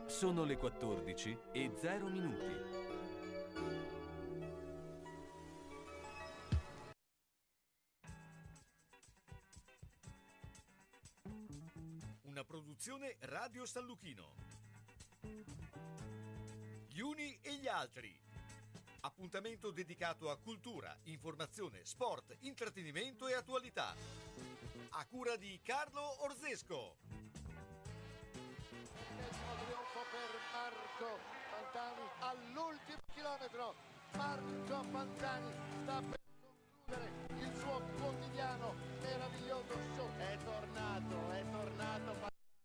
Sono le 14:00. Una produzione Radio San Luchino. Gli uni e gli altri. Appuntamento dedicato a cultura, informazione, sport, intrattenimento e attualità. A cura di Carlo Orzesco. Trionfo per Marco Pantani all'ultimo chilometro. Marco Pantani sta per concludere il suo quotidiano meraviglioso show. È tornato.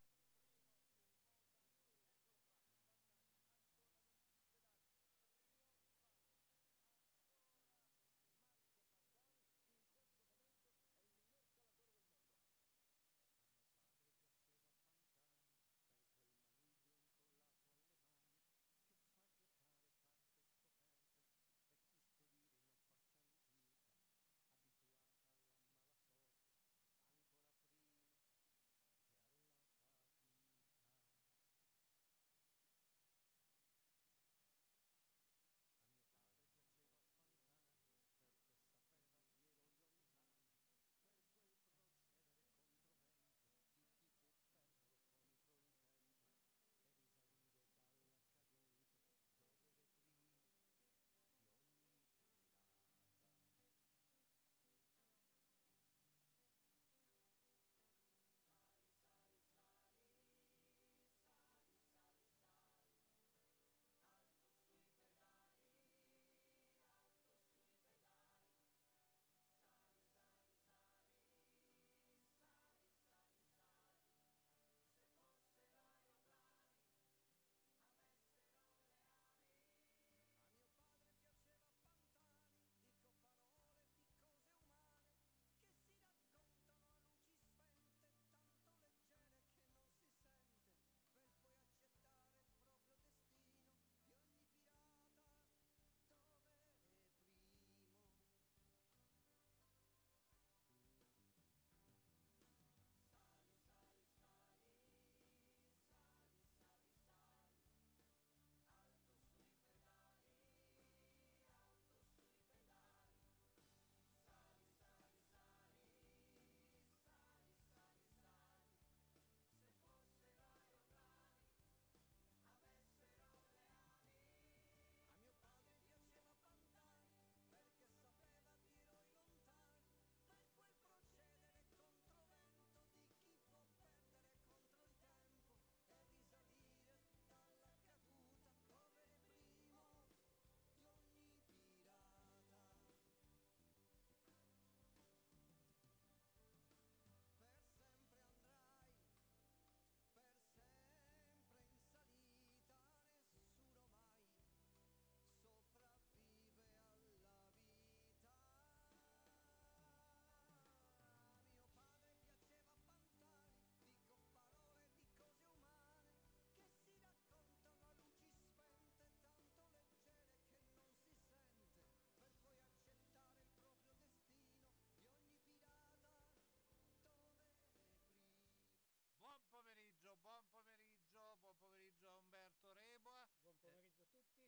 Buon pomeriggio a Umberto Reboa. Buon pomeriggio a tutti.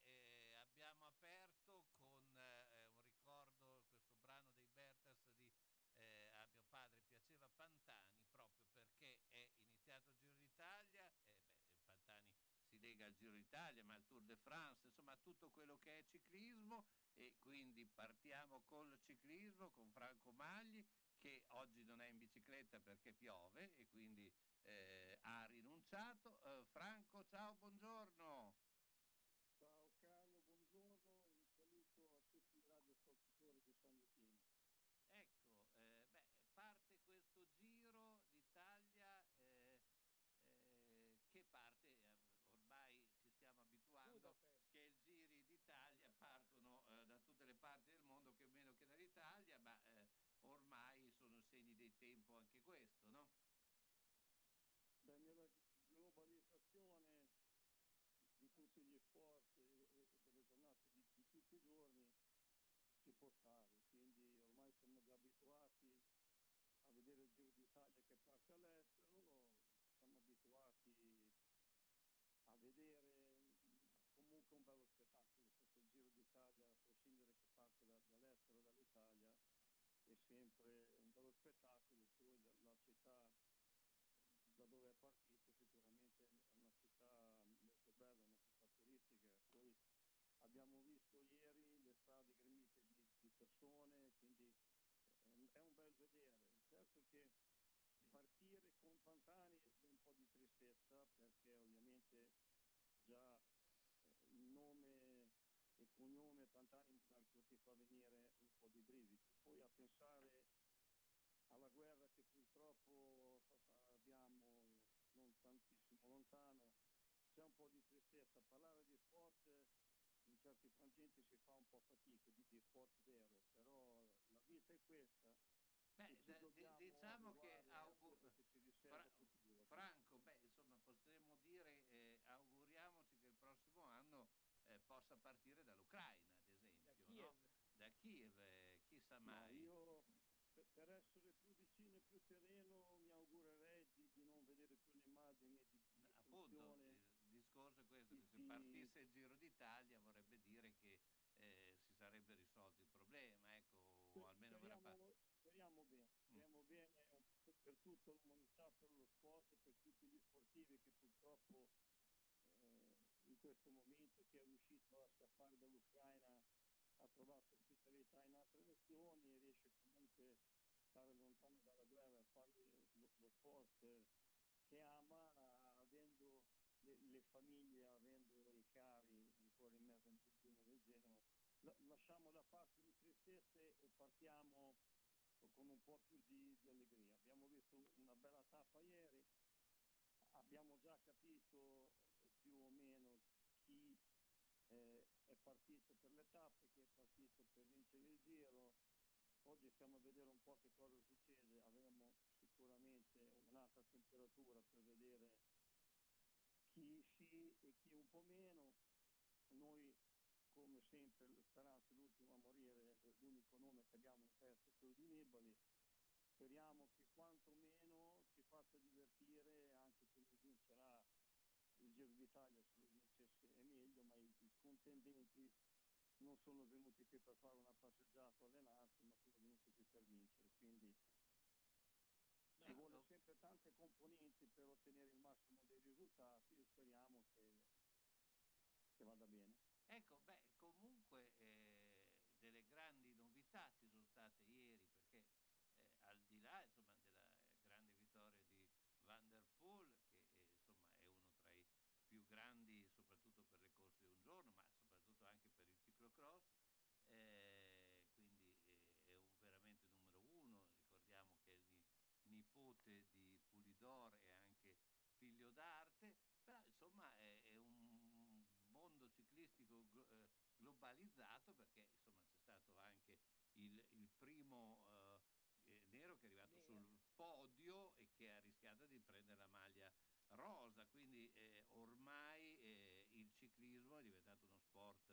Abbiamo aperto con un ricordo, questo brano dei Bertels di A mio padre piaceva Pantani, proprio perché è iniziato il Giro d'Italia. Pantani si lega al Giro d'Italia, ma al Tour de France, insomma tutto quello che è ciclismo, e quindi partiamo col ciclismo con Franco Magli, che oggi non è in bicicletta perché piove e quindi ha rinunciato. Franco, ciao, buongiorno. Ciao Carlo, buongiorno, un saluto a tutti i radioascoltatori di San Luchino. Ecco, parte questo Giro d'Italia che parte, ormai ci stiamo abituando Budapest. Che i giri d'Italia partono da tutte le parti del mondo, che meno che dall'Italia, ma ormai sono segni dei tempo anche questo, no? Nella globalizzazione di tutti gli sport e delle giornate di tutti i giorni ci può stare, quindi ormai siamo già abituati a vedere il Giro d'Italia che parte all'estero, siamo abituati un bello spettacolo, perché il Giro d'Italia, a prescindere che parte dall'estero, dall'Italia, è sempre un bello spettacolo. Poi la città da dove è partito sicuramente è una città molto bella, una città turistica. Poi abbiamo visto ieri le strade gremite di persone, quindi è un bel vedere. Certo che partire con Pantani è un po' di tristezza, perché ovviamente già il nome e cognome Pantani Marco ti fa venire un po' di brividi. Poi a pensare alla guerra che purtroppo abbiamo non tantissimo lontano, c'è un po' di tristezza. Parlare di sport in certi frangenti si fa un po' fatica, di sport vero, però la vita è questa. Diciamo che che ci riserva futuro. Franco, insomma, potremmo dire auguriamoci che il prossimo anno possa partire dall'Ucraina, ad esempio, da Kiev. no? Da Kiev, chissà Ma mai. io per essere più vicino e più sereno mi augurerei di non vedere più le immagini di Appunto, distruzione. il discorso è questo, che se Di... partisse il Giro d'Italia vorrebbe dire che si sarebbe risolto il problema, ecco, o almeno Speriamo bene, speriamo bene per tutta l'umanità, per lo sport, per tutti gli sportivi che purtroppo in questo momento chi è riuscito a scappare dall'Ucraina ha trovato ospitalità in altre nazioni e riesce comunque a stare lontano dalla guerra, a fare lo sport che ama, avendo le famiglie, avendo i cari ancora in mezzo a un continuo del genere. Lasciamo da parte le tristezze e partiamo con un po' più di allegria. Abbiamo visto una bella tappa ieri, abbiamo già capito più o meno chi è partito per le tappe, chi è partito per vincere il Giro. Oggi stiamo a vedere un po' che cosa succede, avremo sicuramente un'altra temperatura per vedere chi sì e chi un po' meno. Noi, come sempre, Speranza l'ultimo a morire, l'unico nome che abbiamo in testa è quello di Nibali. Speriamo che quantomeno ci faccia divertire, anche se non vincerà il Giro d'Italia, se lo vincesse è meglio, ma i contendenti non sono venuti qui per fare una passeggiata o allenarsi, ma sono venuti qui per vincere, quindi ci vuole sempre tante componenti per ottenere il massimo dei risultati e speriamo che vada bene. Ecco, comunque delle grandi novità ci sono state ieri, perché al di là, insomma, della grande vittoria di Van der Poel, che insomma è uno tra i più grandi, soprattutto per le corse di un giorno, ma soprattutto anche per il ciclocross, quindi è veramente numero uno. Ricordiamo che è il nipote di Pulidor e anche figlio d'arte, però insomma è un mondo ciclistico globalizzato, perché insomma c'è stato anche il primo nero che è arrivato sul podio e che ha rischiato di prendere la maglia rosa, quindi ormai il ciclismo è diventato uno sport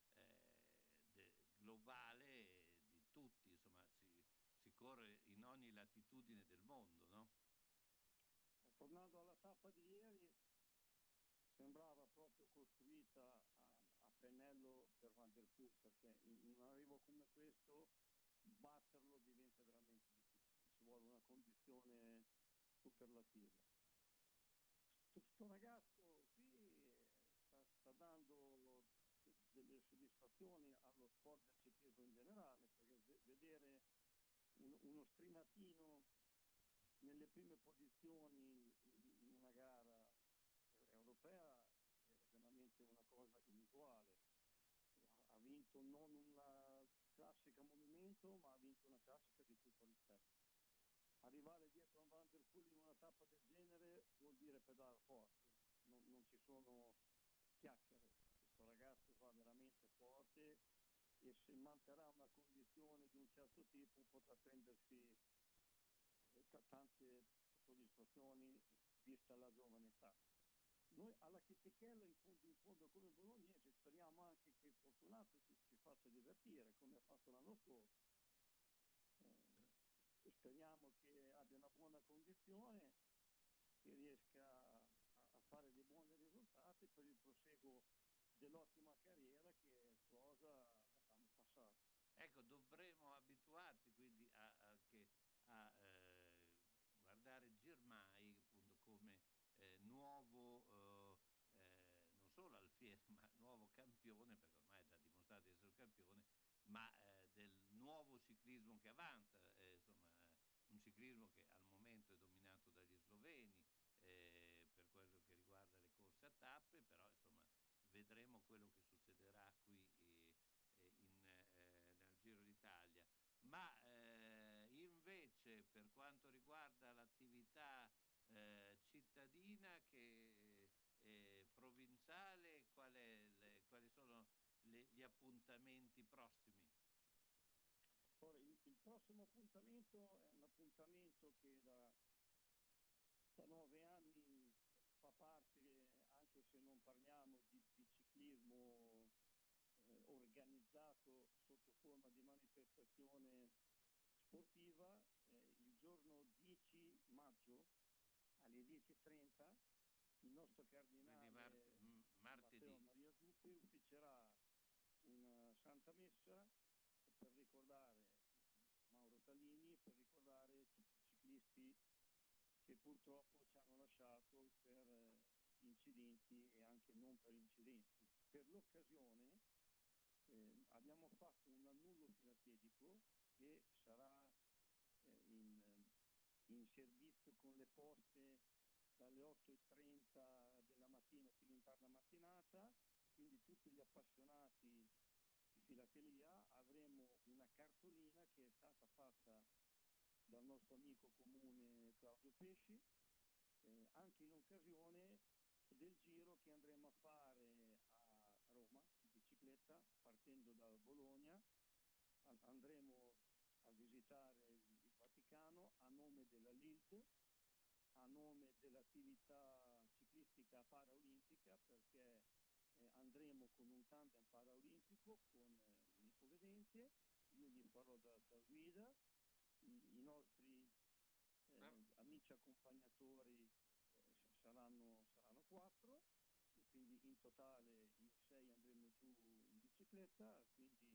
globale di tutti, insomma si corre in ogni latitudine del mondo, no? Tornando alla tappa di ieri, sembrava proprio costruita a pennello per Van der Poel, perché in un arrivo come questo batterlo diventa veramente difficile, ci vuole una condizione superlativa. Sto ragazzo qui sta dando delle soddisfazioni allo sport del ciclismo in generale, perché vedere uno strinatino nelle prime posizioni in una gara europea è veramente una cosa inusuale. Ha vinto non una classica monumento, ma ha vinto una classica di tutto rispetto. Arrivare dietro a Van der Poel in una tappa del genere vuol dire pedalare forte, non ci sono chiacchiere. Questo ragazzo va veramente forte e se manterrà una condizione di un certo tipo potrà prendersi tante soddisfazioni vista la giovane età. Noi alla Chetichella in fondo come bolognesi speriamo anche che Fortunato ci faccia divertire come ha fatto l'anno scorso. Speriamo che abbia una buona condizione, che riesca a fare dei buoni risultati per il proseguo dell'ottima carriera che è esplosa l'anno passato. Ecco, dovremo abituarci quindi anche a guardare Girmay appunto come nuovo, non solo alfiere, ma nuovo campione, perché ormai ha già dimostrato di essere un campione, ma del nuovo ciclismo che avanza, insomma, un ciclismo che al momento è dominato dagli sloveni per quello che riguarda le corse a tappe, però insomma vedremo quello che succederà qui nel Giro d'Italia. Ma invece per quanto riguarda l'attività cittadina che provinciale, quali sono gli appuntamenti prossimi? Ora, il prossimo appuntamento è un appuntamento che da 9 anni fa parte, anche se non parliamo di ciclismo organizzato sotto forma di manifestazione sportiva, il giorno 10 maggio alle 10:30 il nostro cardinale martedì. Matteo Maria Zuppi ufficerà una Santa Messa per ricordare Mauro Talini, per ricordare tutti i ciclisti che purtroppo ci hanno lasciato per incidenti e anche non per incidenti. Per l'occasione abbiamo fatto un annullo filatelico che sarà in servizio con le poste dalle 8:30 della mattina fino in tarda mattinata, quindi tutti gli appassionati di filatelia avremo una cartolina che è stata fatta dal nostro amico comune Claudio Pesci, anche in occasione del giro che andremo a fare a Roma in bicicletta partendo da Bologna. Andremo a visitare il Vaticano a nome della LILT, a nome dell'attività ciclistica paraolimpica, perché andremo con un tandem paraolimpico con Nico Vedente, io gli farò da guida, i nostri amici accompagnatori saranno 4, quindi in totale in 6 andremo giù in bicicletta, quindi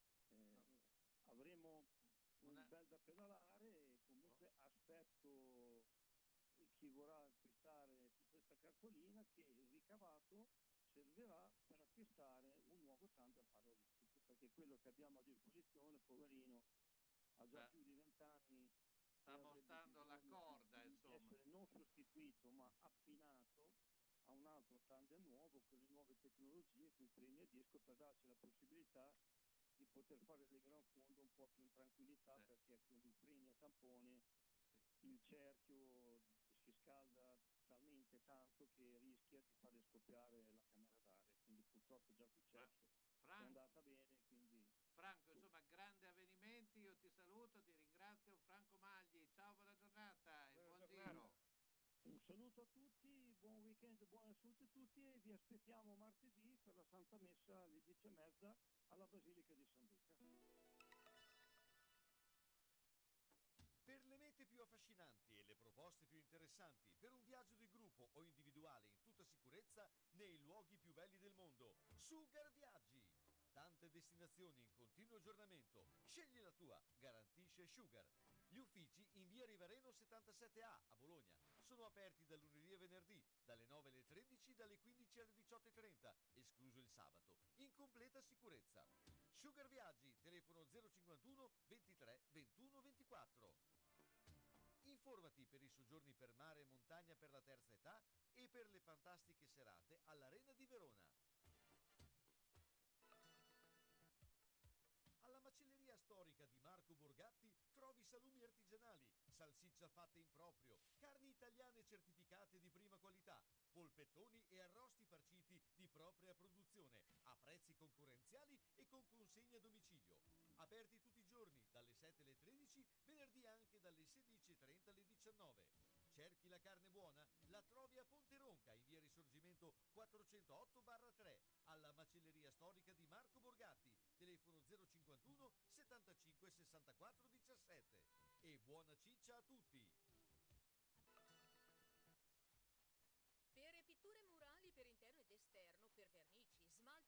avremo un bel da pedalare e comunque aspetto chi vorrà acquistare questa cartolina, che il ricavato servirà per acquistare un nuovo tandem paraolimpico, perché quello che abbiamo a disposizione, poverino, ha già più di 20 anni, sta mostrando la corda, di insomma, essere non sostituito ma abbinato a un altro tandem nuovo con le nuove tecnologie, con i freni a disco, per darci la possibilità di poter fare le gran fondo un po' più in tranquillità, perché con i freni a tampone il cerchio si scalda talmente tanto che rischia di fare scoppiare la camera d'aria, quindi purtroppo è già successo, è andata bene, quindi... Franco, insomma, grandi avvenimenti, io ti saluto, ti ringrazio. Franco Magli, ciao, buona giornata e buon giro. Un saluto a tutti, buon weekend, buona salute a tutti e vi aspettiamo martedì per la Santa Messa alle 10:30 alla Basilica di San Luca. Per le mete più affascinanti e le proposte più interessanti, per un viaggio di gruppo o individuale in tutta sicurezza nei luoghi più belli del mondo, Sugar Viaggi! Tante destinazioni in continuo aggiornamento. Scegli la tua, garantisce Sugar. Gli uffici in via Rivareno 77A a Bologna sono aperti da lunedì a venerdì, dalle 9 alle 13, dalle 15 alle 18:30, escluso il sabato, in completa sicurezza. Sugar Viaggi, telefono 051 23 21 24. Informati per i soggiorni per mare e montagna per la terza età e per le fantastiche serate all'Arena di Verona. Alla macelleria storica di Marco Borgatti trovi salumi artigianali, salsiccia fatta in proprio, carni italiane certificate di prima qualità, polpettoni e arrosti farciti di propria produzione, a prezzi concorrenziali e con consegna a domicilio. Aperti tutti i giorni, dalle 7 alle 13, venerdì anche dalle 16:30 alle 19. Cerchi la carne buona? La trovi a Ponte Ronca, in via Risorgimento 408/3, alla macelleria storica di Marco Borgatti, telefono 051 75 64 17. E buona ciccia a tutti! Per pitture murali per interno ed esterno, per vernici, smalti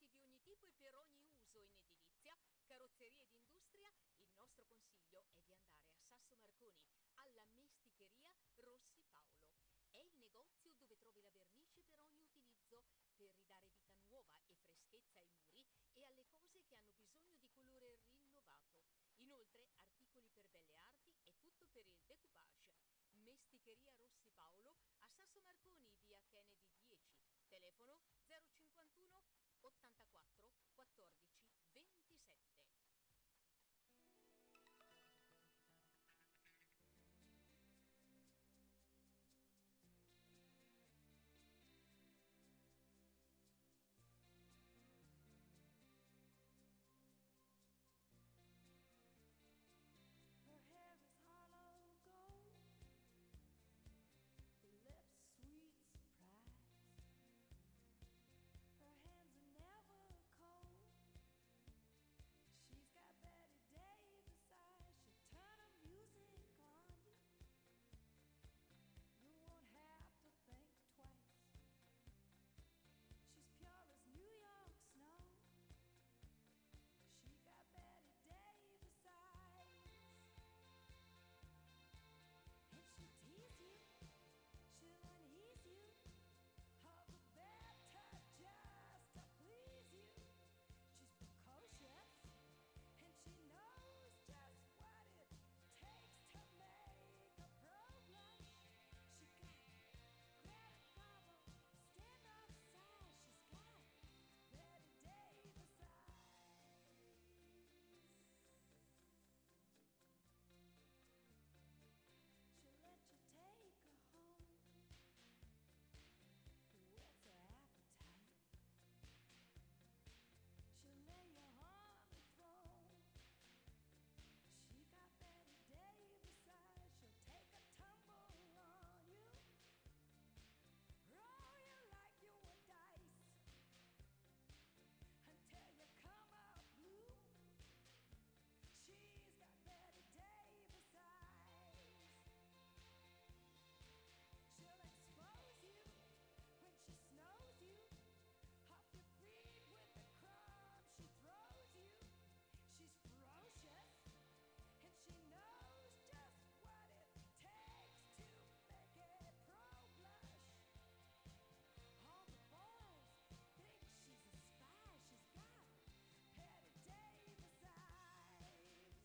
uso in edilizia, carrozzerie ed industria, il nostro consiglio è di andare a Sasso Marconi, alla Mesticheria Rossi Paolo. È il negozio dove trovi la vernice per ogni utilizzo, per ridare vita nuova e freschezza ai muri e alle cose che hanno bisogno di colore rinnovato. Inoltre, articoli per belle arti e tutto per il decoupage. Mesticheria Rossi Paolo a Sasso Marconi, via Kennedy 10, telefono 051 84 14 27. Her hair is hollow gold, her lips sweet surprise. Her hands are never cold. She's got Betty Davis eyes. She'll turn her music on you. You won't have to think twice. She's pure as New York snow. She got Betty Davis eyes. And she'll tease you, she'll unease you, all the better just to please you. She's precocious, and she knows just what it takes to make a pro blush. She got Greta Garbo, standoff size. She's got Betty Davis eyes. She'll let you take her home. Whet's her appetite? She'll lay you on the throne. She got Betty Davis eyes. She'll take a tumble on you, roll you like you were dice, until you come up blue. She's got Betty Davis eyes. She'll expose you when she snows you, off your feet with the crumbs she throws you. She's ferocious, and she knows just what it takes to make a pro blush. All the boys think she's a spy. She's got Betty Davis eyes.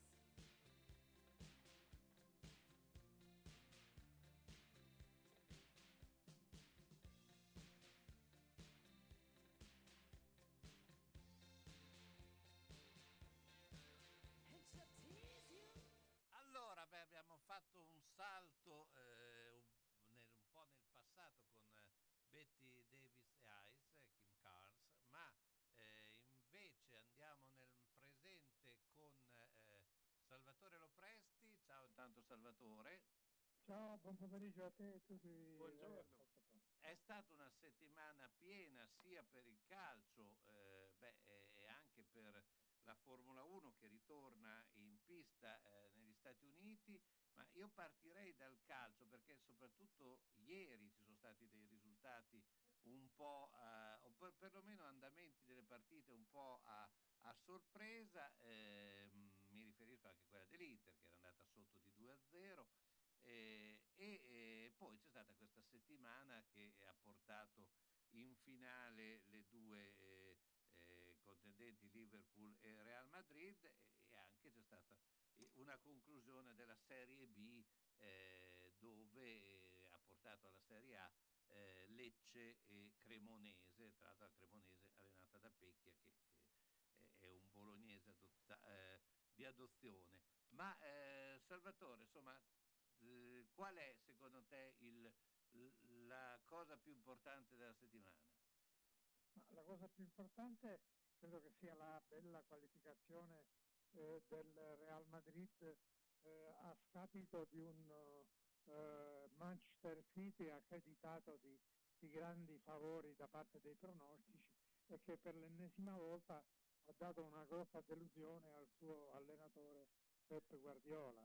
And she'll tease you. Allora, beh, abbiamo fatto un salto un po' nel passato con Betty Davis Eyes, Kim Carnes, ma invece andiamo nel presente con Salvatore Lopresti. Ciao intanto Salvatore. Ciao, buon pomeriggio a te e tutti. Buongiorno. È stata una settimana piena sia per il calcio e anche per la Formula 1 che ritorna in pista negli Stati Uniti, ma io partirei dal calcio perché soprattutto ieri ci sono stati dei risultati un po' o perlomeno andamenti delle partite un po' a sorpresa. Mi riferisco anche a quella dell'Inter che era andata sotto di 2-0. E poi c'è stata questa settimana che ha portato in finale le due contendenti Liverpool e Real Madrid, e anche c'è stata una conclusione della Serie B dove ha portato alla Serie A Lecce e Cremonese, tra l'altro la Cremonese allenata da Pecchia che è un bolognese di adozione. Ma Salvatore, insomma, qual è secondo te la cosa più importante della settimana? Ma la cosa più importante credo che sia la bella qualificazione del Real Madrid a scapito di un Manchester City accreditato di grandi favori da parte dei pronostici e che per l'ennesima volta ha dato una grossa delusione al suo allenatore Pep Guardiola.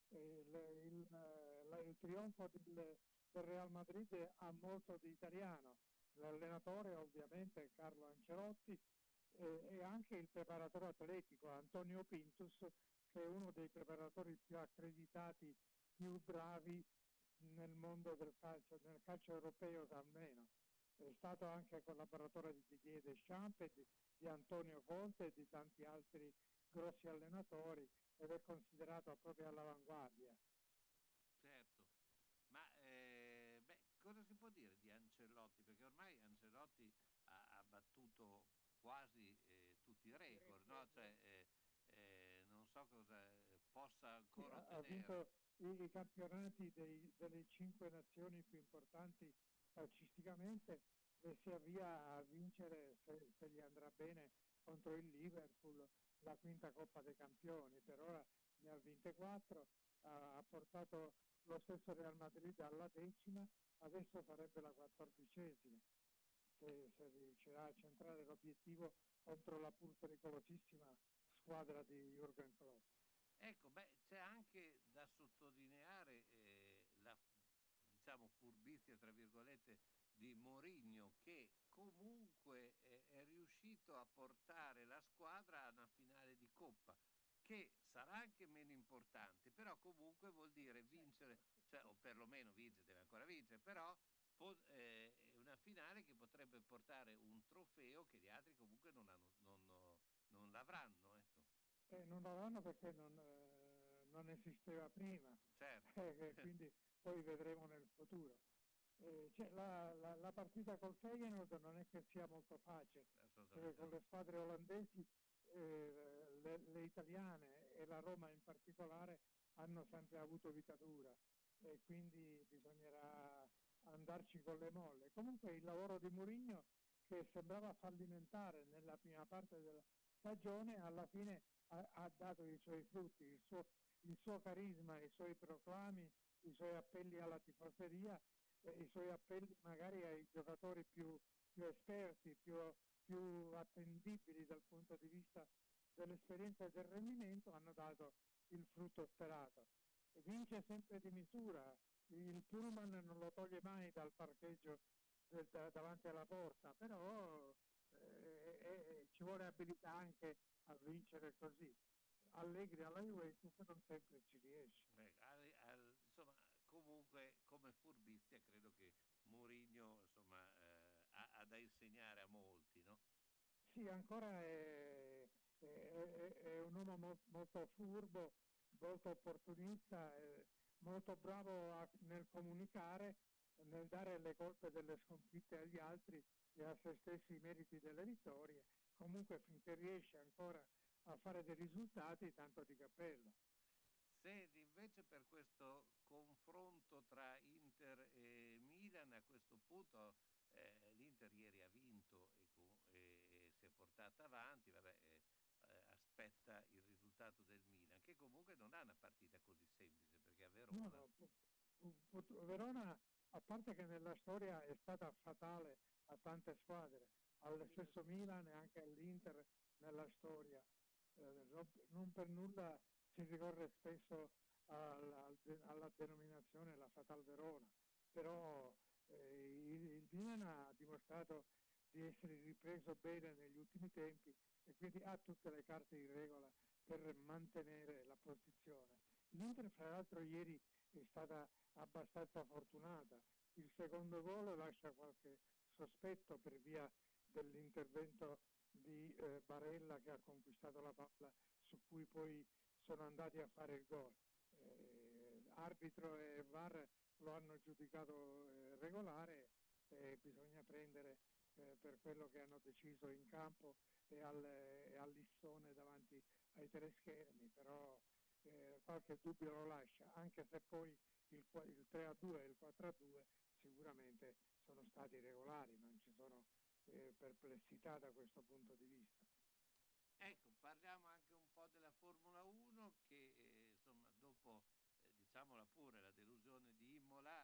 Il trionfo del Real Madrid ha molto di italiano. L'allenatore ovviamente è Carlo Ancelotti, e anche il preparatore atletico Antonio Pintus, che è uno dei preparatori più accreditati, più bravi nel mondo del calcio, nel calcio europeo almeno. È stato anche collaboratore di Didier Deschamps, di Antonio Conte e di tanti altri grossi allenatori, ed è considerato proprio all'avanguardia. Certo, ma cosa si può dire di Ancelotti? Perché ormai Ancelotti ha battuto quasi tutti i record, no? Cioè, non so cosa possa Sì, ancora ha ottenere. vinto i campionati delle 5 nazioni più importanti calcisticamente, e si avvia a vincere, se gli andrà bene, contro il Liverpool la quinta Coppa dei Campioni. Per ora ne ha vinte 4, ha portato lo stesso Real Madrid alla 10ª, adesso sarebbe la 14ª, se riuscirà a centrare l'obiettivo contro la pur pericolosissima squadra di Jürgen Klopp. Ecco, c'è anche da sottolineare la diciamo furbizia tra virgolette di Mourinho, che comunque è riuscito a portare la squadra a una finale di Coppa, che sarà anche meno importante, però comunque vuol dire vincere, cioè, o perlomeno vincere, deve ancora vincere, però è una finale che potrebbe portare un trofeo che gli altri comunque non l'avranno, ecco. Non l'avranno perché non esisteva prima, Certo. quindi poi vedremo nel futuro. La partita col Feyenoord non è che sia molto facile, perché con le squadre olandesi, le italiane e la Roma in particolare hanno sempre avuto vita dura, e quindi bisognerà andarci con le molle. Comunque il lavoro di Mourinho, che sembrava fallimentare nella prima parte della stagione, alla fine ha dato i suoi frutti, il suo carisma, i suoi proclami, i suoi appelli alla tifoseria, i suoi appelli magari ai giocatori più esperti, più attendibili dal punto di vista dell'esperienza e del rendimento, hanno dato il frutto sperato. Vince sempre di misura, il pullman non lo toglie mai dal parcheggio davanti alla porta, però ci vuole abilità anche a vincere così. Allegri alla Juventus non sempre ci riesce. Insomma, comunque come furbizia credo che Mourinho insomma, ha da insegnare a molti, no? Sì, ancora è un uomo molto furbo, molto opportunista, molto bravo nel comunicare, nel dare le colpe delle sconfitte agli altri e a se stessi i meriti delle vittorie. Comunque finché riesce ancora a fare dei risultati, tanto di cappello. Senti, invece per questo confronto tra Inter e Milan, a questo punto l'Inter ieri ha vinto e si è portata avanti, vabbè, aspetta il risultato del Milan, che comunque non ha una partita così semplice, perché a Verona... No, Verona, a parte che nella storia è stata fatale a tante squadre, allo stesso Milan e anche all'Inter nella storia. Non per nulla si ricorre spesso alla denominazione la Fatal Verona, però il Milan ha dimostrato di essere ripreso bene negli ultimi tempi e quindi ha tutte le carte in regola per mantenere la posizione. L'Inter, fra l'altro, ieri è stata abbastanza fortunata. Il secondo gol lascia qualche sospetto per via dell'intervento di Barella, che ha conquistato la palla su cui poi sono andati a fare il gol. Arbitro e VAR lo hanno giudicato regolare, e bisogna prendere per quello che hanno deciso in campo e all'Issone davanti ai teleschermi, però qualche dubbio lo lascia, anche se poi il 3-2 e il 4-2 sicuramente sono stati regolari, non ci sono perplessità da questo punto di vista. Ecco, parliamo anche un po' della Formula 1 che insomma dopo, diciamola pure, la delusione di Imola,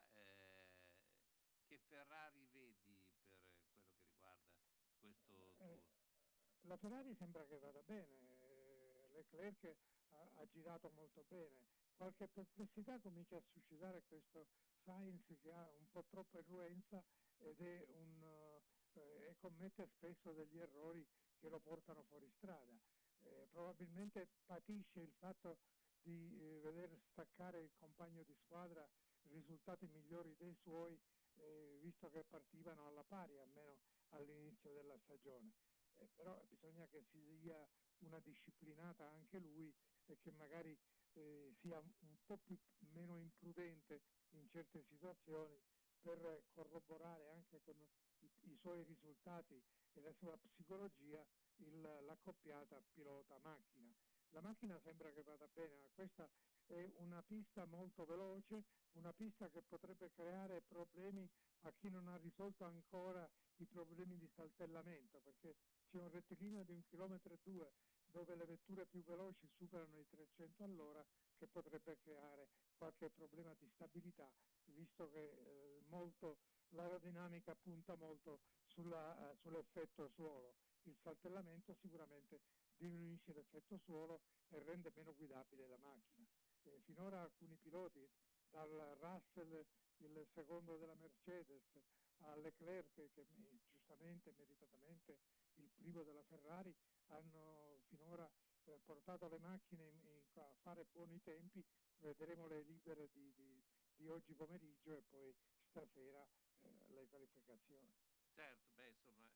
che Ferrari vedi per quello che riguarda questo tour? La Ferrari sembra che vada bene, Leclerc ha girato molto bene, qualche perplessità comincia a suscitare questo Sainz, che ha un po' troppa influenza ed è e commette spesso degli errori che lo portano fuori strada. Probabilmente patisce il fatto di veder staccare il compagno di squadra risultati migliori dei suoi, visto che partivano alla pari, almeno all'inizio della stagione. Però bisogna che si dia una disciplinata anche lui e che magari sia un po' meno imprudente in certe situazioni per corroborare anche con i suoi risultati e la sua psicologia l'accoppiata pilota-macchina. La macchina sembra che vada bene, ma questa è una pista molto veloce, una pista che potrebbe creare problemi a chi non ha risolto ancora i problemi di saltellamento, perché c'è un rettilineo di 1,2 km dove le vetture più veloci superano i 300 all'ora, che potrebbe creare qualche problema di stabilità, visto che l'aerodinamica punta molto sull'effetto suolo. Il saltellamento sicuramente diminuisce l'effetto suolo e rende meno guidabile la macchina. Finora alcuni piloti, dal Russell, il secondo della Mercedes, a Leclerc, che giustamente, meritatamente, il primo della Ferrari, hanno finora portato le macchine a fare buoni tempi. Vedremo le libere di oggi pomeriggio e poi stasera le qualificazioni. Certo, beh, insomma,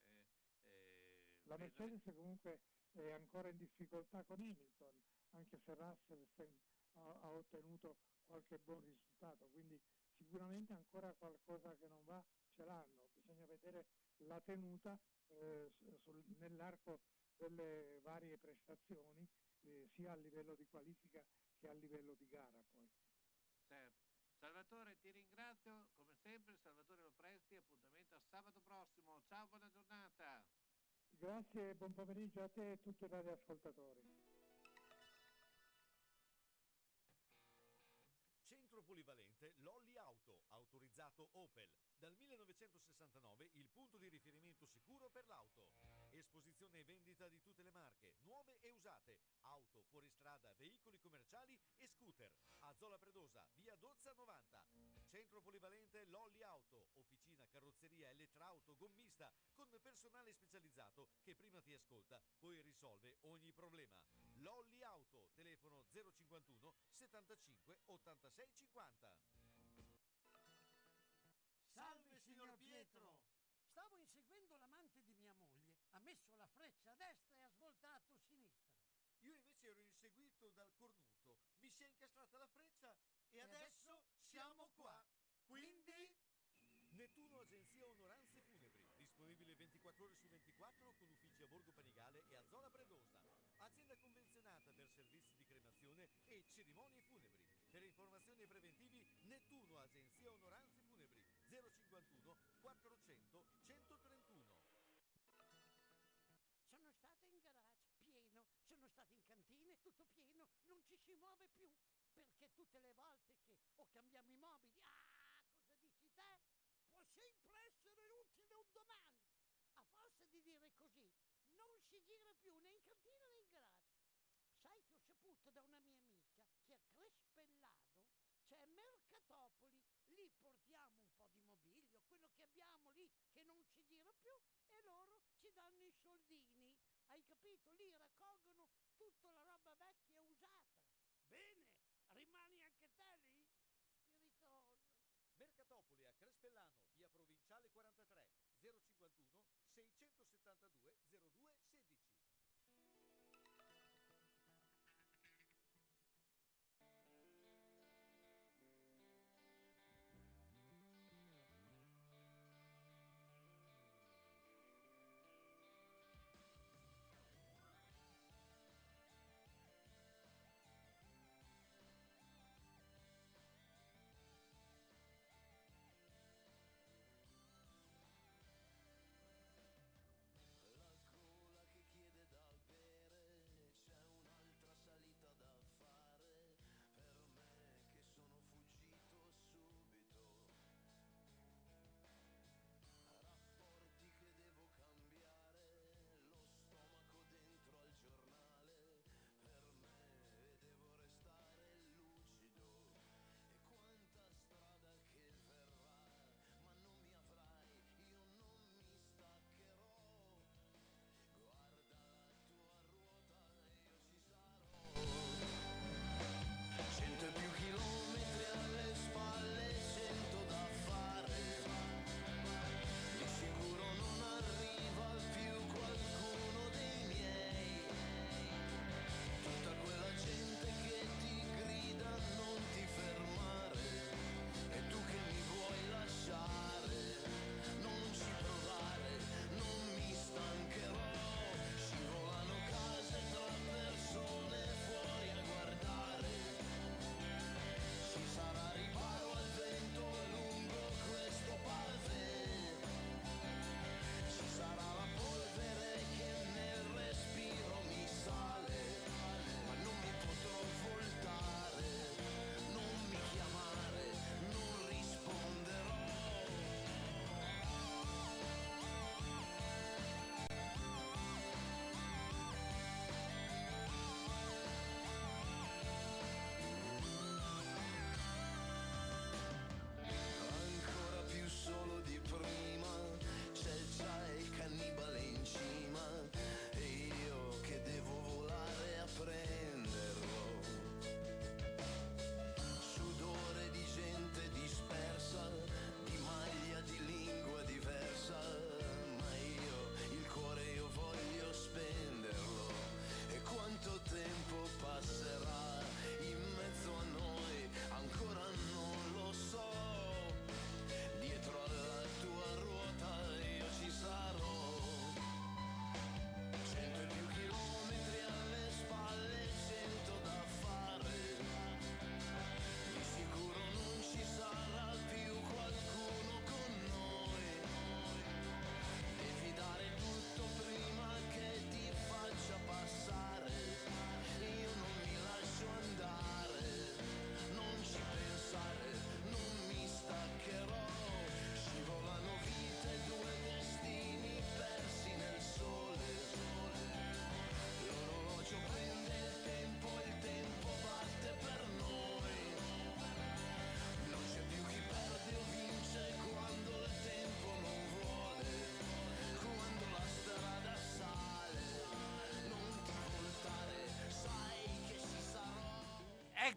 la Mercedes comunque è ancora in difficoltà con Hamilton, anche se Russell ha ottenuto qualche buon risultato, quindi sicuramente ancora qualcosa che non va ce l'hanno. Bisogna vedere la tenuta nell'arco delle varie prestazioni, sia a livello di qualifica che a livello di gara poi. Certo. Salvatore, ti ringrazio come sempre. Salvatore Lopresti, appuntamento a sabato prossimo. Ciao, buona giornata. Grazie, buon pomeriggio a te e a tutti i radioascoltatori. Centro polivalente Lolli Auto, autorizzato Opel. Dal 1969 il punto di riferimento sicuro per l'auto. Esposizione e vendita di tutte le marche, nuove e usate, auto, fuoristrada, veicoli commerciali e scooter. A Zola Predosa, via Dozza 90. Centro polivalente Lolli Auto, officina, carrozzeria, elettrauto, gommista, con personale specializzato che prima ti ascolta, poi risolve ogni problema. Lolli Auto, telefono 051 75 86 50. Salve signor Pietro! Stavo inseguendo l'amante di mia moglie. Ha messo la freccia a destra e ha svoltato a sinistra. Io invece ero inseguito dal cornuto. Mi si è incastrata la freccia e adesso siamo qua. Quindi... Nettuno Agenzia Onoranze Funebri, disponibile 24 ore su 24 con uffici a Borgo Panigale e a Zola Predosa. Azienda convenzionata per servizi di cremazione e cerimonie funebri. Per informazioni e preventivi, Nettuno Agenzia Onoranze Funebri, 051 400 131. Sono stata in garage, pieno. Sono stata in cantina, tutto pieno. Non ci si muove più. Perché tutte le volte che o cambiamo i mobili, cosa dici te? Può sempre essere utile un domani. A forza di dire così, non si gira più né in cantina né in garage. Sai che ho saputo da una mia amica che a Crespellano c'è Mercatopoli. Lì portiamo un po' di mobilio, quello che abbiamo lì che non si gira più, e loro ci danno i soldini. Hai capito? Lì raccolgono tutta la roba vecchia e usata. Bene, rimani anche te lì? Spiritoso. Mercatopoli a Crespellano, via Provinciale 43, 051 672 02 16.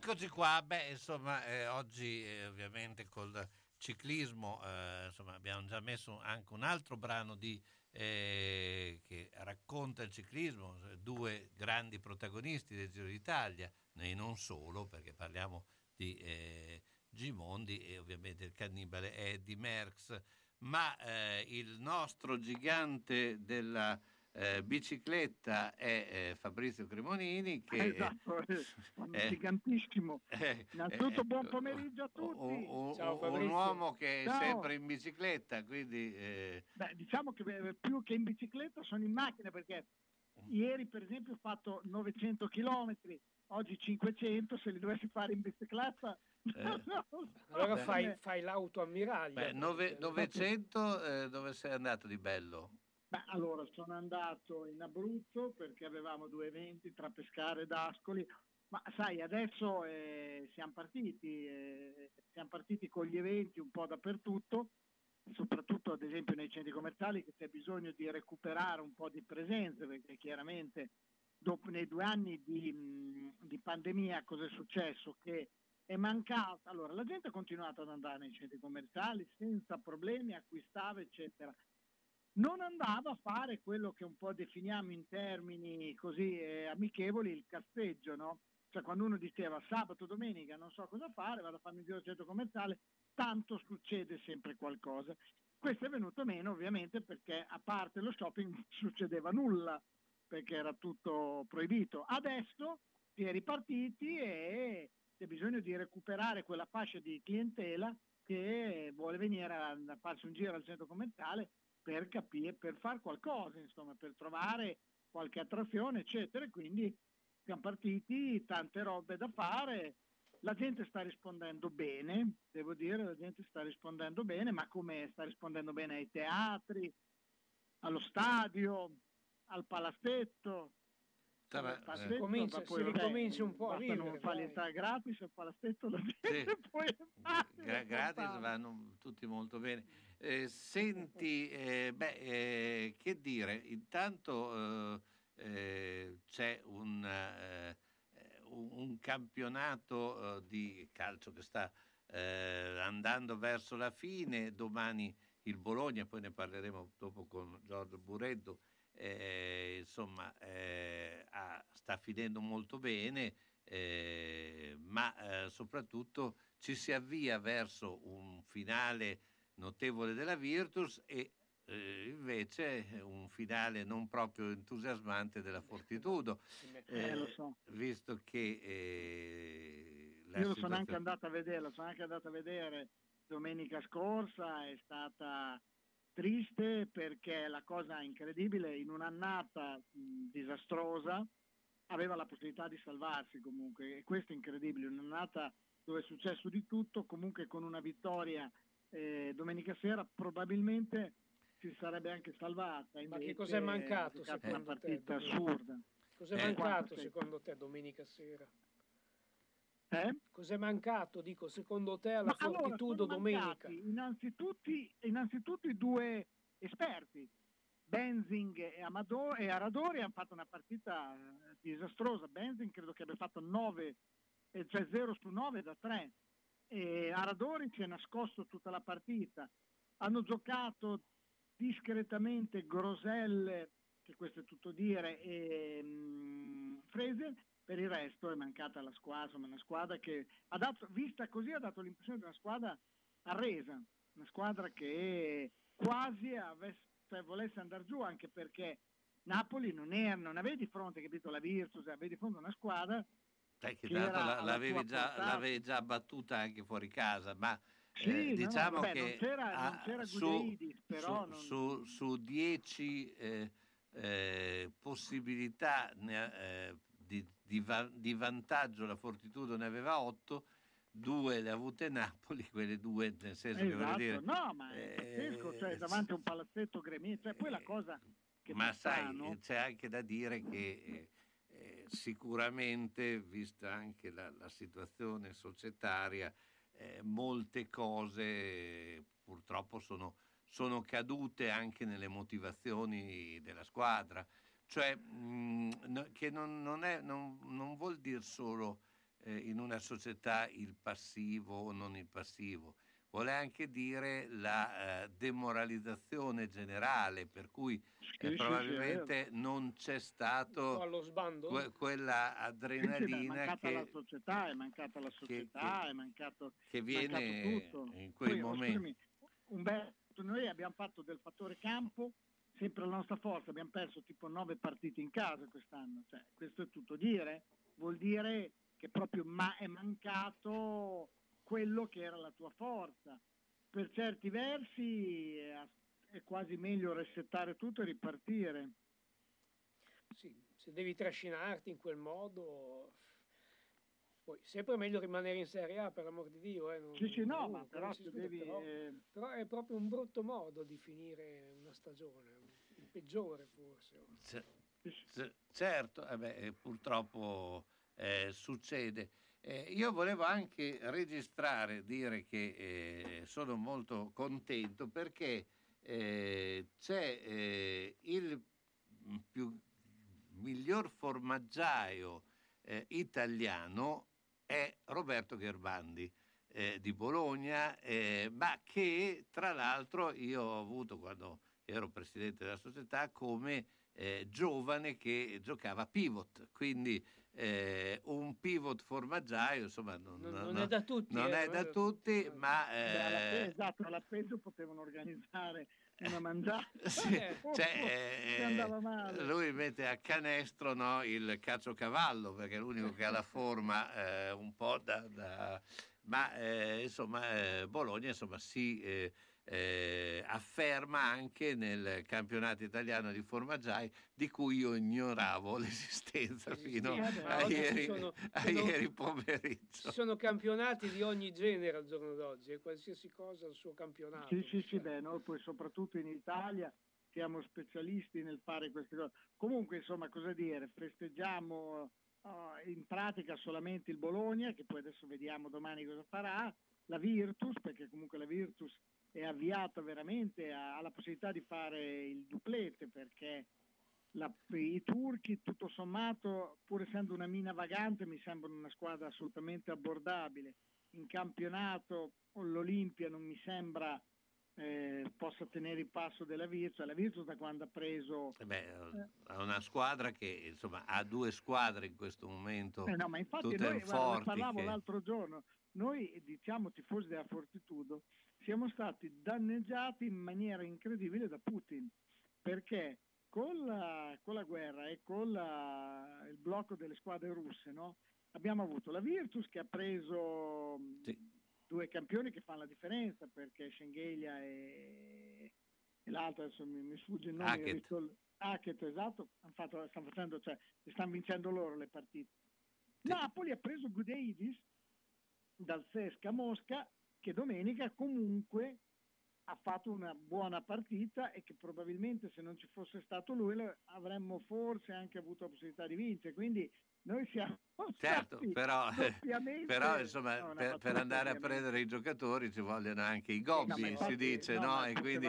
Eccoci qua, insomma, oggi ovviamente col ciclismo insomma, abbiamo già messo anche un altro brano che racconta il ciclismo, due grandi protagonisti del Giro d'Italia, e non solo, perché parliamo di Gimondi e ovviamente il cannibale è Eddy Merckx, ma il nostro gigante della bicicletta è Fabrizio Cremonini, che esatto, gigantissimo. Innanzitutto buon pomeriggio a tutti. Un uomo che è Ciao. sempre in bicicletta, quindi Diciamo che più che in bicicletta sono in macchina, perché ieri per esempio ho fatto 900 chilometri, oggi 500, se li dovessi fare in bicicletta allora fai l'auto ammiraglia. 900 dove sei andato di bello? Allora sono andato in Abruzzo perché avevamo 2 eventi tra Pescara ed Ascoli, ma sai adesso siamo partiti con gli eventi un po' dappertutto, soprattutto ad esempio nei centri commerciali, che c'è bisogno di recuperare un po' di presenze, perché chiaramente nei 2 anni di pandemia cosa è successo? Che è mancato, allora la gente ha continuato ad andare nei centri commerciali senza problemi, acquistava eccetera, non andava a fare quello che un po' definiamo in termini così amichevoli il casseggio, no? Cioè quando uno diceva sabato, domenica non so cosa fare, vado a farmi il giro al centro commerciale, tanto succede sempre qualcosa. Questo è venuto meno ovviamente perché a parte lo shopping non succedeva nulla, perché era tutto proibito. Adesso si è ripartiti e c'è bisogno di recuperare quella fascia di clientela che vuole venire a farsi un giro al centro commerciale per capire, per fare qualcosa, insomma, per trovare qualche attrazione, eccetera. Quindi siamo partiti, tante robe da fare. La gente sta rispondendo bene, devo dire, la gente sta rispondendo bene, ma come sta rispondendo bene ai teatri, allo stadio, al palazzetto. Si ricomincia un po' a vivere. Non fa l'entrata gratis al palazzetto, la gente poi gratis vanno tutti molto bene. Senti, che dire, intanto c'è un campionato di calcio che sta andando verso la fine, domani il Bologna, poi ne parleremo dopo con Giorgio Bureddu, insomma sta finendo molto bene, ma soprattutto ci si avvia verso un finale notevole della Virtus e invece un finale non proprio entusiasmante della Fortitudo, lo so. visto che io lo sono anche andato a vedere domenica scorsa, è stata triste perché la cosa incredibile, in un'annata disastrosa aveva la possibilità di salvarsi comunque, e questo è incredibile, un'annata dove è successo di tutto, comunque con una vittoria domenica sera probabilmente si sarebbe anche salvata. Ma che cos'è mancato secondo una partita te? Assurda. Cos'è mancato secondo te domenica sera? Cos'è mancato, dico, secondo te alla Fortitudo domenica? Innanzitutto i 2 esperti, Benzing e Aradori, hanno fatto una partita disastrosa. Benzing credo che abbia fatto 0 su 9 da 3, e Aradori si è nascosto tutta la partita. Hanno giocato discretamente Groselle, che questo è tutto dire, e Fraser. Per il resto è mancata la squadra, insomma, una squadra che vista così ha dato l'impressione di una squadra arresa, una squadra che quasi volesse andare giù, anche perché Napoli non avevi di fronte, capito, la Virtus, avevi di fronte una squadra che tanto l'avevi già battuta anche fuori casa, ma sì, diciamo che non c'era Gudridis, però su 10 possibilità di vantaggio la Fortitudo ne aveva 8, 2 le ha avute Napoli, quelle 2 nel senso che voglio dire, no, ma è pazzesco, cioè davanti a un palazzetto gremito, cioè poi la cosa che ma sai, c'è anche da dire che sicuramente, vista anche la situazione societaria, molte cose purtroppo sono cadute anche nelle motivazioni della squadra, cioè che non vuol dire solo in una società il passivo o non il passivo, vuole anche dire la demoralizzazione generale, per cui probabilmente non c'è stato allo sbando? quella adrenalina è mancata la società, è mancata la società, è mancato viene tutto. in quei momenti. Scusami, Umberto, noi abbiamo fatto del fattore campo sempre la nostra forza, abbiamo perso tipo 9 partite in casa quest'anno, cioè, questo è tutto dire, vuol dire che proprio è mancato quello che era la tua forza. Per certi versi è quasi meglio resettare tutto e ripartire. Sì, se devi trascinarti in quel modo, poi sempre meglio rimanere in Serie A, per l'amor di Dio. No, ma però se devi... Però è proprio un brutto modo di finire una stagione, il peggiore forse. Certo, purtroppo succede. Io volevo anche dire che sono molto contento perché c'è il miglior formaggiaio italiano è Roberto Gherbandi di Bologna, ma che tra l'altro io ho avuto quando ero presidente della società come giovane che giocava a pivot, quindi un pivot formaggiaio, insomma, non è da tutti, ma alla peggio potevano organizzare una mangiata. Andava male. Lui mette a canestro, no, il caciocavallo perché è l'unico che ha la forma un po' ma Bologna si afferma anche nel campionato italiano di formaggiai, di cui io ignoravo l'esistenza fino a ieri pomeriggio. Ci sono campionati di ogni genere al giorno d'oggi e qualsiasi cosa ha il suo campionato. Sì, noi poi soprattutto in Italia siamo specialisti nel fare queste cose. Comunque, insomma, cosa dire, festeggiamo in pratica solamente il Bologna, che poi adesso vediamo domani cosa farà, la Virtus, perché comunque la Virtus è avviata veramente alla possibilità di fare il duplete, perché i turchi tutto sommato, pur essendo una mina vagante, mi sembrano una squadra assolutamente abbordabile. In campionato l'Olimpia non mi sembra possa tenere il passo della Virtus. La Virtus da quando ha preso ha una squadra che insomma ha 2 squadre in questo momento, no, ma infatti tutte noi, forti, parlavo l'altro giorno, noi diciamo tifosi della Fortitudo siamo stati danneggiati in maniera incredibile da Putin, perché con la guerra e con il blocco delle squadre russe, no? Abbiamo avuto la Virtus che ha preso 2 campioni che fanno la differenza, perché Schengelia e l'altro, adesso mi sfugge il nome, Hackett, esatto, stanno vincendo loro le partite. Napoli ha preso Gudeidis dal CSKA Mosca, che domenica comunque ha fatto una buona partita e che probabilmente se non ci fosse stato lui avremmo forse anche avuto la possibilità di vincere, quindi noi siamo certo, però insomma per andare a prendere i giocatori ci vogliono anche i gobbi, si dice, no? E quindi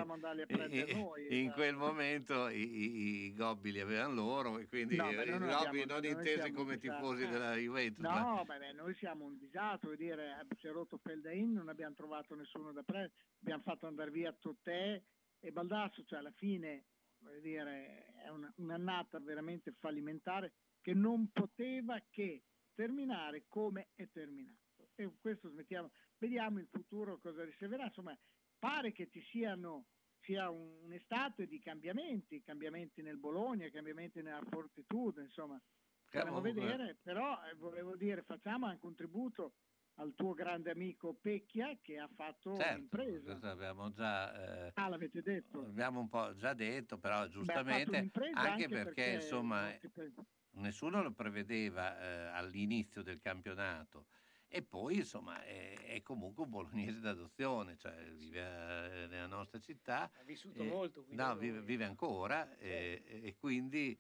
in quel momento i gobbi li avevano loro e quindi i gobbi non intesi come tifosi della Juventus. Noi siamo un disastro, vuol dire, si è rotto Feldain, non abbiamo trovato nessuno da prendere, abbiamo fatto andare via Totè e Baldasso, cioè alla fine vuol dire è un'annata veramente fallimentare che non poteva che terminare come è terminato, e questo vediamo il futuro cosa riceverà. Insomma, pare che sia un'estate di cambiamenti nel Bologna, cambiamenti nella Fortitudo, insomma staremo a vedere, però volevo dire, facciamo anche un tributo al tuo grande amico Pecchia che ha fatto un'impresa. Abbiamo già l'avete detto? Abbiamo un po' già detto, però giustamente anche perché insomma nessuno lo prevedeva all'inizio del campionato, e poi insomma è comunque un bolognese d'adozione, cioè vive nella nostra città, ha vissuto molto, vive ancora e quindi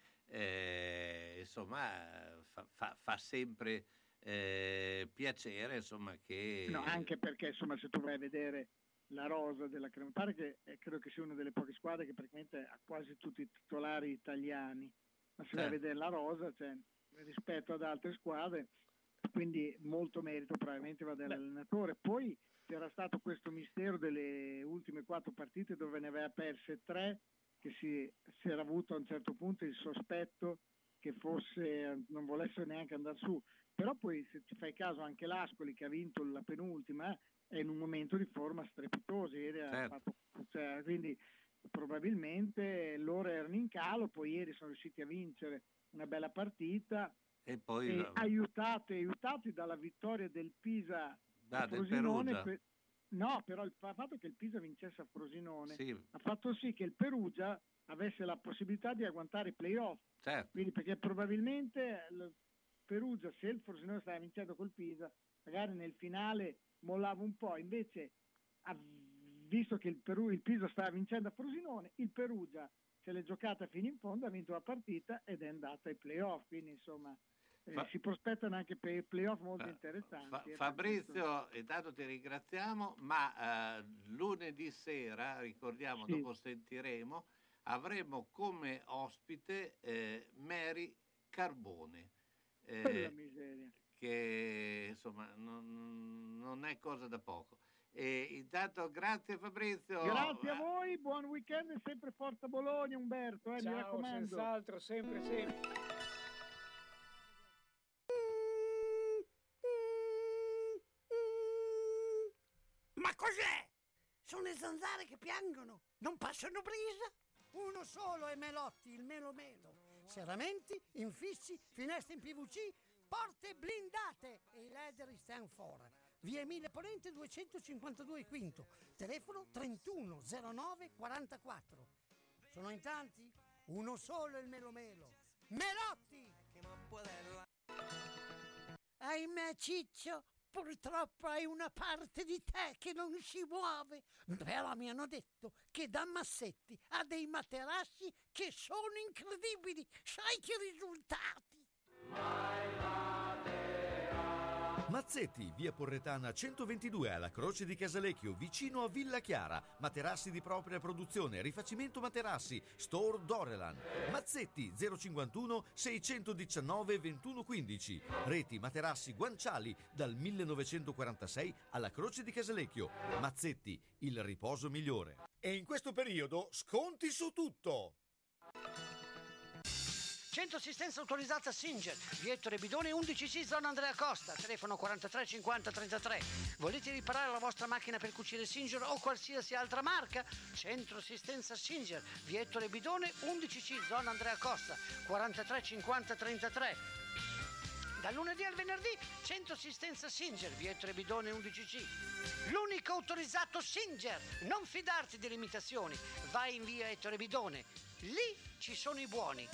insomma fa sempre piacere, insomma, che anche perché insomma se tu vai a vedere la rosa della Crema, pare che credo che sia una delle poche squadre che praticamente ha quasi tutti i titolari italiani, ma se vai a vedere la rosa, cioè, rispetto ad altre squadre quindi molto merito probabilmente va dall'allenatore. Poi c'era stato questo mistero delle ultime 4 partite dove ne aveva perse 3, che si era avuto a un certo punto il sospetto che fosse non volesse neanche andare su, però poi se ci fai caso anche l'Ascoli, che ha vinto la penultima, è in un momento di forma strepitoso, ieri ha fatto, quindi probabilmente loro erano in calo, poi ieri sono riusciti a vincere una bella partita e poi aiutati dalla vittoria del Pisa a del Frosinone. Perugia. No, però il fatto che il Pisa vincesse a Frosinone ha fatto sì che il Perugia avesse la possibilità di agguantare i playoff. Quindi, perché probabilmente il Perugia, se il Frosinone stava vincendo col Pisa, magari nel finale mollava un po', invece visto che il Pisa stava vincendo a Frosinone, il Perugia se l'è giocata fino in fondo, ha vinto la partita ed è andata ai playoff, quindi insomma si prospettano anche per i playoff molto interessanti. Fabrizio, intanto ti ringraziamo, ma lunedì sera, ricordiamo, dopo sentiremo, avremo come ospite Mary Carbone, che insomma non è cosa da poco. E intanto grazie Fabrizio. Grazie a voi, buon weekend e sempre forza Bologna, Umberto, mi raccomando. Senz'altro, sempre. Ma cos'è? Sono le zanzare che piangono, non passano brisa. Uno solo è Melotti, il Melo. Serramenti, infissi, finestre in PVC, porte blindate e i leder stand for. Via Emile Ponente 252 Quinto, telefono 31 09 44. Sono in tanti? Uno solo è il Melo. Melotti! Ahimè Ciccio, purtroppo hai una parte di te che non si muove, però mi hanno detto che da Massetti ha dei materassi che sono incredibili. Sai che risultati? Mazzetti, via Porretana 122 alla Croce di Casalecchio, vicino a Villa Chiara. Materassi di propria produzione, rifacimento materassi, Store Dorelan. Mazzetti 051 619 2115. Reti materassi guanciali dal 1946 alla Croce di Casalecchio. Mazzetti, il riposo migliore. E in questo periodo sconti su tutto. Centro assistenza autorizzata Singer, via Ettore Bidone 11C, zona Andrea Costa, telefono 43 50 33. Volete riparare la vostra macchina per cucire Singer o qualsiasi altra marca? Centro assistenza Singer, via Ettore Bidone 11C, zona Andrea Costa, 43 50 33. Dal lunedì al venerdì, Centro assistenza Singer, via Ettore Bidone 11C. L'unico autorizzato Singer. Non fidarti delle imitazioni. Vai in via Ettore Bidone. Lì ci sono i buoni.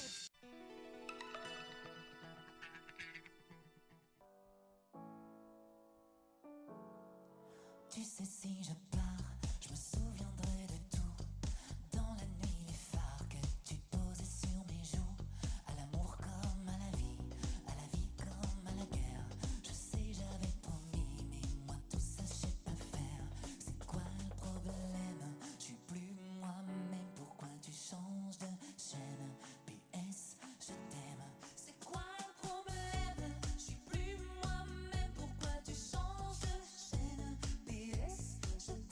Tu sais, si je pars, je me souviendrai de tout. Dans la nuit, les phares que tu posais sur mes joues. À l'amour comme à la vie comme à la guerre. Je sais, j'avais promis, mais moi tout ça, je sais pas faire. C'est quoi le problème? Je suis plus moi-même, pourquoi tu changes de chaîne? PS, je t'aime. C'est quoi le problème? Je suis plus moi-même, pourquoi tu changes de chaîne? PS, je t'aime.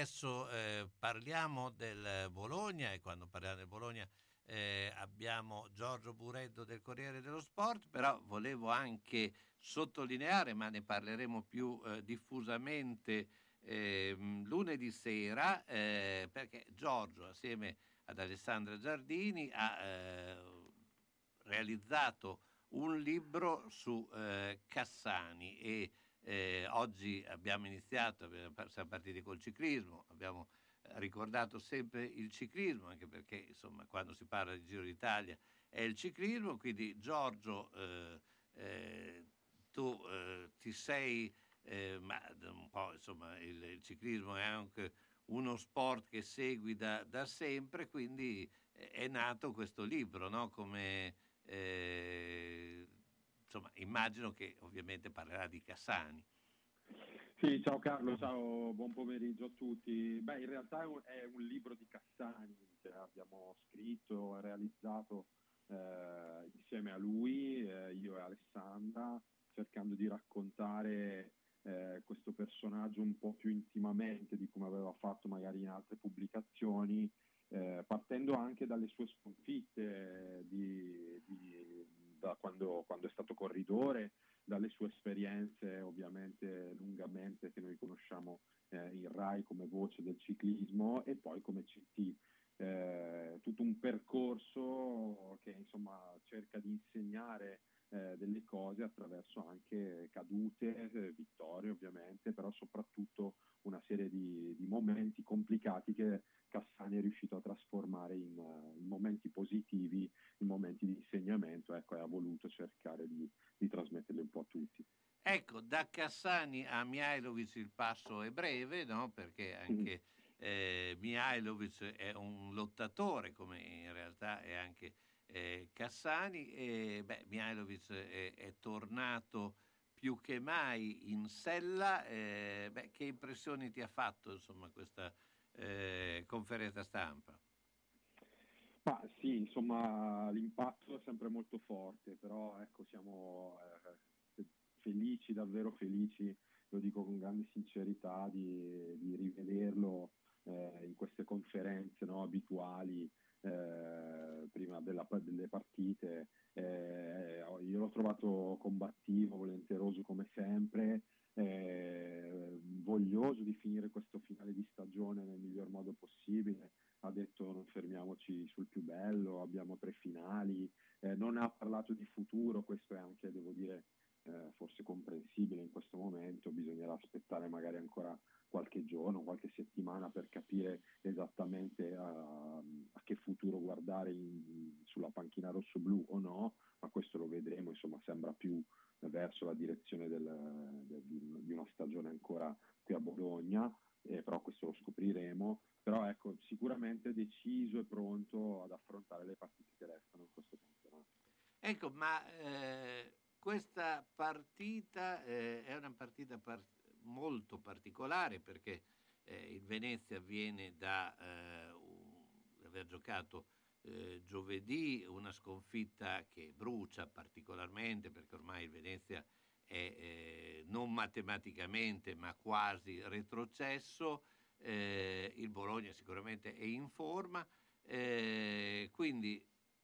adesso parliamo del Bologna, e quando parliamo del Bologna abbiamo Giorgio Bureddo del Corriere dello Sport, però volevo anche sottolineare, ma ne parleremo più diffusamente lunedì sera, perché Giorgio assieme ad Alessandra Giardini ha realizzato un libro su Cassani, e oggi abbiamo iniziato, siamo partiti col ciclismo, abbiamo ricordato sempre il ciclismo, anche perché insomma quando si parla di Giro d'Italia è il ciclismo, quindi Giorgio tu ti sei, ma un po' insomma il ciclismo è anche uno sport che segui da sempre, quindi è nato questo libro, no? Come insomma immagino che ovviamente parlerà di Cassani. Sì, ciao Carlo, ciao, buon pomeriggio a tutti. Beh, in realtà è un libro di Cassani che abbiamo scritto e realizzato insieme a lui, io e Alessandra, cercando di raccontare questo personaggio un po' più intimamente di come aveva fatto magari in altre pubblicazioni, partendo anche dalle sue sconfitte da quando è stato corridore, dalle sue esperienze ovviamente lungamente che noi conosciamo in RAI come voce del ciclismo, e poi come CT. Tutto un percorso che insomma cerca di insegnare delle cose attraverso anche cadute, vittorie ovviamente, però soprattutto una serie di momenti complicati che Cassani è riuscito a trasformare in momenti positivi, in momenti di insegnamento, ecco, e ha voluto cercare di trasmetterli un po' a tutti. Ecco, da Cassani a Mihajlovic il passo è breve, no? Perché anche Mihajlovic è un lottatore, come in realtà è anche Cassani, e Mihajlovic è tornato più che mai in sella. Che impressioni ti ha fatto insomma questa conferenza stampa? Ma sì, insomma, l'impatto è sempre molto forte, però ecco, siamo felici, davvero felici, lo dico con grande sincerità, di rivederlo in queste conferenze, no, abituali prima delle partite. Io l'ho trovato combattivo, volenteroso come sempre, voglioso di finire questo finale di stagione nel miglior modo possibile. Ha detto non fermiamoci sul più bello, abbiamo 3 finali, non ha parlato di futuro, questo è anche, devo dire, forse comprensibile in questo momento, bisognerà aspettare magari ancora qualche giorno, qualche settimana per capire esattamente a che futuro guardare sulla panchina rossoblù o no, ma questo lo vedremo, insomma sembra più verso la direzione di una stagione ancora qui a Bologna, però questo lo scopriremo. Però ecco, sicuramente deciso e pronto ad affrontare le partite che restano in questo campionato. Ecco, ma questa partita è una partita molto particolare, perché il Venezia viene da aver giocato giovedì una sconfitta che brucia particolarmente, perché ormai il Venezia è non matematicamente ma quasi retrocesso. Il Bologna sicuramente è in forma, quindi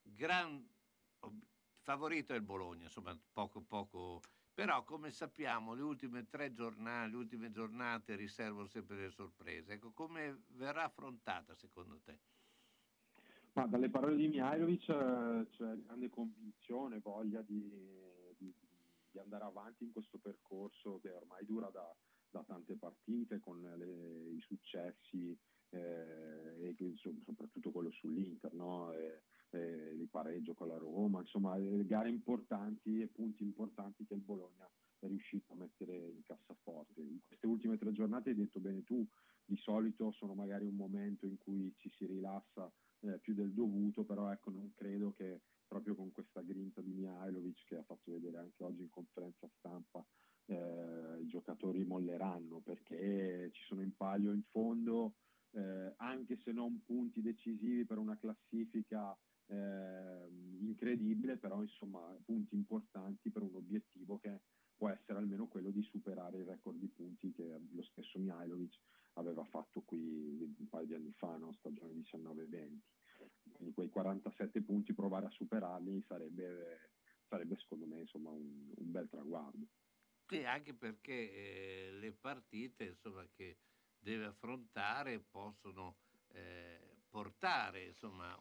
favorito è il Bologna, insomma poco, però come sappiamo le ultime giornate riservano sempre delle sorprese. Ecco, come verrà affrontata secondo te? Ma dalle parole di Mihajlovic c'è grande convinzione, voglia di andare avanti in questo percorso che ormai dura da tante partite, con i successi e soprattutto quello sull'Inter, no? Il pareggio con la Roma, insomma gare importanti e punti importanti che il Bologna è riuscito a mettere in cassaforte. In queste ultime 3 giornate, hai detto bene tu, di solito sono magari un momento in cui ci si rilassa più del dovuto, però ecco, non credo che proprio con questa grinta di Mihajlovic, che ha fatto vedere anche oggi in conferenza stampa, i giocatori molleranno, perché ci sono in palio in fondo, anche se non punti decisivi per una classifica incredibile, però insomma punti importanti per un obiettivo che può essere almeno quello di superare il record di punti che lo stesso Mihajlovic aveva fatto qui un paio di anni fa, no? Stagione 19-20. Quindi quei 47 punti, provare a superarli sarebbe secondo me insomma un bel traguardo. Sì, anche perché le partite insomma, che deve affrontare possono portare insomma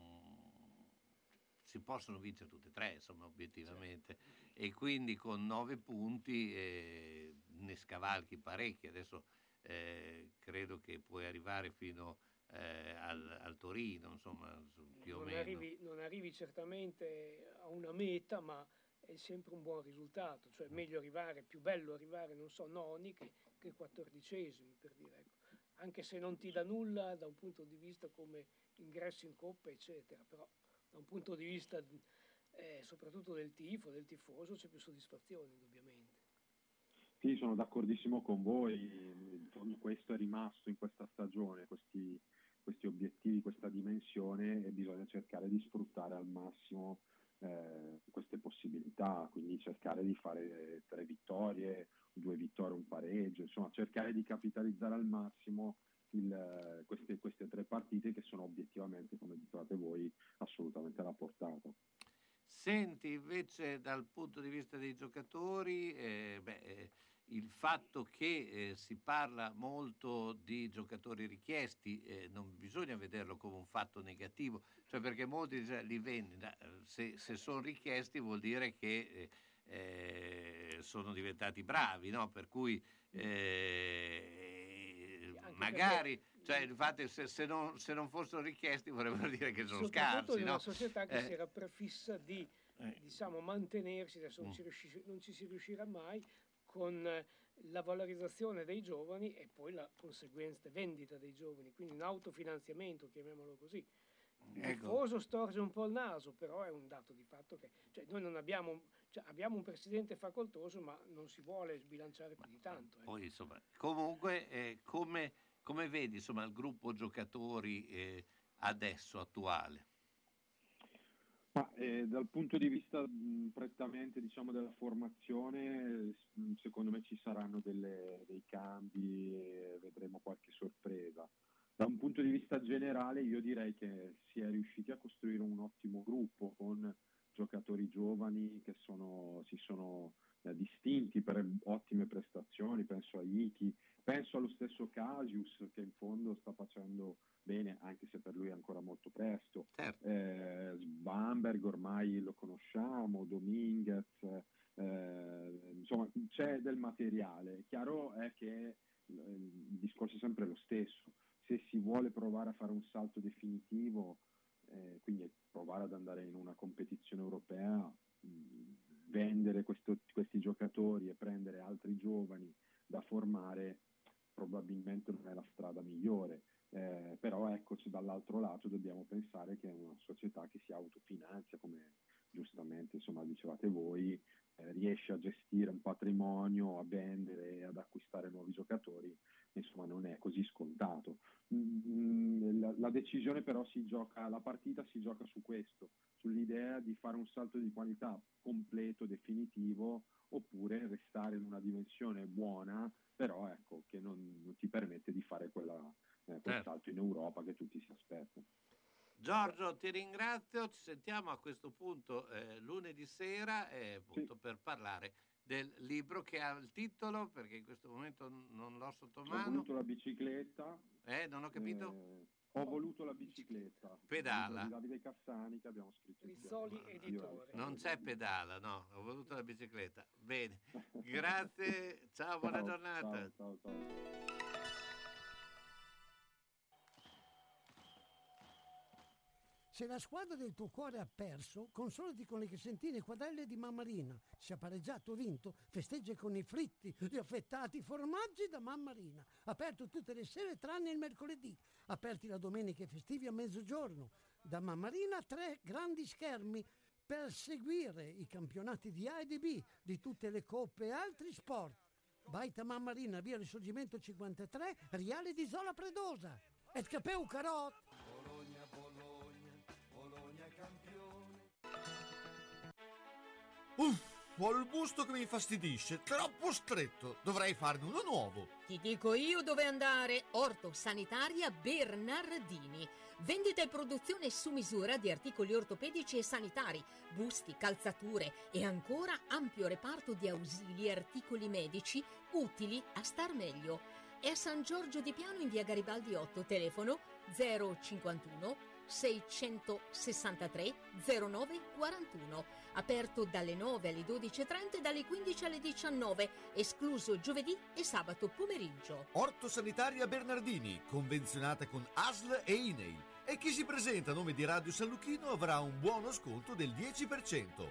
si possono vincere tutte e tre insomma obiettivamente, e quindi con 9 punti ne scavalchi parecchi. Adesso credo che puoi arrivare fino al Torino, insomma, più o meno. Non arrivi certamente a una meta, ma è sempre un buon risultato, cioè meglio arrivare, più bello arrivare, non so, noni che 14esimi, per dire, ecco. Anche se non ti dà nulla da un punto di vista come ingresso in coppa, eccetera, però da un punto di vista soprattutto del tifo, del tifoso, c'è più soddisfazione, indubbiamente. Sì, sono d'accordissimo con voi, questo è rimasto in questa stagione, questi obiettivi, questa dimensione, e bisogna cercare di sfruttare al massimo queste possibilità, quindi cercare di fare 3 vittorie, 2 vittorie, un pareggio, insomma cercare di capitalizzare al massimo queste 3 partite che sono obiettivamente, come dicevate voi, assolutamente alla portata. Senti, invece dal punto di vista dei giocatori, il fatto che si parla molto di giocatori richiesti non bisogna vederlo come un fatto negativo, cioè perché molti li vendi, se sono richiesti vuol dire che sono diventati bravi, no? Per cui magari, cioè, infatti, se non fossero richiesti vorrebbero dire che sono soprattutto scarsi, in no? una società che si era prefissa di diciamo mantenersi, adesso non ci si riuscirà mai, con la valorizzazione dei giovani e poi la conseguente vendita dei giovani, quindi un autofinanziamento, chiamiamolo così. Il tifoso storge un po' il naso, però è un dato di fatto che noi non abbiamo, abbiamo un presidente facoltoso, ma non si vuole sbilanciare più di tanto. Poi insomma, comunque come vedi insomma il gruppo giocatori adesso attuale? Ma, dal punto di vista prettamente diciamo della formazione, secondo me ci saranno dei cambi e vedremo qualche sorpresa. Da un punto di vista generale io direi che si è riusciti a costruire un ottimo gruppo con giocatori giovani che si sono distinti per ottime prestazioni, penso a Iki, penso allo stesso Casius che in fondo sta facendo bene, anche se per lui è ancora molto presto. Bamberg ormai lo conosciamo, Dominguez, insomma c'è del materiale. Chiaro è che il discorso è sempre lo stesso: se si vuole provare a fare un salto definitivo, quindi provare ad andare in una competizione europea, vendere questi giocatori e prendere altri giovani da formare probabilmente non è la strada migliore. Però ecco, dall'altro lato dobbiamo pensare che è una società che si autofinanzia, come giustamente insomma dicevate voi, riesce a gestire un patrimonio, a vendere e ad acquistare nuovi giocatori, insomma non è così scontato. La decisione però la partita si gioca su questo, sull'idea di fare un salto di qualità completo, definitivo, oppure restare in una dimensione buona, però ecco, che non ti permette di fare quel salto in Europa che tutti si aspettano. Giorgio, ti ringrazio, ci sentiamo a questo punto lunedì sera appunto per parlare del libro che ha il titolo, perché in questo momento non l'ho sotto mano. Ho voluto la bicicletta. Non ho capito? Ho voluto la bicicletta. Pedala. Di Davide Cassani che abbiamo scritto. Rizzoli editore. Non c'è pedala, no, ho voluto la bicicletta. Bene, grazie, ciao, buona giornata. Ciao. Se la squadra del tuo cuore ha perso, consolati con le crescentine quadrelle di Mammarina. Se ha pareggiato o vinto, festeggia con i fritti, gli affettati formaggi da Mammarina. Aperto tutte le sere tranne il mercoledì. Aperti la domenica e festivi a mezzogiorno. Da Mammarina 3 grandi schermi per seguire i campionati di A e di B, di tutte le coppe e altri sport. Baita Mammarina, via Risorgimento 53, Riale di Zola Predosa. Et capeu carot! Uff! Ho il busto che mi infastidisce, troppo stretto. Dovrei farne uno nuovo. Ti dico io dove andare. Orto Sanitaria Bernardini. Vendita e produzione su misura di articoli ortopedici e sanitari, busti, calzature e ancora ampio reparto di ausili e articoli medici utili a star meglio. È a San Giorgio di Piano in via Garibaldi 8, telefono 051 663 09 41. Aperto dalle 9 alle 12.30 e dalle 15 alle 19, escluso giovedì e sabato pomeriggio. Orto Sanitaria Bernardini, convenzionata con ASL e INAIL. E chi si presenta a nome di Radio San Luchino avrà un buono sconto del 10%.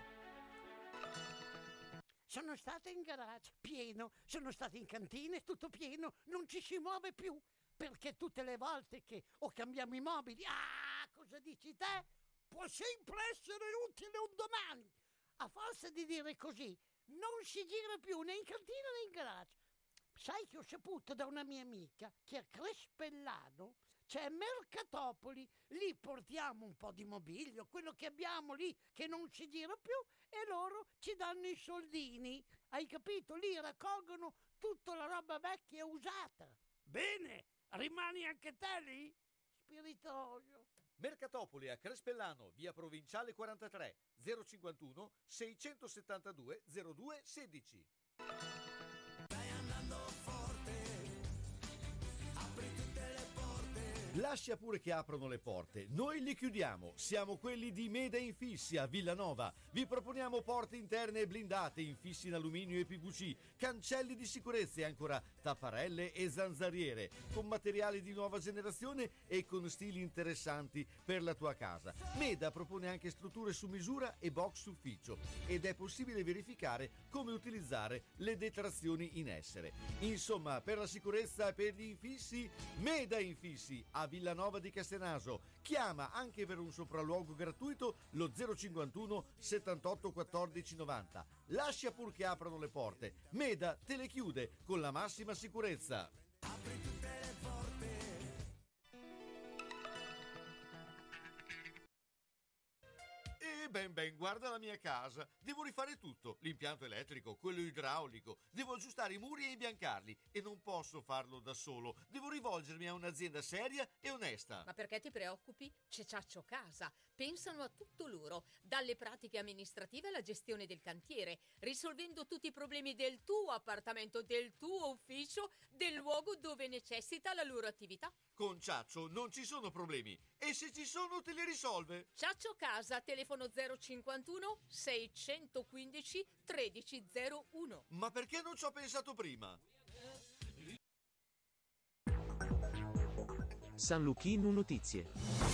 Sono stata in garage, pieno. Sono stata in cantina, tutto pieno. Non ci si muove più. Perché tutte le volte che o cambiamo i mobili, cosa dici te? Può sempre essere utile un domani. A forza di dire così, non si gira più né in cantina né in garage. Sai che ho saputo da una mia amica che a Crespellano c'è Mercatopoli, lì portiamo un po' di mobilio, quello che abbiamo lì che non si gira più, e loro ci danno i soldini. Hai capito? Lì raccolgono tutta la roba vecchia e usata. Bene, rimani anche te lì? Spiritoso. Mercatopoli a Crespellano, via Provinciale 43, 051 672 02 16. Stai andando forte, apri tutte le porte. Lascia pure che aprono le porte, noi li chiudiamo. Siamo quelli di Meda Infissi a Villanova. Vi proponiamo porte interne blindate, infissi in alluminio e PVC, cancelli di sicurezza e ancora tapparelle e zanzariere, con materiali di nuova generazione e con stili interessanti per la tua casa. Meda propone anche strutture su misura e box ufficio, ed è possibile verificare come utilizzare le detrazioni in essere. Insomma, per la sicurezza e per gli infissi, Meda Infissi a Villanova di Castenaso. Chiama anche per un sopralluogo gratuito lo 051 78 14 90. Lascia pur che aprano le porte. Meda te le chiude con la massima sicurezza. Apri tutte le porte. Ben, guarda la mia casa. Devo rifare tutto, l'impianto elettrico, quello idraulico. Devo aggiustare i muri e imbiancarli e non posso farlo da solo. Devo rivolgermi a un'azienda seria e onesta. Ma perché ti preoccupi? C'è Ciaccio Casa. Pensano a tutto loro, dalle pratiche amministrative alla gestione del cantiere, risolvendo tutti i problemi del tuo appartamento, del tuo ufficio, del luogo dove necessita la loro attività. Con Ciaccio non ci sono problemi e se ci sono te li risolve. Ciaccio Casa, telefono 051 615 1301. Ma perché non ci ho pensato prima? San Luchino Notizie.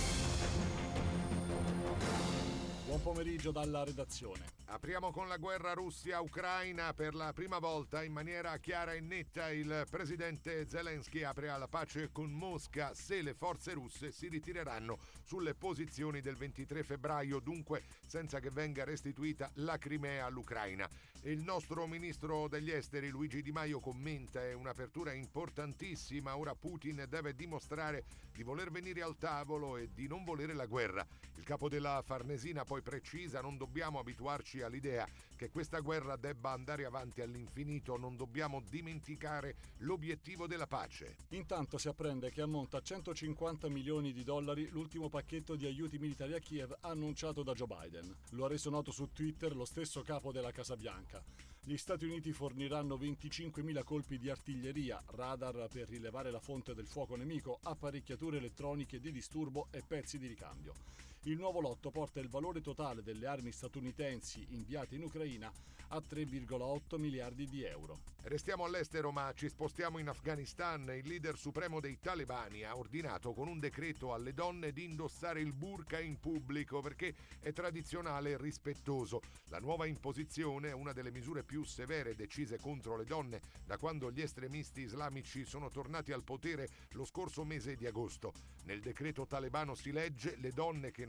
Buon pomeriggio dalla redazione. Apriamo con la guerra Russia-Ucraina. Per la prima volta in maniera chiara e netta il presidente Zelensky apre alla pace con Mosca se le forze russe si ritireranno sulle posizioni del 23 febbraio, dunque senza che venga restituita la Crimea all'Ucraina. Il nostro ministro degli esteri Luigi Di Maio commenta: è un'apertura importantissima, ora Putin deve dimostrare di voler venire al tavolo e di non volere la guerra. Il capo della Farnesina poi precisa: non dobbiamo abituarci all'idea che questa guerra debba andare avanti all'infinito, non dobbiamo dimenticare l'obiettivo della pace. Intanto si apprende che ammonta a 150 milioni di dollari l'ultimo pacchetto di aiuti militari a Kiev annunciato da Joe Biden. Lo ha reso noto su Twitter lo stesso capo della Casa Bianca. Gli Stati Uniti forniranno 25.000 colpi di artiglieria, radar per rilevare la fonte del fuoco nemico, apparecchiature elettroniche di disturbo e pezzi di ricambio. Il nuovo lotto porta il valore totale delle armi statunitensi inviate in Ucraina a 3,8 miliardi di euro. Restiamo all'estero ma ci spostiamo in Afghanistan. Il leader supremo dei talebani ha ordinato con un decreto alle donne di indossare il burqa in pubblico perché è tradizionale e rispettoso. La nuova imposizione è una delle misure più severe decise contro le donne da quando gli estremisti islamici sono tornati al potere lo scorso mese di agosto. Nel decreto talebano si legge: le donne che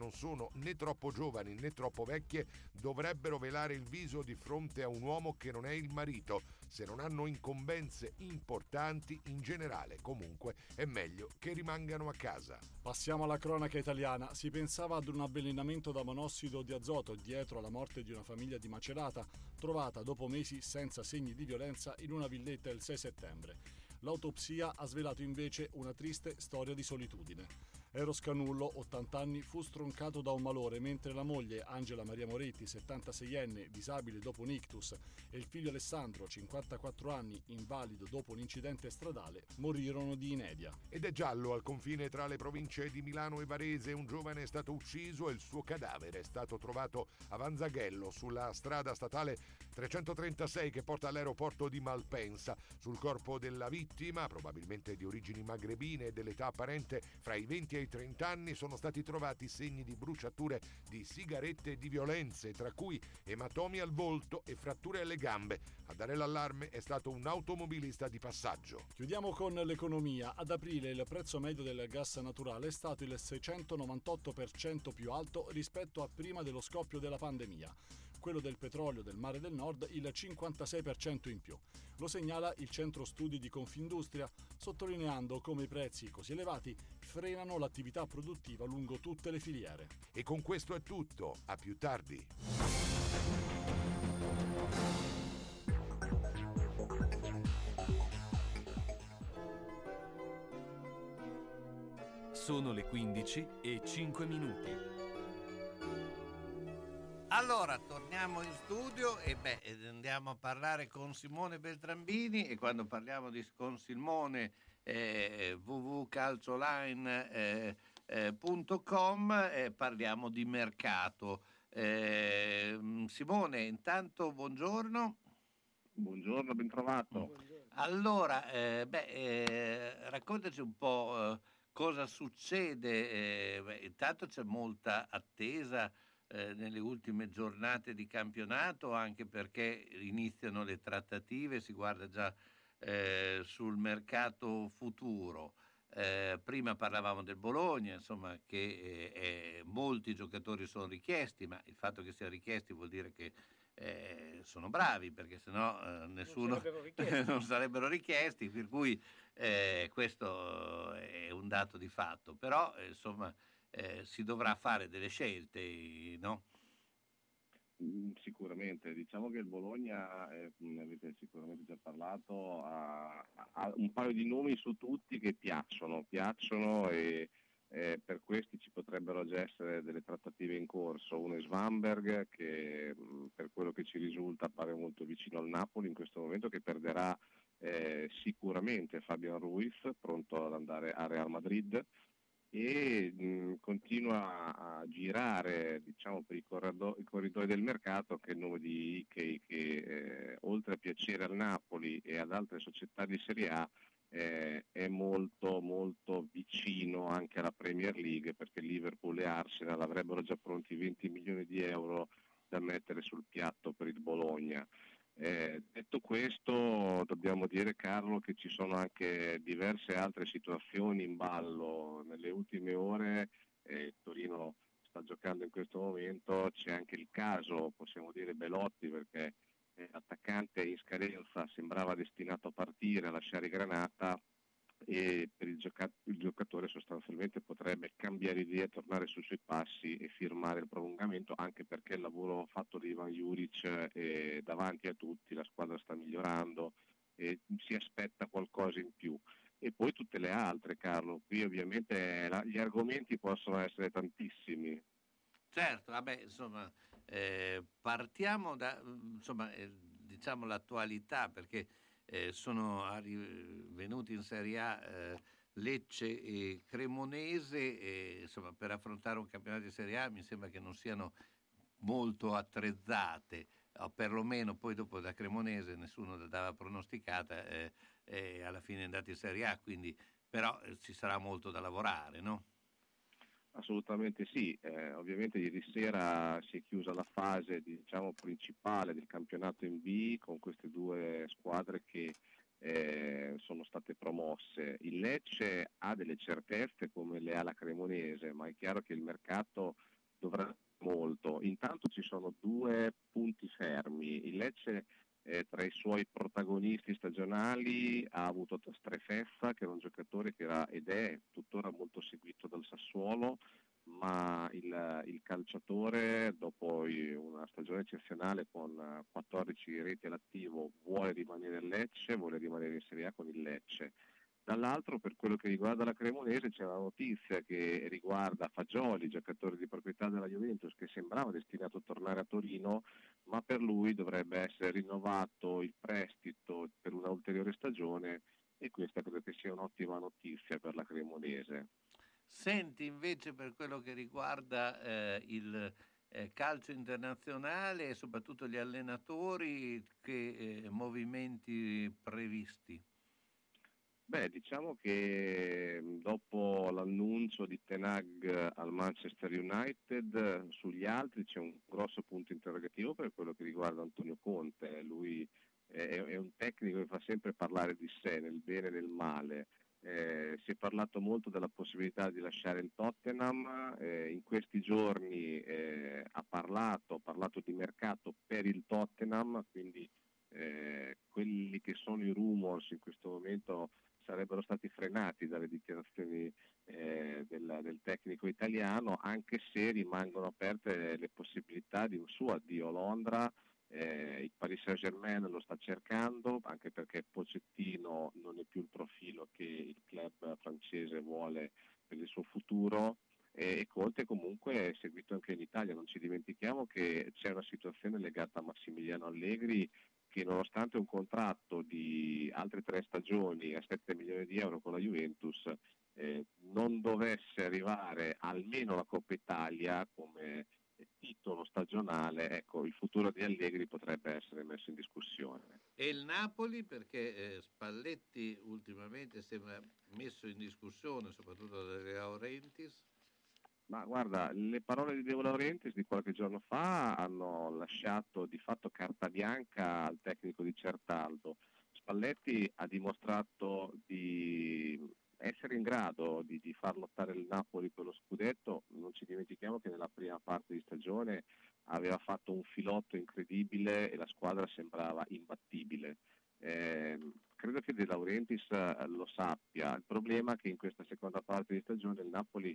non sono né troppo giovani né troppo vecchie dovrebbero velare il viso di fronte a un uomo che non è il marito. Se non hanno incombenze importanti, in generale, comunque, è meglio che rimangano a casa. Passiamo alla cronaca italiana. Si pensava ad un avvelenamento da monossido di azoto dietro alla morte di una famiglia di Macerata, trovata dopo mesi senza segni di violenza in una villetta il 6 settembre. L'autopsia ha svelato invece una triste storia di solitudine. Eros Canullo, 80 anni, fu stroncato da un malore mentre la moglie Angela Maria Moretti, 76enne, disabile dopo un ictus, e il figlio Alessandro, 54 anni, invalido dopo un incidente stradale, morirono di inedia. Ed è giallo al confine tra le province di Milano e Varese. Un giovane è stato ucciso e il suo cadavere è stato trovato a Vanzaghello, sulla strada statale 336 che porta all'aeroporto di Malpensa. Sul corpo della vittima, probabilmente di origini magrebine e dell'età apparente fra i 20 e i 30 anni, sono stati trovati segni di bruciature di sigarette e di violenze, tra cui ematomi al volto e fratture alle gambe. A dare l'allarme è stato un automobilista di passaggio. Chiudiamo con l'economia. Ad aprile il prezzo medio del gas naturale è stato il 698% più alto rispetto a prima dello scoppio della pandemia. Quello del petrolio del Mare del Nord il 56% in più. Lo segnala il centro studi di Confindustria, sottolineando come i prezzi così elevati frenano l'attività produttiva lungo tutte le filiere. E con questo è tutto, a più tardi. Sono le 15:05. Allora, torniamo in studio e andiamo a parlare con Simone Beltrambini, e quando parliamo con Simone www.calcioline.com parliamo di mercato. Simone, intanto buongiorno. Buongiorno, ben trovato. Allora, raccontaci un po' cosa succede. Intanto c'è molta attesa nelle ultime giornate di campionato, anche perché iniziano le trattative, si guarda già sul mercato futuro. Prima parlavamo del Bologna, insomma, che molti giocatori sono richiesti, ma il fatto che siano richiesti vuol dire che sono bravi, perché sennò nessuno non sarebbero richiesti, per cui questo è un dato di fatto. Però insomma si dovrà fare delle scelte, no? Sicuramente, diciamo che il Bologna, ne avete sicuramente già parlato, ha un paio di nomi su tutti che piacciono e per questi ci potrebbero già essere delle trattative in corso. Uno è Svanberg, che per quello che ci risulta appare molto vicino al Napoli in questo momento, che perderà sicuramente Fabian Ruiz, pronto ad andare a Real Madrid, e continua a girare, diciamo, per i corridoi del mercato, che è il nome di Ike, che oltre a piacere al Napoli e ad altre società di Serie A è molto molto vicino anche alla Premier League, perché Liverpool e Arsenal avrebbero già pronti 20 milioni di euro da mettere sul piatto per il Bologna. Detto questo, dobbiamo dire, Carlo, che ci sono anche diverse altre situazioni in ballo. Nelle ultime ore Torino sta giocando in questo momento, c'è anche il caso, possiamo dire, Belotti, perché attaccante in scadenza sembrava destinato a partire, a lasciare Granata, e per il giocatore sostanzialmente potrebbe cambiare idea, tornare sui suoi passi e firmare il prolungamento, anche perché il lavoro fatto da Ivan Juric è davanti a tutti, la squadra sta migliorando e si aspetta qualcosa in più. E poi tutte le altre, Carlo, qui ovviamente gli argomenti possono essere tantissimi. Certo, vabbè, insomma, partiamo da diciamo l'attualità, perché sono venuti in Serie A Lecce e Cremonese, e insomma, per affrontare un campionato di Serie A mi sembra che non siano molto attrezzate, o perlomeno poi dopo da Cremonese nessuno la dava pronosticata, alla fine è andata in Serie A, quindi però ci sarà molto da lavorare, no? Assolutamente sì, ovviamente ieri sera si è chiusa la fase, diciamo, principale del campionato in B con queste due squadre che sono state promosse. Il Lecce ha delle certezze come le ha la Cremonese, ma è chiaro che il mercato dovrebbe molto. Intanto ci sono due punti fermi. Il Lecce tra i suoi protagonisti stagionali ha avuto Strefezza, che era un giocatore che era ed è tuttora molto seguito dal Sassuolo, ma il calciatore dopo una stagione eccezionale con 14 reti all'attivo vuole rimanere in Lecce, vuole rimanere in Serie A con il Lecce. Dall'altro, per quello che riguarda la Cremonese, c'è una notizia che riguarda Fagioli, giocatore di proprietà della Juventus, che sembrava destinato a tornare a Torino, ma per lui dovrebbe essere rinnovato il prestito per una ulteriore stagione, e questa credo che sia un'ottima notizia per la Cremonese. Senti, invece, per quello che riguarda il calcio internazionale e soprattutto gli allenatori, che movimenti previsti? Beh, diciamo che dopo l'annuncio di Ten Hag al Manchester United, sugli altri c'è un grosso punto interrogativo per quello che riguarda Antonio Conte. Lui è un tecnico che fa sempre parlare di sé, nel bene e nel male. Si è parlato molto della possibilità di lasciare il Tottenham, in questi giorni ha parlato di mercato per il Tottenham, quindi quelli che sono i rumors in questo momento sarebbero stati frenati dalle dichiarazioni del tecnico italiano, anche se rimangono aperte le possibilità di un suo addio a Londra. Il Paris Saint-Germain lo sta cercando, anche perché Pochettino non è più il profilo che il club francese vuole per il suo futuro, e Conte comunque è seguito anche in Italia. Non ci dimentichiamo che c'è una situazione legata a Massimiliano Allegri, che nonostante un contratto di altre 3 stagioni a 7 milioni di euro con la Juventus, non dovesse arrivare almeno la Coppa Italia come titolo stagionale, ecco, il futuro di Allegri potrebbe essere messo in discussione. E il Napoli, perché Spalletti ultimamente sembra messo in discussione, soprattutto da De Laurentiis? Ma guarda, le parole di De Laurentiis di qualche giorno fa hanno lasciato di fatto carta bianca al tecnico di Certaldo. Spalletti ha dimostrato di essere in grado di far lottare il Napoli per lo scudetto. Non ci dimentichiamo che nella prima parte di stagione aveva fatto un filotto incredibile e la squadra sembrava imbattibile. Credo che De Laurentiis lo sappia. Il problema è che in questa seconda parte di stagione il Napoli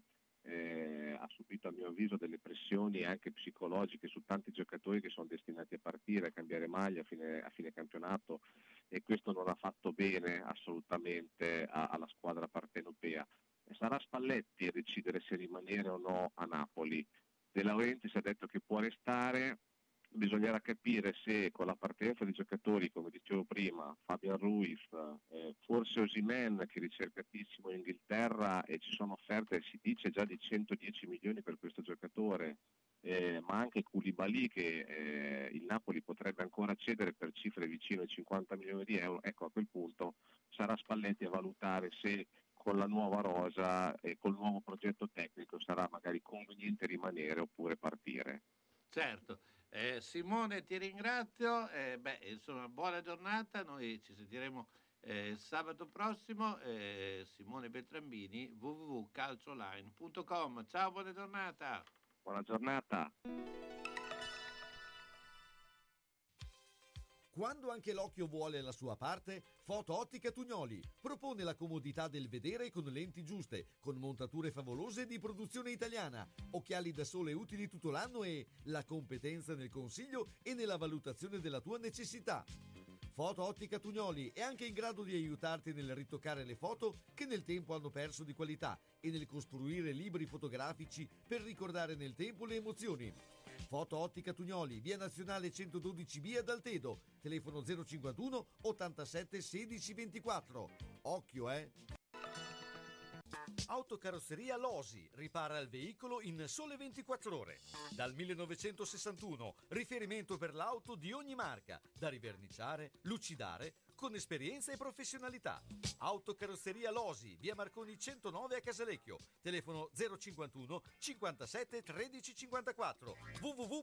ha subito, a mio avviso, delle pressioni anche psicologiche su tanti giocatori che sono destinati a partire, a cambiare maglia a fine campionato, e questo non ha fatto bene assolutamente alla squadra partenopea. Sarà Spalletti a decidere se rimanere o no a Napoli. De Laurentiis ha detto che può restare. Bisognerà capire se con la partenza di giocatori, come dicevo prima, Fabian Ruiz, forse Osimhen, che è ricercatissimo in Inghilterra, e ci sono offerte, si dice, già di 110 milioni per questo giocatore, ma anche Koulibaly, che il Napoli potrebbe ancora cedere per cifre vicino ai 50 milioni di euro. Ecco, a quel punto sarà Spalletti a valutare se con la nuova rosa e col nuovo progetto tecnico sarà magari conveniente rimanere oppure partire. Certo. Simone, ti ringrazio, insomma, buona giornata, noi ci sentiremo sabato prossimo. Simone Beltrambini, www.calcioline.com. Ciao, buona giornata. Buona giornata. Quando anche l'occhio vuole la sua parte, Foto Ottica Tugnoli propone la comodità del vedere con lenti giuste, con montature favolose di produzione italiana, occhiali da sole utili tutto l'anno e la competenza nel consiglio e nella valutazione della tua necessità. Foto Ottica Tugnoli è anche in grado di aiutarti nel ritoccare le foto che nel tempo hanno perso di qualità e nel costruire libri fotografici per ricordare nel tempo le emozioni. Foto Ottica Tugnoli, via Nazionale 112B ad Altedo, telefono 051 87 16 24. Occhio, Autocarrozzeria Losi ripara il veicolo in sole 24 ore. Dal 1961, riferimento per l'auto di ogni marca, da riverniciare, lucidare, con esperienza e professionalità. Autocarrozzeria Losi, via Marconi 109 a Casalecchio, telefono 051 57 13 54,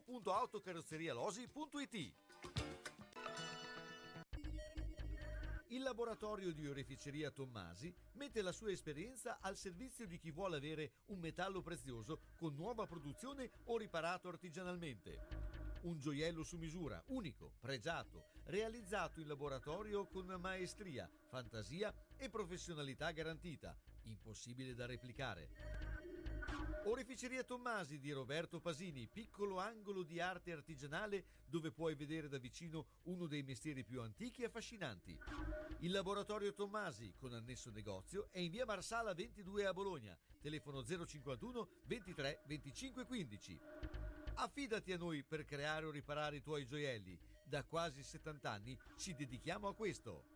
www.autocarrozzerialosi.it. Il laboratorio di oreficeria Tommasi mette la sua esperienza al servizio di chi vuole avere un metallo prezioso con nuova produzione o riparato artigianalmente. Un gioiello su misura, unico, pregiato, realizzato in laboratorio con maestria, fantasia e professionalità garantita, impossibile da replicare. Oreficeria Tommasi di Roberto Pasini, piccolo angolo di arte artigianale dove puoi vedere da vicino uno dei mestieri più antichi e affascinanti. Il laboratorio Tommasi, con annesso negozio, è in via Marsala 22 a Bologna, telefono 051 23 25 15. Affidati a noi per creare o riparare i tuoi gioielli. Da quasi 70 anni ci dedichiamo a questo.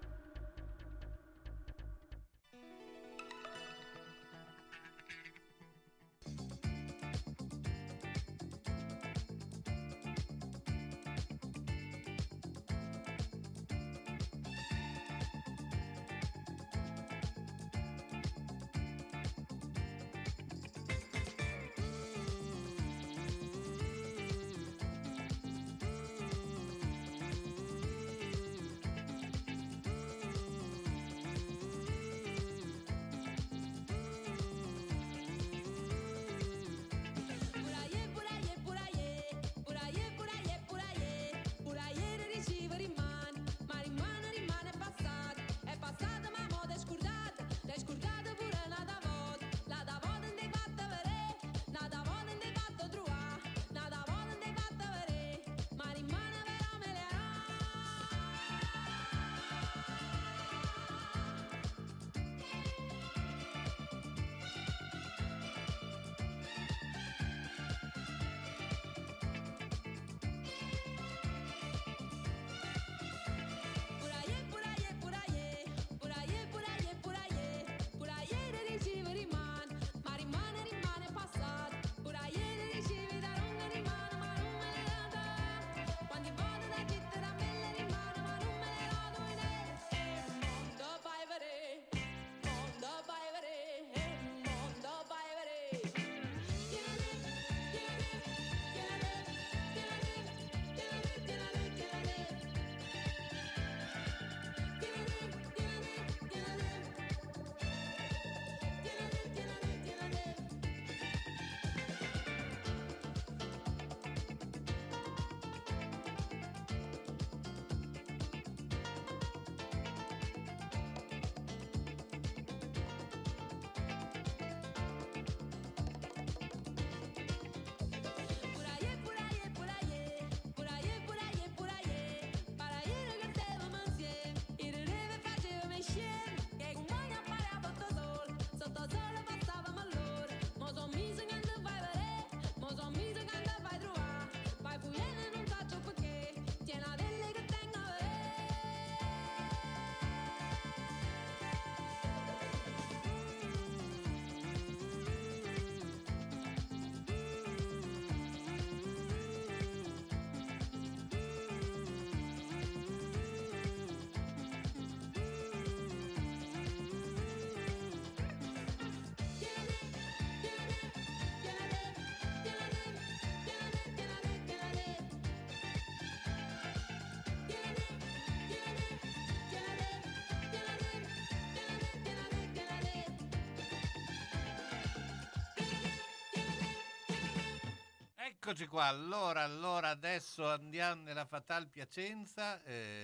Eccoci qua, allora adesso andiamo nella Fatal Piacenza,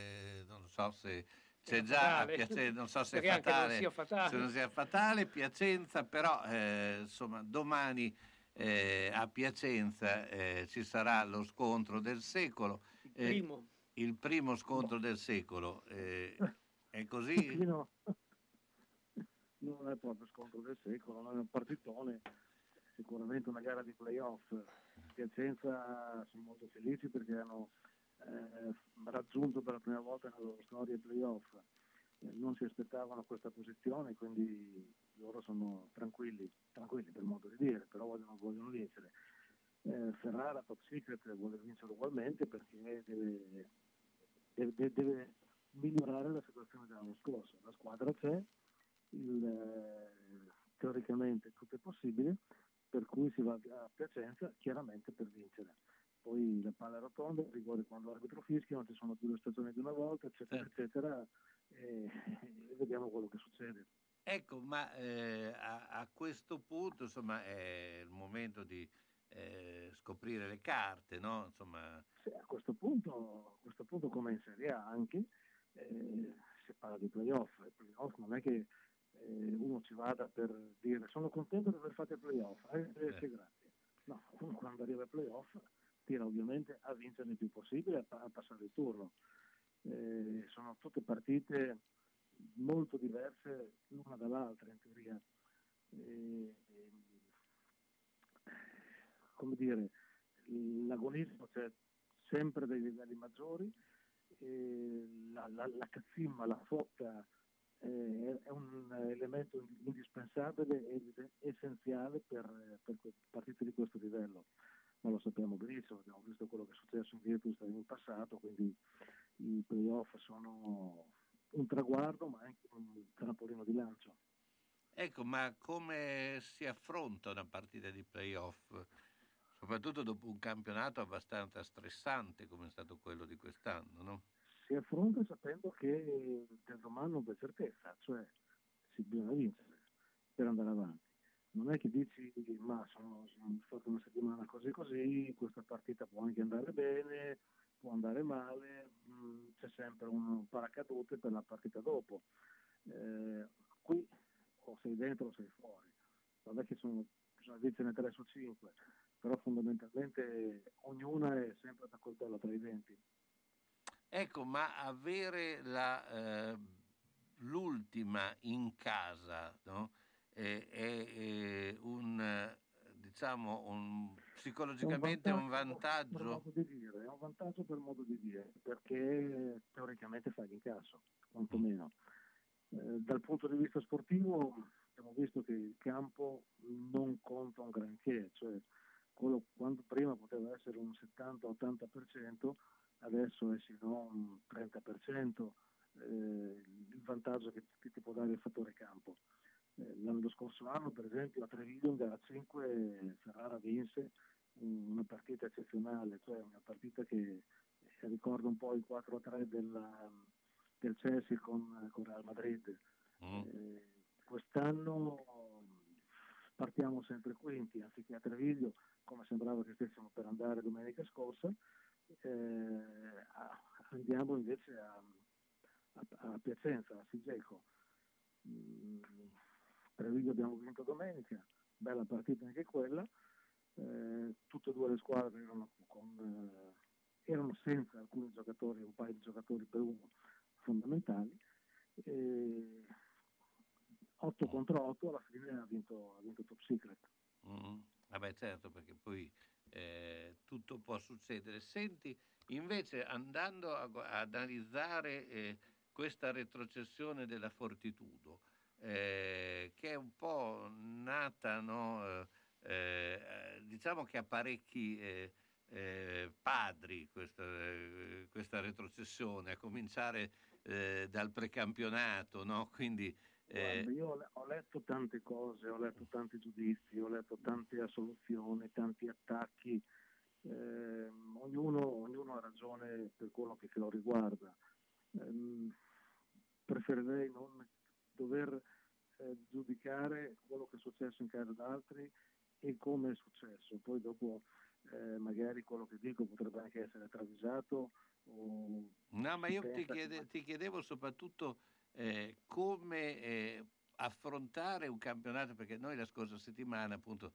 non so se c'è già a Piacenza, non so se è fatale, se non sia fatale, Piacenza, però insomma domani a Piacenza ci sarà lo scontro del secolo, il primo scontro del secolo, è così? Non è proprio scontro del secolo, non è un partitone, sicuramente una gara di playoff. Piacenza sono molto felici perché hanno raggiunto per la prima volta nella loro storia i playoff, non si aspettavano questa posizione, quindi loro sono tranquilli per modo di dire, però vogliono vincere. Ferrara, Top Secret vuole vincere ugualmente perché deve migliorare la situazione dell'anno scorso. La squadra c'è, teoricamente tutto è possibile, per cui si va a Piacenza chiaramente per vincere. Poi la palla è rotonda, rigore quando l'arbitro fischia, non ci sono più le stagioni di una volta, eccetera, eccetera, e vediamo quello che succede. Ecco, ma a questo punto, insomma, è il momento di scoprire le carte, no? Insomma, Sì, a questo punto come in Serie A anche, si parla di playoff. I playoff non è che uno ci vada per dire sono contento di aver fatto i playoff, sì, grazie. No, uno quando arriva ai playoff tira ovviamente a vincere il più possibile, a passare il turno. Sono tutte partite molto diverse l'una dall'altra in teoria. Come dire, l'agonismo c'è sempre dei livelli maggiori, la cazzimma, la fotta è un elemento indispensabile ed essenziale per partite di questo livello. Ma lo sappiamo benissimo, abbiamo visto quello che è successo in Virtus in passato, quindi i playoff sono un traguardo ma anche un trampolino di lancio. ecco, ma come si affronta una partita di playoff? Soprattutto dopo un campionato abbastanza stressante come è stato quello di quest'anno, no? Si affronta sapendo che del domani non c'è certezza, cioè si bisogna vincere per andare avanti. Non è che dici ma sono stata una settimana così così, questa partita può anche andare bene, può andare male, c'è sempre un paracadute per la partita dopo. Qui o sei dentro o sei fuori. Non è che bisogna vincere 3 su 5, però fondamentalmente ognuna è sempre da coltello tra i denti. Ecco, ma avere l'ultima in casa, no? È diciamo, psicologicamente un vantaggio. Per modo di dire, è un vantaggio per modo di dire, perché teoricamente fai l'incasso, quantomeno. Dal punto di vista sportivo abbiamo visto che il campo non conta un granché, cioè quando prima poteva essere un 70-80%, adesso è sino un 30%, il vantaggio che ti può dare il fattore campo. L'anno scorso anno, per esempio, a Treviglio in gara 5 Ferrara vinse una partita eccezionale, cioè una partita che ricorda un po' il 4-3 del Chelsea con Real Madrid. Quest'anno partiamo sempre quinti, anziché a Treviglio, come sembrava che stessimo per andare domenica scorsa, andiamo invece a Piacenza, a Sigeco. Treviglio abbiamo vinto domenica, bella partita anche quella, tutte e due le squadre erano senza alcuni giocatori, un paio di giocatori per uno fondamentali, 8 contro 8 alla fine ha vinto Top Secret. Vabbè, certo, perché poi tutto può succedere. Senti, invece, andando ad analizzare questa retrocessione della Fortitudo, che è un po' nata, no? Diciamo che ha parecchi padri questa retrocessione, a cominciare dal precampionato, no? Quindi Guarda, io ho letto tante cose, ho letto tanti giudizi, ho letto tante assoluzioni, tanti attacchi, ognuno ha ragione per quello che lo riguarda. Preferirei non dover giudicare quello che è successo in casa d'altri e come è successo, poi dopo magari quello che dico potrebbe anche essere travisato. No, ma io ti chiedevo soprattutto come affrontare un campionato, perché noi la scorsa settimana appunto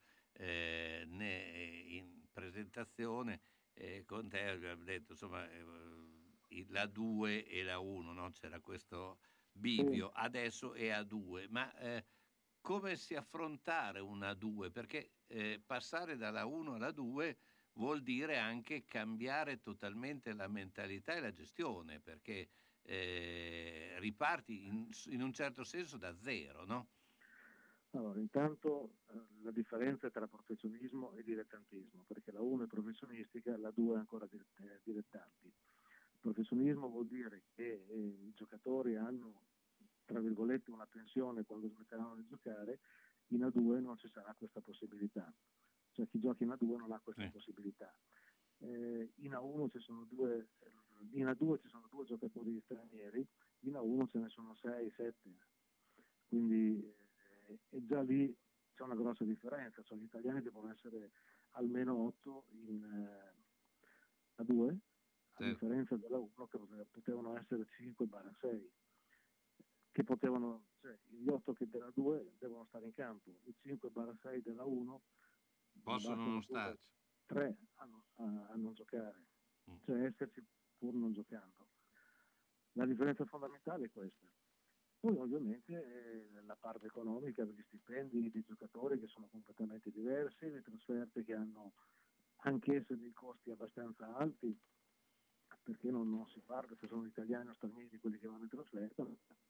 in presentazione con te abbiamo detto insomma la 2 e la 1, no? C'era questo bivio, adesso è a 2, ma come si affrontare una 2? Perché passare dalla 1 alla 2 vuol dire anche cambiare totalmente la mentalità e la gestione, perché riparti in un certo senso da zero, no? Allora, intanto la differenza è tra professionismo e dilettantismo, perché la 1 è professionistica, la 2 è ancora dilettanti. Professionismo vuol dire che i giocatori hanno, tra virgolette, una pensione quando smetteranno di giocare, in A2 non ci sarà questa possibilità. Cioè chi gioca in A2 non ha questa possibilità. In A1 ci sono in A2 ci sono 2 giocatori stranieri, in A1 ce ne sono 6, 7, quindi e già lì c'è una grossa differenza, cioè gli italiani devono essere almeno 8 in A2, a differenza della 1 che potevano essere 5/6, che potevano, cioè gli 8 che della 2 devono stare in campo, i 5/6 della 1 possono non starci. 3 a non giocare, cioè esserci pur non giocando. La differenza fondamentale è questa. Poi ovviamente la parte economica degli stipendi dei giocatori che sono completamente diversi, le trasferte che hanno anch'esse dei costi abbastanza alti, perché non si parla se sono italiani o stranieri quelli che vanno in trasferta.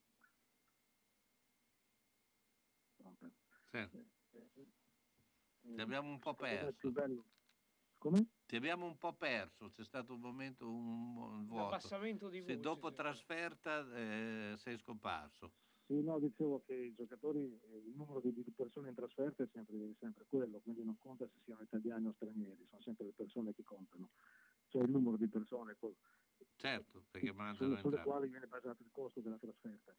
Certo. Ti abbiamo un po' perso. Più bello. Come? Ti abbiamo un po' perso, c'è stato un momento, un vuoto. abbassamento di voce, dopo sì. trasferta sei scomparso. Sì, no, dicevo che i giocatori, il numero di persone in trasferta è sempre quello, quindi non conta se siano italiani o stranieri, sono sempre le persone che contano. Cioè il numero di persone Certo, perché mangiano sulle quali viene basato il costo della trasferta.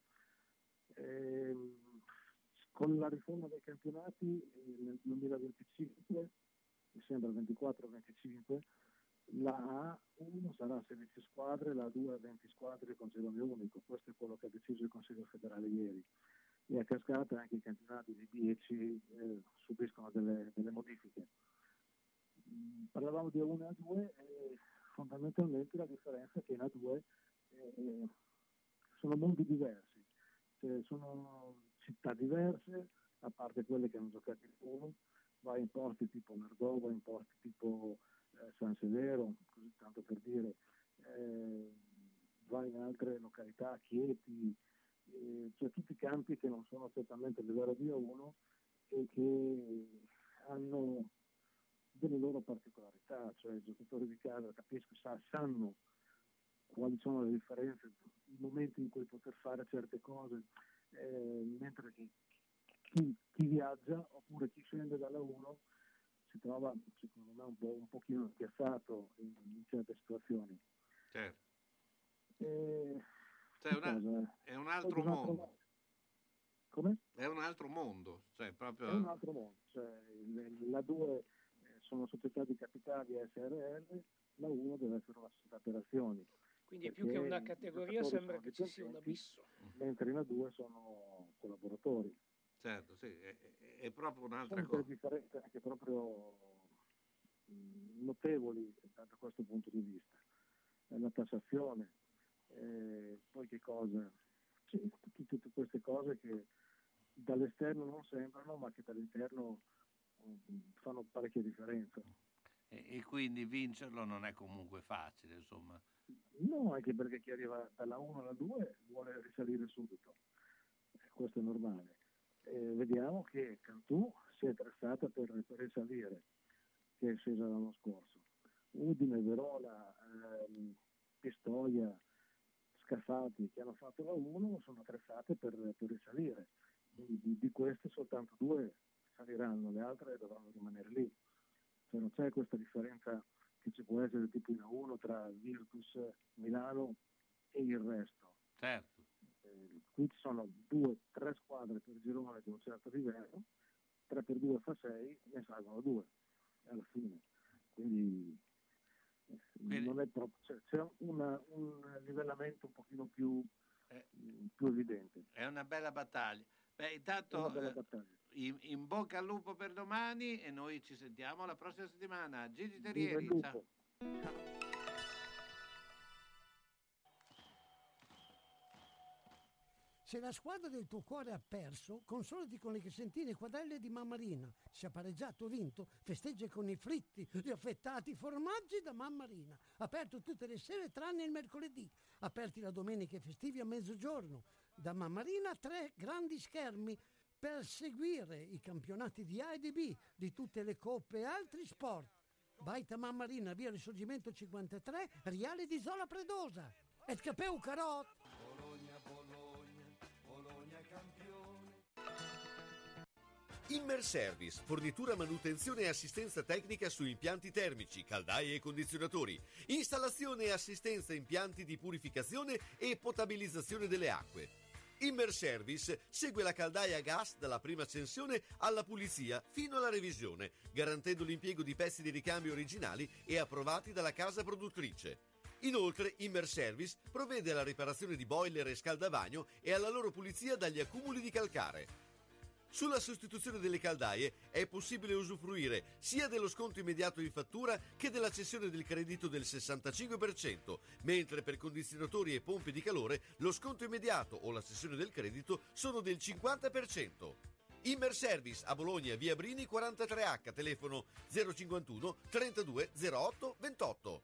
Con la riforma dei campionati nel 2025, mi sembra 24-25, la A1 sarà 16 squadre, la A2 20 squadre con girone unico. Questo è quello che ha deciso il Consiglio federale ieri. E a cascata anche i campionati di B10 subiscono delle modifiche. Parlavamo di A1 e A2 e fondamentalmente la differenza è che in A2 sono mondi diversi, cioè sono città diverse, a parte quelle che hanno giocato in uno, vai in posti tipo Nardova, in posti tipo San Severo, così tanto per dire, vai in altre località, Chieti, cioè tutti campi che non sono certamente a livello di A1 e che hanno delle loro particolarità, cioè i giocatori di casa sanno quali sono le differenze, i momenti in cui poter fare certe cose, mentre chi viaggia oppure chi scende dalla 1 si trova secondo me un pochino spiazzato in certe situazioni. Certo. È un altro mondo. Come? È un altro mondo, cioè proprio... È un altro mondo, cioè la 2 sono società di capitali SRL, la 1 deve essere una società per azioni. Quindi più che una categoria sembra che ci sia un abisso. Mentre in A2 sono collaboratori. Certo, sì, è proprio un'altra sono cosa. Sono differenze anche proprio notevoli da questo punto di vista. La tassazione, poi che cosa? Sì, tutte queste cose che dall'esterno non sembrano, ma che dall'interno fanno parecchia differenza. E quindi vincerlo non è comunque facile, insomma. No, anche perché chi arriva dalla 1 alla 2 vuole risalire subito, questo è normale. Vediamo che Cantù si è attrezzata per risalire, che è scesa l'anno scorso. Udine, Verona, Pistoia, Scafati, che hanno fatto la 1, sono attrezzate per risalire. Quindi di queste soltanto 2 saliranno, le altre dovranno rimanere lì. Cioè non c'è questa differenza che ci può essere tipo in A1 tra Virtus, Milano e il resto. Certo. Qui ci sono 2-3 squadre per girone di un certo livello, 3x2 fa 6, ne salgono 2 alla fine. Quindi non è proprio, c'è un livellamento un pochino più evidente. È una bella battaglia. Beh, intanto in bocca al lupo per domani e noi ci sentiamo la prossima settimana. Gigi Terrieri, ciao. Se la squadra del tuo cuore ha perso, consolati con le crescentine quadrelle di Mammarina. Se ha pareggiato o vinto, festeggia con i fritti, gli affettati formaggi da Mammarina. Aperto tutte le sere tranne il mercoledì. Aperti la domenica e festivi a mezzogiorno. Da Mammarina 3 grandi schermi per seguire i campionati di A e di B, di tutte le coppe e altri sport. Baita Mammarina, via Risorgimento 53, Riale di Zola Predosa. Et capeu carot! Immerservice, fornitura, manutenzione e assistenza tecnica su impianti termici, caldaie e condizionatori, installazione e assistenza impianti di purificazione e potabilizzazione delle acque. Immerservice segue la caldaia a gas dalla prima accensione alla pulizia fino alla revisione, garantendo l'impiego di pezzi di ricambio originali e approvati dalla casa produttrice. Inoltre, Immerservice provvede alla riparazione di boiler e scaldabagno e alla loro pulizia dagli accumuli di calcare. Sulla sostituzione delle caldaie è possibile usufruire sia dello sconto immediato in fattura che della cessione del credito del 65%, mentre per condizionatori e pompe di calore lo sconto immediato o la cessione del credito sono del 50%. Immerservice a Bologna, via Brini 43H, telefono 051 32 08 28.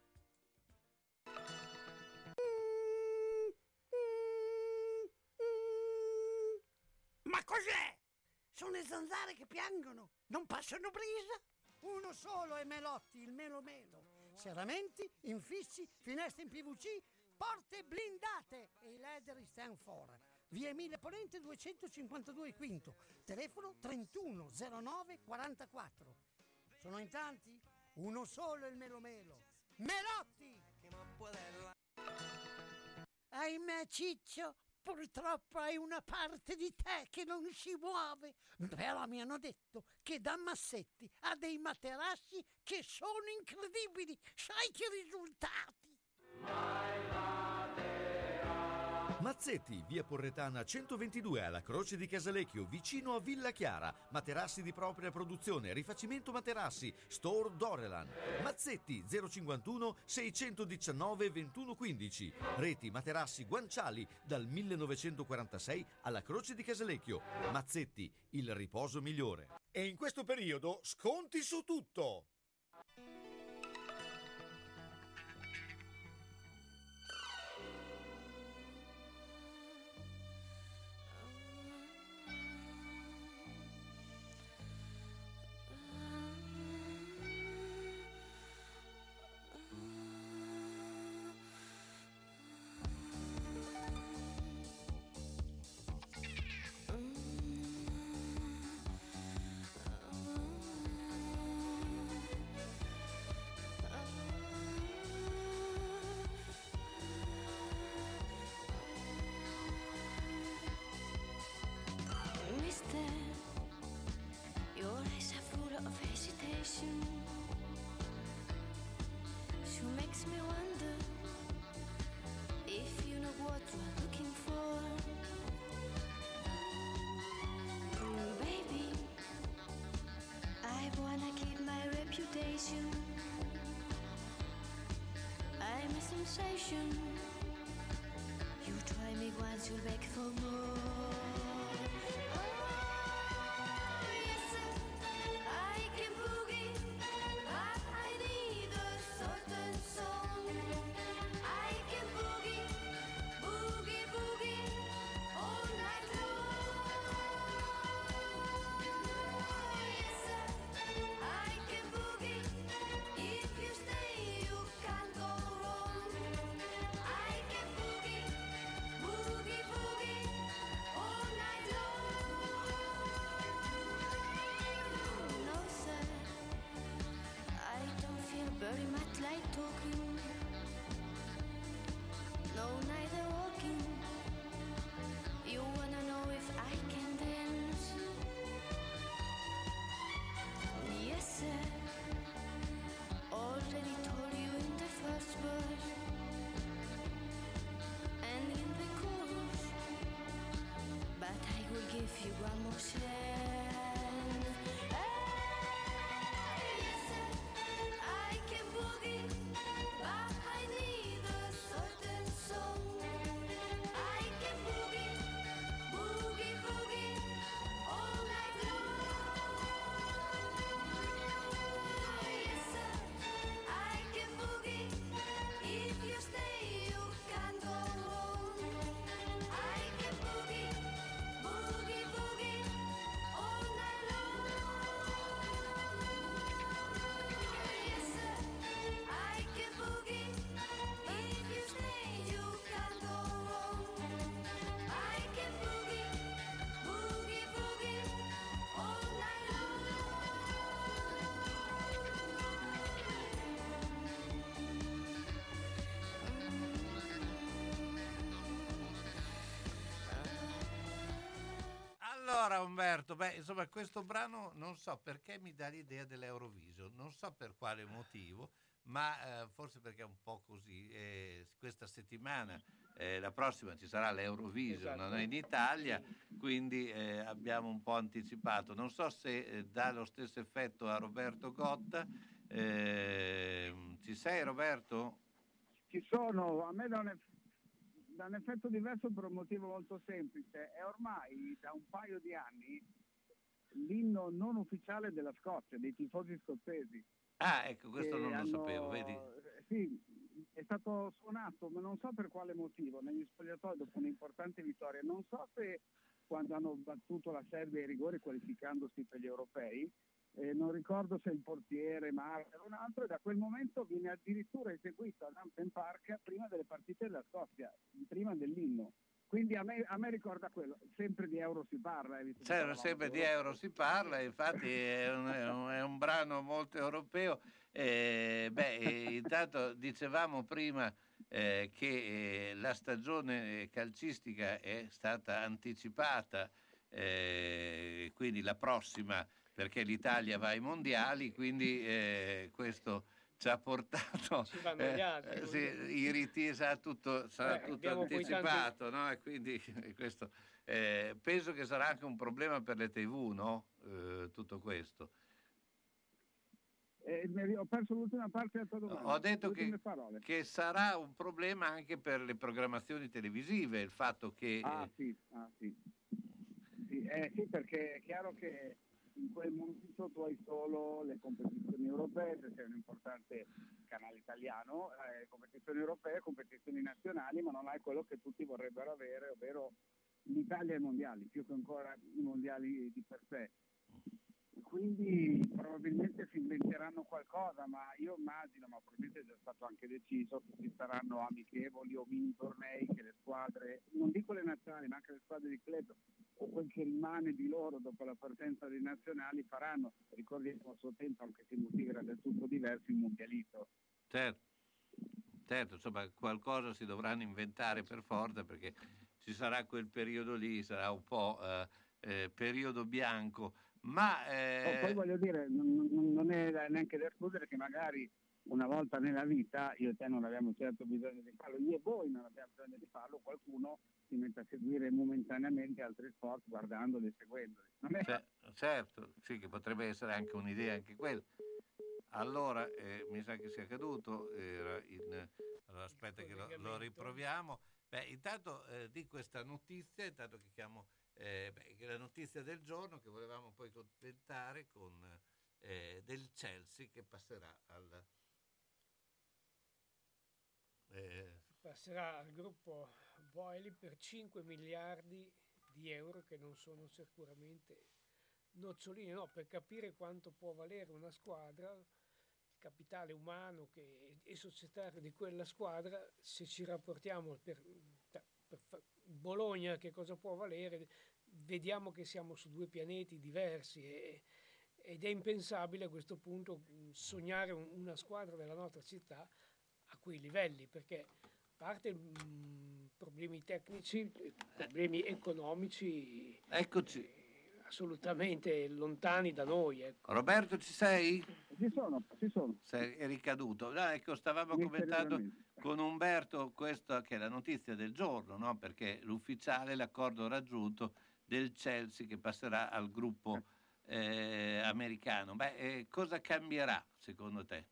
Ma cos'è? Sono le zanzare che piangono, non passano brisa. Uno solo è Melotti, il Melo Melo. Serramenti, infissi, finestre in PVC, porte blindate e i leder stand for. Via Emile Ponente 252 Quinto, telefono 31 09 44. Sono in tanti? Uno solo è il Melo Melo. Melotti! Ahimè Ciccio, purtroppo hai una parte di te che non si muove, però mi hanno detto che da Massetti ha dei materassi che sono incredibili. Sai che risultati? Mazzetti, via Porretana 122 alla Croce di Casalecchio, vicino a Villa Chiara. Materassi di propria produzione, rifacimento materassi, Store Dorelan. Mazzetti 051 619 2115. Reti materassi guanciali dal 1946 alla Croce di Casalecchio. Mazzetti, il riposo migliore. E in questo periodo sconti su tutto. Your eyes are full of hesitation. She makes me wonder if you know what you're looking for. Baby, I wanna keep my reputation. I'm a sensation. You try me once, you'll beg for more. Very much like talking, no, neither walking. You wanna know if I can dance? Yes, sir. Already told you in the first verse and in the chorus, but I will give you one more chance. Roberto. Beh, insomma, questo brano non so perché mi dà l'idea dell'Eurovision, non so per quale motivo, ma forse perché è un po' così. Questa settimana, la prossima ci sarà l'Eurovision, Esatto. no? In Italia, quindi abbiamo un po' anticipato. Non so se dà lo stesso effetto a Roberto Gotta. Ci sei, Roberto? Ci sono, a me da un effetto diverso per un motivo molto semplice. È ormai da un paio di anni l'inno non ufficiale della Scozia, dei tifosi scozzesi. Ah, ecco, questo che non lo hanno- sapevo, vedi? Sì, è stato suonato, ma non so per quale motivo, negli spogliatoi dopo un'importante vittoria. Non so se quando hanno battuto la Serbia ai rigori qualificandosi per gli europei, non ricordo se il portiere Mark era un altro, e da quel momento viene addirittura eseguito ad Hampden Park prima delle partite della Scozia, prima dell'inno. Quindi a me ricorda quello, sempre di Euro si parla. Visto che parlavamo Sempre di Europa. euro si parla, infatti è un brano molto europeo. Intanto dicevamo prima che la stagione calcistica è stata anticipata, quindi la prossima, perché l'Italia va ai mondiali, quindi questo ci ha portato Ci vanno gli altri. sì, i ritiri, sarà tutto abbiamo poi anticipato, no? E quindi questo penso che sarà anche un problema per le TV, no? Tutto questo. Ho perso l'ultima parte della tua domanda. Ho detto Le ultime parole. che sarà un problema anche per le programmazioni televisive, il fatto che Sì, sì, perché è chiaro che in quel momento tu hai solo le competizioni europee, se sei un importante canale italiano, competizioni europee, competizioni nazionali, ma non hai quello che tutti vorrebbero avere, ovvero l'Italia ai mondiali, più che ancora i mondiali di per sé. Quindi probabilmente si inventeranno qualcosa, ma io immagino, ma probabilmente è già stato anche deciso, che ci saranno amichevoli o mini tornei che le squadre, non dico le nazionali, ma anche le squadre di club o quel che rimane di loro dopo la partenza dei nazionali faranno. Ricordiamo a suo tempo, anche se i motivi erano del tutto diversi, il mondialito. certo, insomma, qualcosa si dovranno inventare per forza, perché ci sarà quel periodo lì, sarà un po' periodo bianco. Ma Poi voglio dire, non è neanche da escludere che magari una volta nella vita, io e te non abbiamo certo bisogno di farlo, io e voi non abbiamo bisogno di farlo, qualcuno si mette a seguire momentaneamente altri sport guardandoli e seguendoli. Non è... certo, sì, che potrebbe essere anche un'idea anche quella. Allora, mi sa che sia caduto, allora, aspetta che lo riproviamo. Intanto di questa notizia, intanto che chiamo che è la notizia del giorno che volevamo poi commentare con del Chelsea che passerà passerà al gruppo Boehly per 5 miliardi di euro, che non sono sicuramente noccioline, no, per capire quanto può valere una squadra, il capitale umano e societario di quella squadra. Se ci rapportiamo per Bologna, che cosa può valere, vediamo che siamo su due pianeti diversi ed è impensabile a questo punto sognare una squadra della nostra città a quei livelli, perché a parte problemi tecnici, problemi economici, eccoci, assolutamente lontani da noi. Ecco. Roberto, ci sei? Ci sono. È ricaduto. No, ecco, stavamo commentando con Umberto questa che è la notizia del giorno, no? Perché l'ufficiale, l'accordo raggiunto del Chelsea che passerà al gruppo americano. Cosa cambierà secondo te?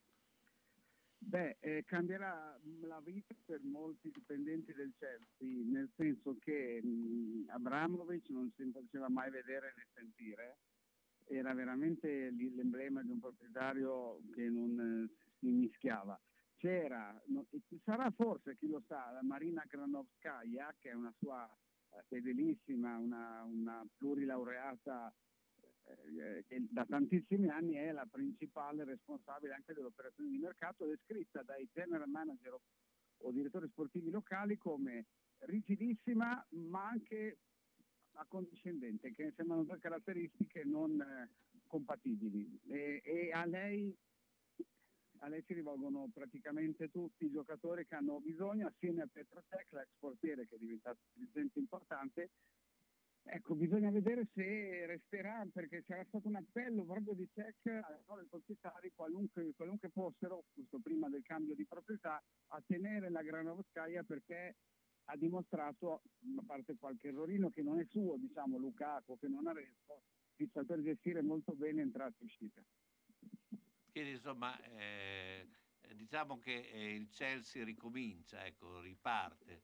Cambierà la vita per molti dipendenti del Chelsea, nel senso che Abramovich non si faceva mai vedere né sentire, era veramente l'emblema di un proprietario che non si mischiava. Sarà forse, chi lo sa, la Marina Granovskaya, che è una sua fedelissima, una plurilaureata che da tantissimi anni è la principale responsabile anche delle operazioni di mercato, descritta dai general manager o direttori sportivi locali come rigidissima ma anche accondiscendente, che sembrano due caratteristiche non compatibili, e a lei si rivolgono praticamente tutti i giocatori che hanno bisogno, assieme a Petr Cech, l'ex portiere che è diventato un dirigente importante, Ecco, bisogna vedere se resterà, perché c'era stato un appello proprio di Cech ai nuovi proprietari, qualunque fossero, questo prima del cambio di proprietà, a tenere la Granovskaya, perché ha dimostrato, a parte qualche errorino che non è suo, diciamo Lukaku, che non ha resto, di saper gestire molto bene entrate e uscite. Quindi insomma diciamo che il Chelsea ricomincia, ecco, riparte.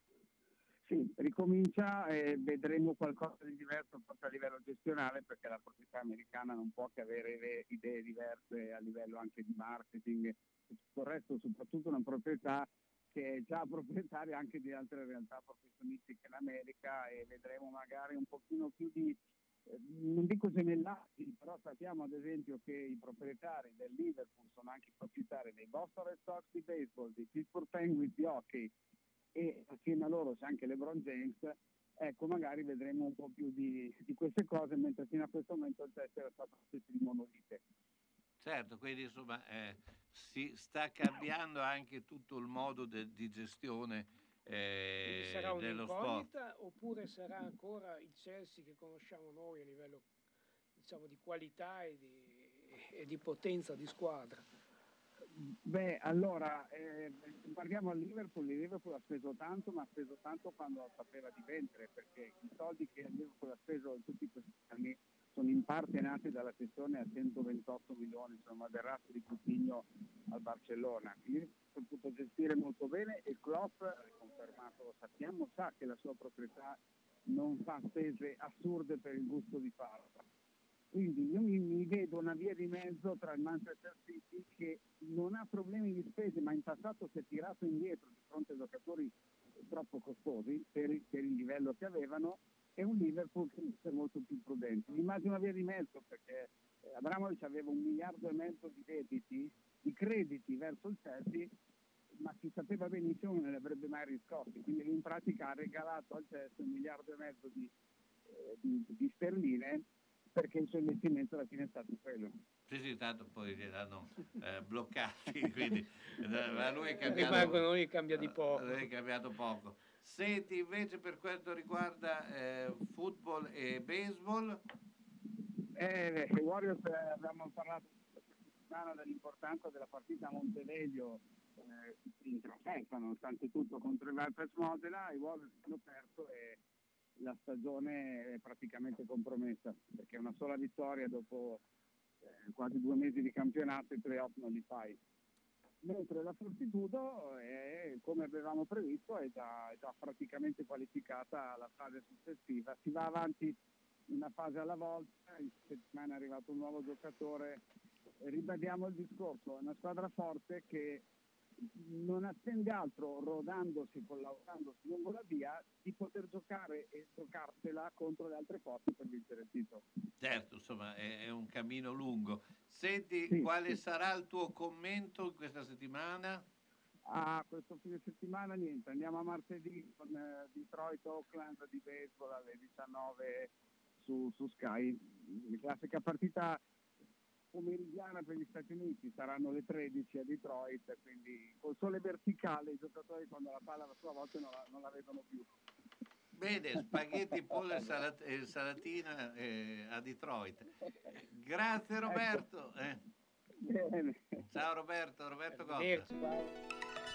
Sì, ricomincia e vedremo qualcosa di diverso proprio a livello gestionale, perché la proprietà americana non può che avere idee diverse a livello anche di marketing e tutto il resto, soprattutto una proprietà che è già proprietaria anche di altre realtà professionistiche in America, e vedremo magari un pochino più di, non dico gemellati, però sappiamo ad esempio che i proprietari del Liverpool sono anche i proprietari dei Boston Red Sox di baseball, dei Pittsburgh Penguins di hockey, e assieme a loro c'è anche LeBron James. Ecco, magari vedremo un po' più di queste cose, mentre fino a questo momento il test era stato una specie di monolite. Certo, quindi insomma si sta cambiando anche tutto il modo di gestione Sarà dello sport. un'incognita oppure sarà ancora il Chelsea che conosciamo noi a livello, diciamo, di qualità e di potenza di squadra? Beh, allora, guardiamo al Liverpool. Il Liverpool ha speso tanto, ma ha speso tanto quando sapeva di vendere, perché i soldi che il Liverpool ha speso in tutti questi anni sono in parte nati dalla cessione a 128 milioni, insomma, del razzo di Coutinho al Barcellona. Il Liverpool ha potuto gestire molto bene e Klopp, riconfermato, lo sappiamo, sa che la sua proprietà non fa spese assurde per il gusto di farlo. Quindi io mi vedo una via di mezzo tra il Manchester City, che non ha problemi di spese, ma in passato si è tirato indietro di fronte a giocatori troppo costosi per il livello che avevano, e un Liverpool che è molto più prudente. Mi immagino una via di mezzo, perché Abramovich aveva 1,5 miliardi di debiti, di crediti verso il Chelsea, ma si sapeva benissimo che non li avrebbe mai riscossi, quindi in pratica ha regalato al Chelsea 1,5 miliardi di sterline, perché il suo investimento alla fine è stato quello. Sì, tanto poi li hanno bloccati, quindi a lui è cambia di poco. Lui è cambiato poco. Senti, invece per quanto riguarda football e baseball? I Warriors, abbiamo parlato dell'importanza della partita a Montevideo in trasferta, nonostante tutto, contro il Vipers Modena. I Warriors hanno perso e la stagione è praticamente compromessa, perché una sola vittoria dopo quasi 2 mesi di campionato i playoff non li fai. Mentre la Fortitudo, come avevamo previsto, è già praticamente qualificata alla fase successiva. Si va avanti una fase alla volta, in settimana è arrivato un nuovo giocatore. Ribadiamo il discorso, è una squadra forte che non attende altro, rodandosi, collaudandosi lungo la via, di poter giocare e giocarsela contro le altre forti per vincere il titolo. Certo, insomma è un cammino lungo. Senti, quale sarà il tuo commento in questa settimana? Questo fine settimana niente, andiamo a martedì con Detroit Oakland di baseball alle 19 su Sky, la classica partita pomeridiana per gli Stati Uniti, saranno le 13 a Detroit, quindi col sole verticale i giocatori quando la palla la sua volta non la vedono più. Bene, spaghetti, pollo e salatina a Detroit. Grazie Roberto. Bene. Ciao Roberto Cotta.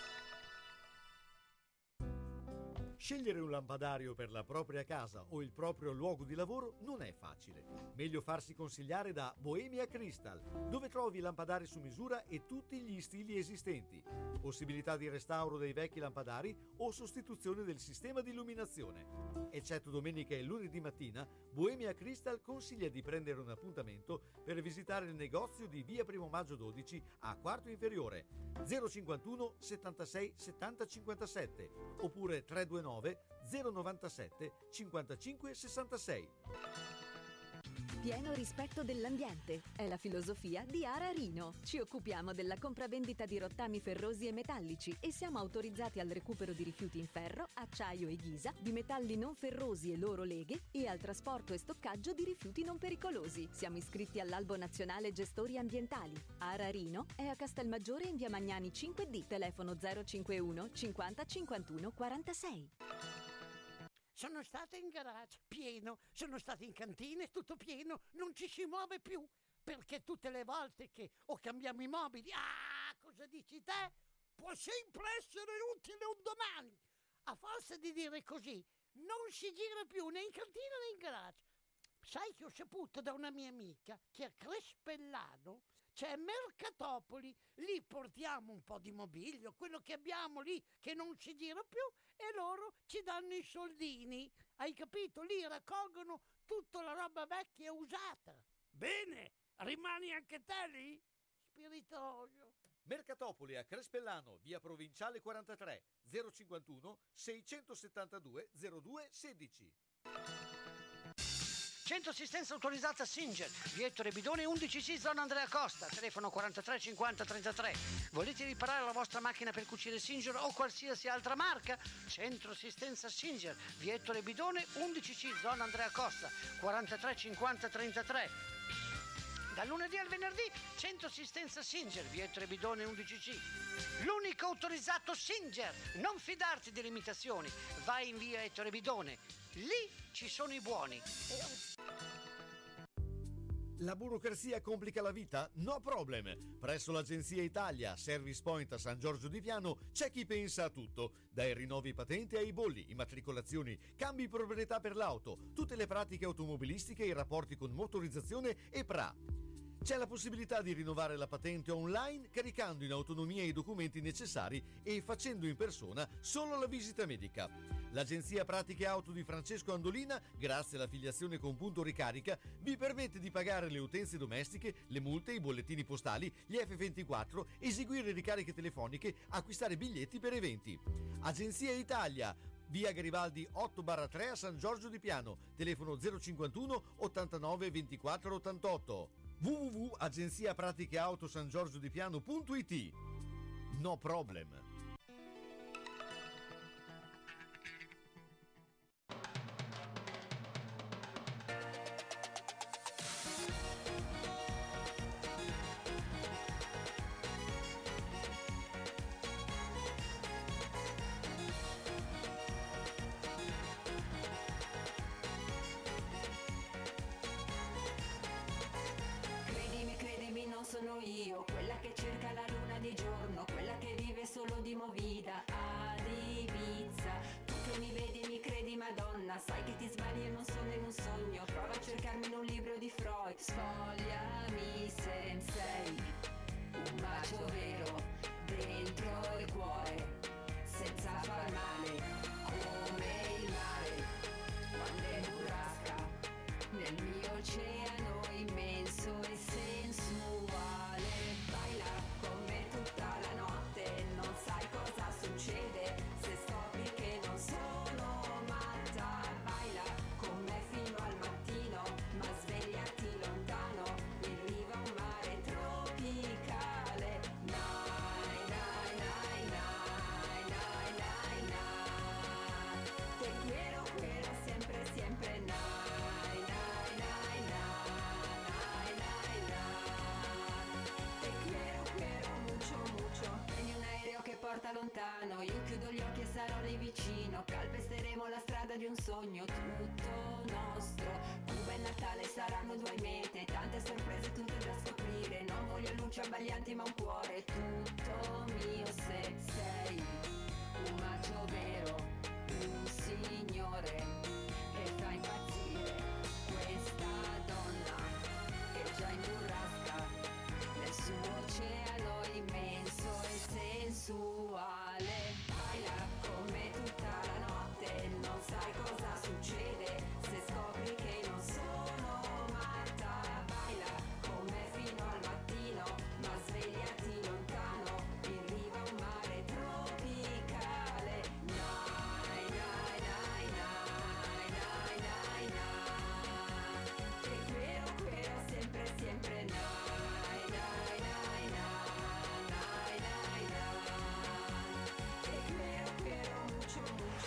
Scegliere un lampadario per la propria casa o il proprio luogo di lavoro non è facile. Meglio farsi consigliare da Bohemia Crystal, dove trovi lampadari su misura e tutti gli stili esistenti. Possibilità di restauro dei vecchi lampadari o sostituzione del sistema di illuminazione. Eccetto domenica e lunedì mattina, Bohemia Crystal consiglia di prendere un appuntamento per visitare il negozio di via 1 Maggio 12 a Quarto Inferiore 051 76 70 57 oppure 329 097 55 66. Pieno rispetto dell'ambiente è la filosofia di Ara Rino. Ci occupiamo della compravendita di rottami ferrosi e metallici e siamo autorizzati al recupero di rifiuti in ferro, acciaio e ghisa, di metalli non ferrosi e loro leghe e al trasporto e stoccaggio di rifiuti non pericolosi. Siamo iscritti all'Albo Nazionale Gestori Ambientali. Ara Rino è a Castelmaggiore in via Magnani 5D, telefono 051 50 51 46. sono stata in garage, pieno, sono stata in cantina, tutto pieno, non ci si muove più, perché tutte le volte che o cambiamo i mobili, cosa dici te? Può sempre essere utile un domani. A forza di dire così, non si gira più né in cantina né in garage. Sai che ho saputo da una mia amica che a Crespellano c'è Mercatopoli, lì portiamo un po' di mobilio, quello che abbiamo lì che non si gira più, e loro ci danno i soldini, hai capito? Lì raccolgono tutta la roba vecchia e usata. Bene, rimani anche te lì? Spiritoso. Mercatopoli a Crespellano, via Provinciale 43, 051 672 0216. Centro assistenza autorizzata Singer, via Ettore Bidone 11C, zona Andrea Costa, telefono 43 50 33. Volete riparare la vostra macchina per cucire Singer o qualsiasi altra marca? Centro assistenza Singer, via Ettore Bidone 11C, zona Andrea Costa, 43 50 33. Dal lunedì al venerdì, centro assistenza Singer, via Ettore Bidone 11C. L'unico autorizzato Singer. Non fidarti delle imitazioni. Vai in via Ettore Bidone. Lì ci sono i buoni. La burocrazia complica la vita? No problem! Presso l'Agenzia Italia, Service Point a San Giorgio di Piano, c'è chi pensa a tutto. Dai rinnovi patente ai bolli, immatricolazioni, cambi proprietà per l'auto, tutte le pratiche automobilistiche e i rapporti con motorizzazione e PRA. C'è la possibilità di rinnovare la patente online caricando in autonomia i documenti necessari e facendo in persona solo la visita medica. L'Agenzia Pratiche Auto di Francesco Andolina, grazie all'affiliazione con Punto Ricarica, vi permette di pagare le utenze domestiche, le multe, i bollettini postali, gli F24, eseguire ricariche telefoniche, acquistare biglietti per eventi. Agenzia Italia, via Garibaldi 8/3 a San Giorgio di Piano, telefono 051 89 24 88. www.agenziapraticheautosangiorgiodipiano.it. No problem. Credimi, non sono io quella che cerca la luna di giorno, quella che vive solo di movida ad Ibiza. Tu che mi vedi e mi credi Madonna, sai che ti sbagli e non sono in un sogno. Prova a cercarmi in un libro di Freud. Sfogliami se sei un bacio vero dentro il cuore, senza far male, come il mare quando è burrasca nel mio oceano immenso e sensuale. Baila con me tutta la notte, non sai cosa succede se scopri che non sono matta. Baila con me fino al mattino, ma svegliati lontano, in riva a un mare tropicale. Nai, nai, nai, nai, nai, nai, nai. Te quiero siempre, siempre. Nai, nai, nai, nai, nai, nai. Te quiero mucho, mucho. Prendi un aereo che porta lontano, io chiudo gli occhi e sarò lì vicino. Calpesteremo la strada di un sogno tutto nostro. Cuba e Natale saranno due mete, tante sorprese tutte da scoprire. Non voglio luci abbaglianti ma un cuore tutto mio. Se sei un macio vero, un signore che fa impazzire questa donna che già in burrasca nel suo oceano immenso e sensuale. Baila con me tutta la notte, non sai cosa succede se scopri che non sono matta. Baila con me fino al mattino, ma svegliati lontano, in riva a un mare tropicale. Nai, nai, nai, nai, nai, nai, nai. Te quiero siempre, siempre. Nai, nai, nai, nai, nai, nai, nai. Te quiero mucho, mucho.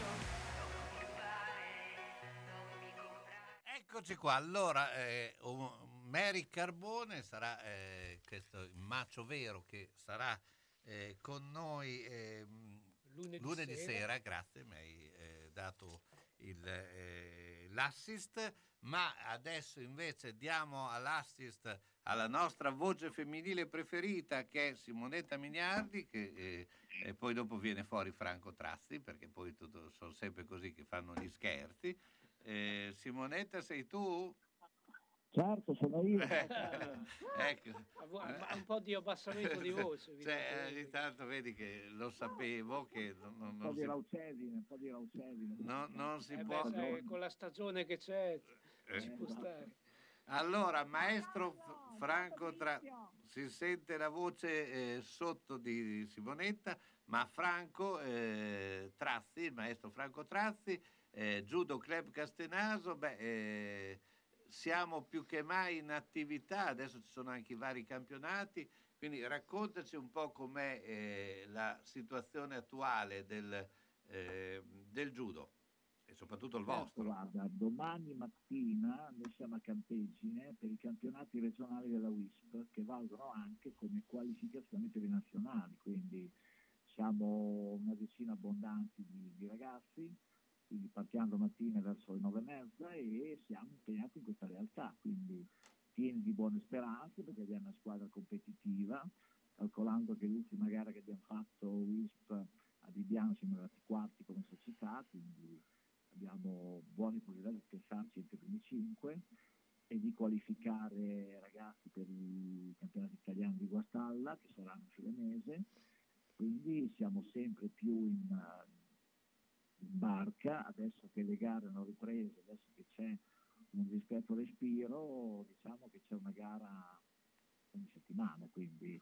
Eccoci qua, allora Mary Carbone sarà questo il macio vero che sarà con noi lunedì sera. Grazie, mi hai dato l'assist, ma adesso invece diamo all'assist alla nostra voce femminile preferita, che è Simonetta Mignardi, e poi dopo viene fuori Franco Trazzi, perché poi sono sempre così che fanno gli scherzi. Simonetta, sei tu? Certo, sono io. Ecco. Ma un po' di abbassamento di voce. Ogni tanto vedi che lo sapevo che Un po' di raucedine. non si può. Sai, con la stagione che c'è ci può stare. Allora, maestro Franco si sente la voce sotto di Simonetta, ma Franco Trazzi, il maestro Franco Trazzi, Judo Club Castenaso, siamo più che mai in attività, adesso ci sono anche i vari campionati, quindi raccontaci un po' com'è la situazione attuale del judo e soprattutto il vostro. Guarda, domani mattina noi siamo a Campegine per i campionati regionali della WISP, che valgono anche come qualificazioni per i nazionali, quindi siamo una decina abbondanti di ragazzi, quindi partiamo domattina verso le 9:30 e siamo impegnati in questa realtà, quindi pieni di buone speranze perché abbiamo una squadra competitiva, calcolando che l'ultima gara che abbiamo fatto WISP a Bibbiano siamo arrivati quarti come società, quindi abbiamo buone possibilità di pensarci entro i primi 5 e di qualificare ragazzi per i campionati italiani di Guastalla che saranno a fine mese, quindi siamo sempre più in barca, adesso che le gare hanno ripreso, adesso che c'è un discreto respiro, diciamo che c'è una gara ogni settimana, quindi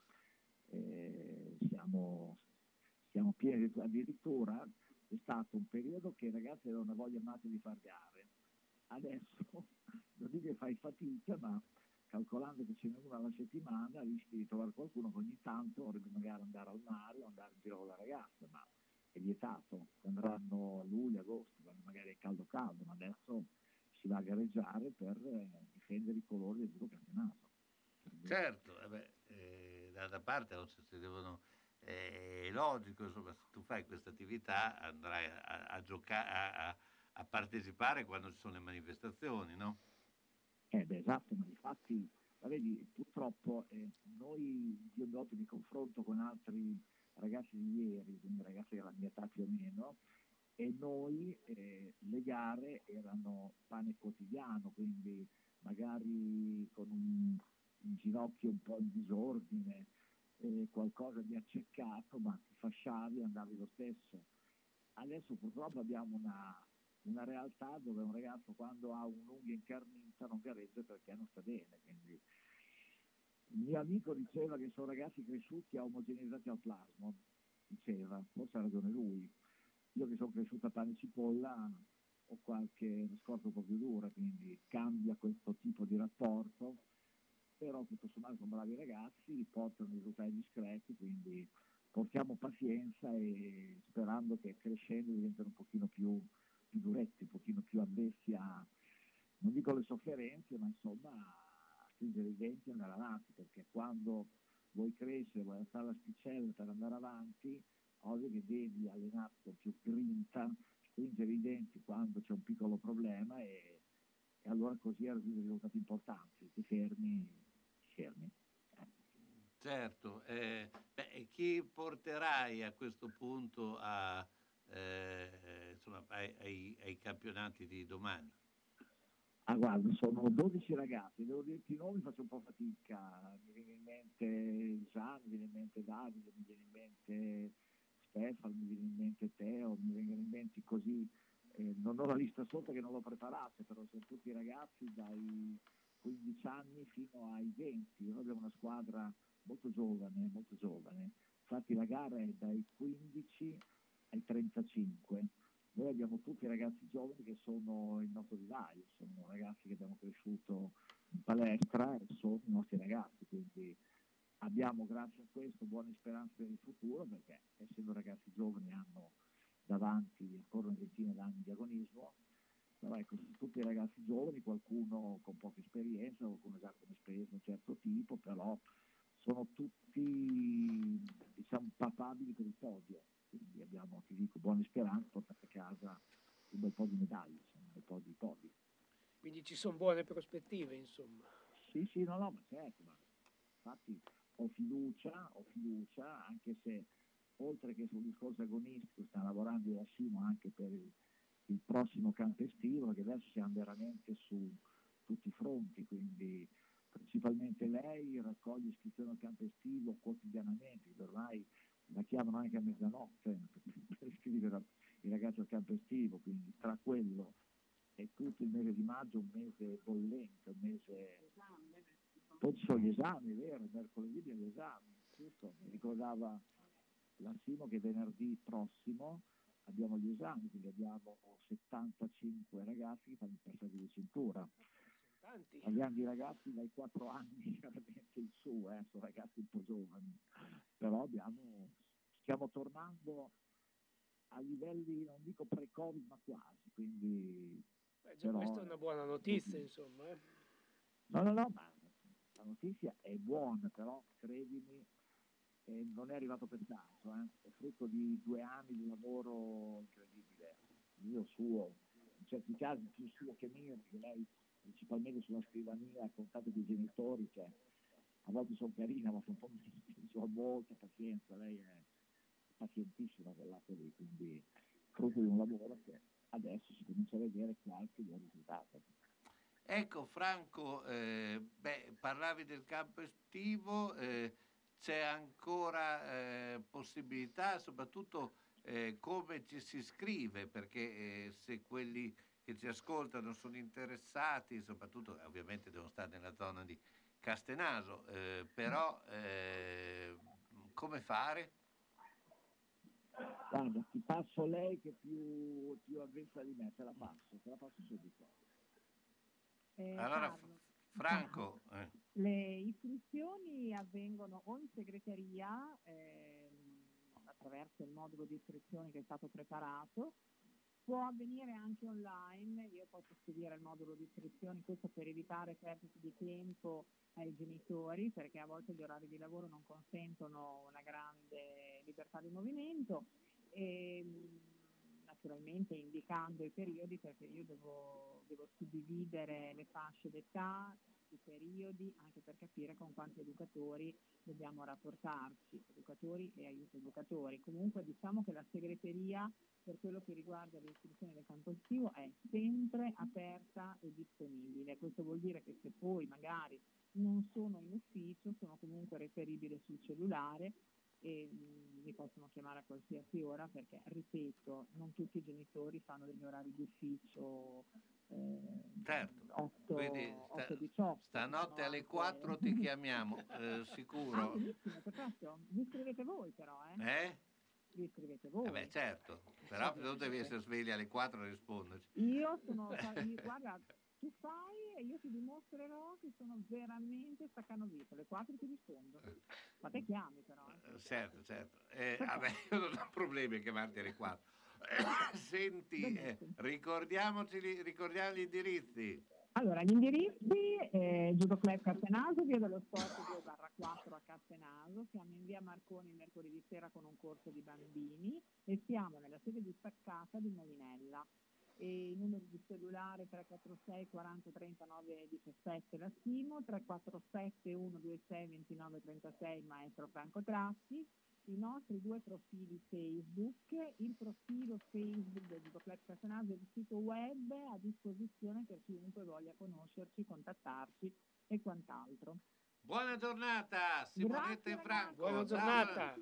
siamo pieni, addirittura è stato un periodo che i ragazzi avevano una voglia matta di fare gare, adesso non dico che fai fatica, ma calcolando che ce n'è una alla settimana rischi di trovare qualcuno che ogni tanto vorrebbe magari andare al mare o andare in giro con la ragazza, ma è vietato, andranno a luglio, agosto, quando magari è caldo, ma adesso si va a gareggiare per difendere i colori del judo campionato. Certo, d'altra parte si devono, è logico, insomma, se tu fai questa attività andrai a giocare, a partecipare quando ci sono le manifestazioni, no? Esatto, ma infatti, vedi, purtroppo noi, io dopo mi confronto con altri ragazzi di ieri, quindi ragazzi della mia età più o meno, e noi le gare erano pane quotidiano, quindi magari con un ginocchio un po' in disordine, qualcosa di acceccato, ma ti fasciavi e andavi lo stesso. Adesso purtroppo abbiamo una realtà dove un ragazzo quando ha un'unghia incarnita non gareggia perché non sta bene, quindi il mio amico diceva che sono ragazzi cresciuti a omogeneizzati al plasma, diceva, forse ha ragione lui. Io che sono cresciuto a pane e cipolla ho qualche scorta un po' più dura, quindi cambia questo tipo di rapporto, però tutto sommato sono bravi ragazzi, portano risultati discreti, quindi portiamo pazienza e sperando che crescendo diventano un pochino più duretti, un pochino più avvezzi a, non dico le sofferenze, ma insomma a stringere i denti e andare avanti, perché quando vuoi crescere, vuoi alzare l'asticella per andare avanti, ovvio che devi allenarti con più grinta, stringere i denti quando c'è un piccolo problema e allora così raggiungi risultati importanti, ti fermi. Certo, chi porterai a questo punto ai campionati di domani? Guarda, sono 12 ragazzi, devo dirti i nomi, faccio un po' fatica, mi viene in mente Gian, mi viene in mente Davide, mi viene in mente Stefano, mi viene in mente Teo, mi vengono in mente così, non ho la lista sotto che non l'ho preparata, però sono tutti ragazzi dai 15 anni fino ai 20, noi abbiamo una squadra molto giovane, infatti la gara è dai 15 ai 35. Noi abbiamo tutti ragazzi giovani che sono il nostro vivaio, sono ragazzi che abbiamo cresciuto in palestra e sono i nostri ragazzi, quindi abbiamo grazie a questo buone speranze per il futuro, perché essendo ragazzi giovani hanno davanti ancora una ventina d'anni di agonismo, però ecco, sono tutti ragazzi giovani, qualcuno con poca esperienza, qualcuno già con esperienza di un certo tipo, però sono tutti, diciamo, papabili per il podio. Quindi abbiamo, ti dico, buone speranze, portate a casa un bel po' di medaglie, insomma, un bel po' di podi. Quindi ci sono buone prospettive, insomma. Sì, no, ma certo, ma infatti ho fiducia, anche se oltre che sul discorso agonistico stiamo lavorando io e Simo anche per il prossimo campo estivo, che adesso siamo veramente su tutti i fronti, quindi principalmente lei raccoglie iscrizioni al campo estivo quotidianamente, ormai la chiamano anche a mezzanotte per iscrivere i ragazzi al campo estivo, quindi tra quello e tutto il mese di maggio, un mese bollente, un mese... Poi ci sono gli esami, è vero, mercoledì abbiamo gli esami, giusto? Mi ricordava la Simo che venerdì prossimo abbiamo gli esami, quindi abbiamo 75 ragazzi che fanno il passaggio di cintura. Tanti. Parliamo di ragazzi dai 4 anni chiaramente in su, sono ragazzi un po' giovani, però stiamo tornando a livelli, non dico pre-Covid, ma quasi, quindi... Già questa è una buona notizia, insomma. No, ma la notizia è buona, però credimi, non è arrivato per caso, è frutto di 2 anni di lavoro incredibile, io suo, in certi casi più suo che mio, perché lei principalmente sulla scrivania, a contatto dei genitori, cioè, a volte sono carina, ma sono un po' ho molta pazienza, lei è pazientissima quel lato lì, quindi frutto di un lavoro che adesso si comincia a vedere qualche buon risultato. Ecco Franco, parlavi del campo estivo, c'è ancora possibilità, soprattutto come ci si iscrive, perché se quelli che ci ascoltano sono interessati, soprattutto ovviamente devono stare nella zona di Castenaso, però come fare? Guarda, ti passo lei che è più avvezza di me, te la passo subito. Allora Carlo, Franco, le iscrizioni avvengono o in segreteria attraverso il modulo di iscrizioni che è stato preparato, può avvenire anche online, io posso spedire il modulo di iscrizioni, questo per evitare perdite di tempo ai genitori, perché a volte gli orari di lavoro non consentono una grande libertà di movimento, e naturalmente indicando i periodi, perché io devo suddividere le fasce d'età, i periodi, anche per capire con quanti educatori dobbiamo rapportarci, educatori e aiuto educatori. Comunque diciamo che la segreteria, per quello che riguarda le istruzioni del campo estivo, è sempre aperta e disponibile. Questo vuol dire che se poi magari non sono in ufficio, sono comunque reperibile sul cellulare e mi possono chiamare a qualsiasi ora, perché, ripeto, non tutti i genitori fanno degli orari di ufficio. Certo, 8-18. Stanotte alle 4 ti chiamiamo, sicuro. Benissimo, perfetto. Vi iscrivete voi però, Vi iscrivete voi. Beh, certo, però tu devi essere svegli alle 4 a risponderci. Io guarda, tu fai e io ti dimostrerò che sono veramente staccanovito. Alle 4 ti rispondo. Ma te chiami però. Certo. Vabbè, io non ho problemi a chiamarti alle 4. Senti, ricordiamo gli indirizzi. Allora, gli indirizzi, Judo Club Castenaso, via dello Sport 2/4 a Castenaso, siamo in via Marconi il mercoledì sera con un corso di bambini e siamo nella sede distaccata di Molinella. E i numeri di cellulare 346 40 39 17 la Simo, 347 126 29 36 il maestro Franco Tratti, i nostri 2 profili Facebook, il profilo Facebook del Judo Club Castenaso e il sito web a disposizione per chiunque voglia conoscerci, contattarci e quant'altro. Buona giornata Simonetta e Franco. Buona giornata.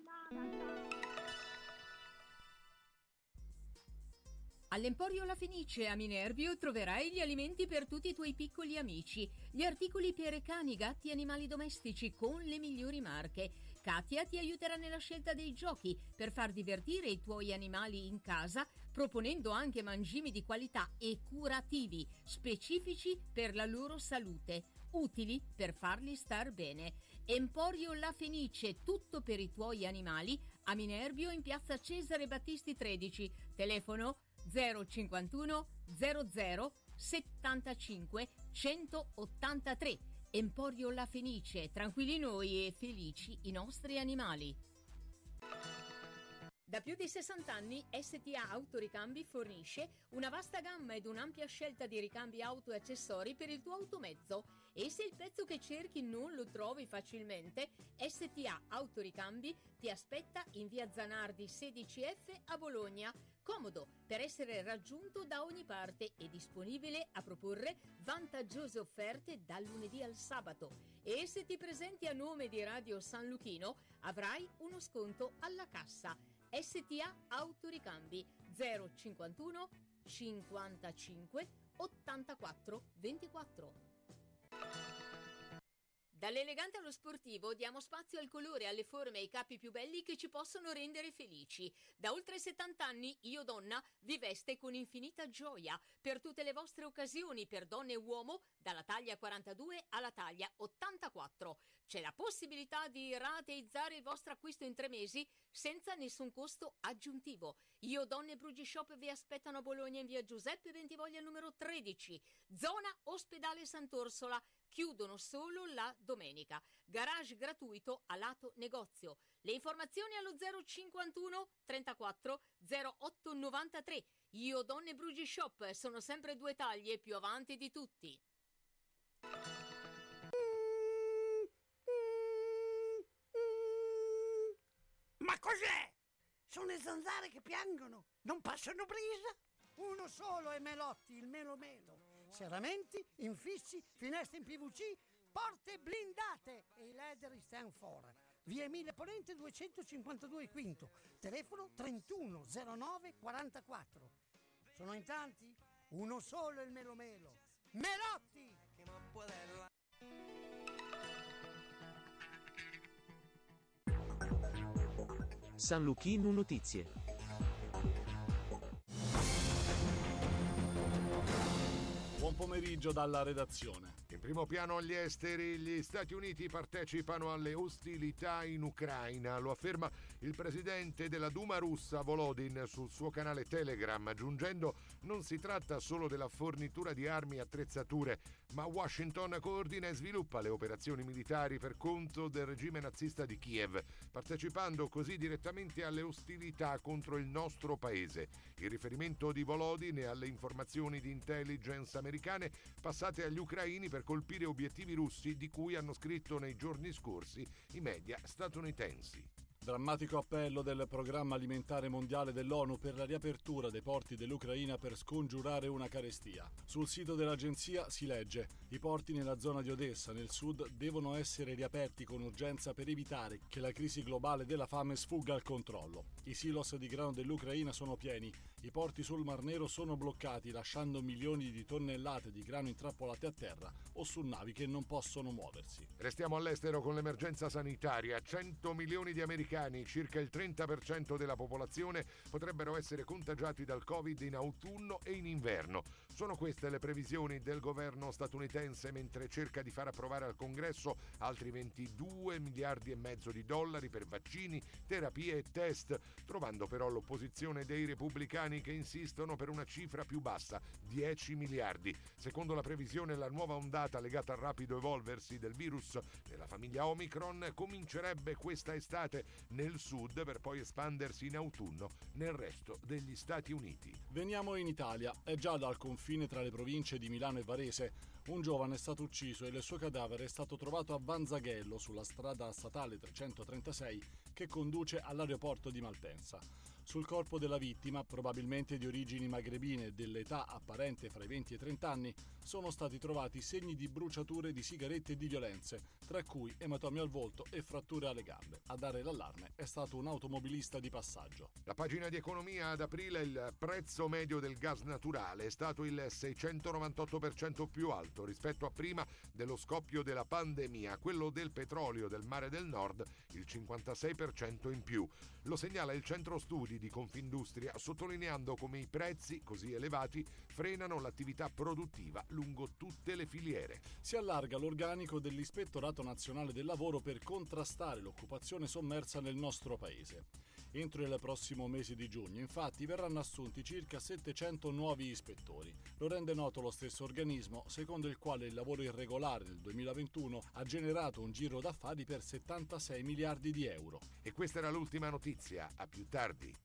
All'Emporio La Fenice a Minerbio troverai gli alimenti per tutti i tuoi piccoli amici, gli articoli per cani, gatti e animali domestici con le migliori marche. Katia ti aiuterà nella scelta dei giochi per far divertire i tuoi animali in casa, proponendo anche mangimi di qualità e curativi, specifici per la loro salute, utili per farli star bene. Emporio La Fenice, tutto per i tuoi animali, a Minerbio in piazza Cesare Battisti 13, telefono 051 00 75 183. Emporio La Fenice, tranquilli noi e felici i nostri animali. Da più di 60 anni STA Autoricambi fornisce una vasta gamma ed un'ampia scelta di ricambi auto e accessori per il tuo automezzo. E se il pezzo che cerchi non lo trovi facilmente, STA Autoricambi ti aspetta in via Zanardi 16F a Bologna. Comodo per essere raggiunto da ogni parte e disponibile a proporre vantaggiose offerte dal lunedì al sabato. E se ti presenti a nome di Radio San Luchino avrai uno sconto alla cassa. STA Autoricambi 051 55 84 24. Dall'elegante allo sportivo diamo spazio al colore, alle forme e ai capi più belli che ci possono rendere felici. Da oltre 70 anni Io Donna vi veste con infinita gioia per tutte le vostre occasioni, per donne e uomo, dalla taglia 42 alla taglia 84. C'è la possibilità di rateizzare il vostro acquisto in 3 mesi senza nessun costo aggiuntivo. Io Donne Brugi Shop vi aspettano a Bologna in via Giuseppe Bentivoglia numero 13, zona Ospedale Sant'Orsola. Chiudono solo la domenica. Garage gratuito a lato negozio. Le informazioni allo 051 34 08 93. Io Donne Brugi Shop, sono sempre 2 taglie più avanti di tutti. Ma cos'è? Sono le zanzare che piangono, non passano brisa? Uno solo è Melotti, il Melo Melo. Serramenti, infissi, finestre in PVC, porte blindate e i leder stand for. Via Emile Ponente 252 Quinto, telefono 31 09 44. Sono in tanti? Uno solo è il Melo Melo. Melotti! San Luchino Notizie. Buon pomeriggio dalla redazione. In primo piano agli esteri, gli Stati Uniti partecipano alle ostilità in Ucraina. Lo afferma il presidente della Duma russa Volodin sul suo canale Telegram, aggiungendo: non si tratta solo della fornitura di armi e attrezzature, ma Washington coordina e sviluppa le operazioni militari per conto del regime nazista di Kiev, partecipando così direttamente alle ostilità contro il nostro paese. Il riferimento di Volodin è alle informazioni di intelligence americane passate agli ucraini per colpire obiettivi russi di cui hanno scritto nei giorni scorsi i media statunitensi. Drammatico appello del Programma Alimentare Mondiale dell'ONU per la riapertura dei porti dell'Ucraina per scongiurare una carestia. Sul sito dell'agenzia si legge: i porti nella zona di Odessa, nel sud, devono essere riaperti con urgenza per evitare che la crisi globale della fame sfugga al controllo. I silos di grano dell'Ucraina sono pieni, i porti sul Mar Nero sono bloccati, lasciando milioni di tonnellate di grano intrappolate a terra o su navi che non possono muoversi. Restiamo all'estero con l'emergenza sanitaria. 100 milioni di americani, circa il 30% della popolazione, potrebbero essere contagiati dal Covid in autunno e in inverno. Sono queste le previsioni del governo statunitense mentre cerca di far approvare al Congresso altri 22 miliardi e mezzo di dollari per vaccini, terapie e test, trovando però l'opposizione dei repubblicani che insistono per una cifra più bassa, 10 miliardi. Secondo la previsione, la nuova ondata legata al rapido evolversi del virus della famiglia Omicron comincerebbe questa estate nel sud per poi espandersi in autunno nel resto degli Stati Uniti. Veniamo in Italia. È già dal confine tra le province di Milano e Varese. Un giovane è stato ucciso e il suo cadavere è stato trovato a Vanzaghello, sulla strada statale 336 che conduce all'aeroporto di Malpensa. Sul corpo della vittima, probabilmente di origini magrebine e dell'età apparente fra i 20 e i 30 anni, sono stati trovati segni di bruciature di sigarette e di violenze, tra cui ematomi al volto e fratture alle gambe. A dare l'allarme è stato un automobilista di passaggio. La pagina di economia: ad aprile il prezzo medio del gas naturale è stato il 698% più alto rispetto a prima dello scoppio della pandemia, quello del petrolio del Mare del Nord il 56% in più. Lo segnala il centro studi di Confindustria, sottolineando come i prezzi così elevati frenano l'attività produttiva lungo tutte le filiere. Si allarga l'organico dell'Ispettorato Nazionale del Lavoro per contrastare l'occupazione sommersa nel nostro paese. entro il prossimo mese di giugno. Infatti verranno assunti circa 700 nuovi ispettori. Lo rende noto lo stesso organismo, secondo il quale il lavoro irregolare nel 2021 ha generato un giro d'affari per 76 miliardi di euro. E questa era l'ultima notizia, a più tardi.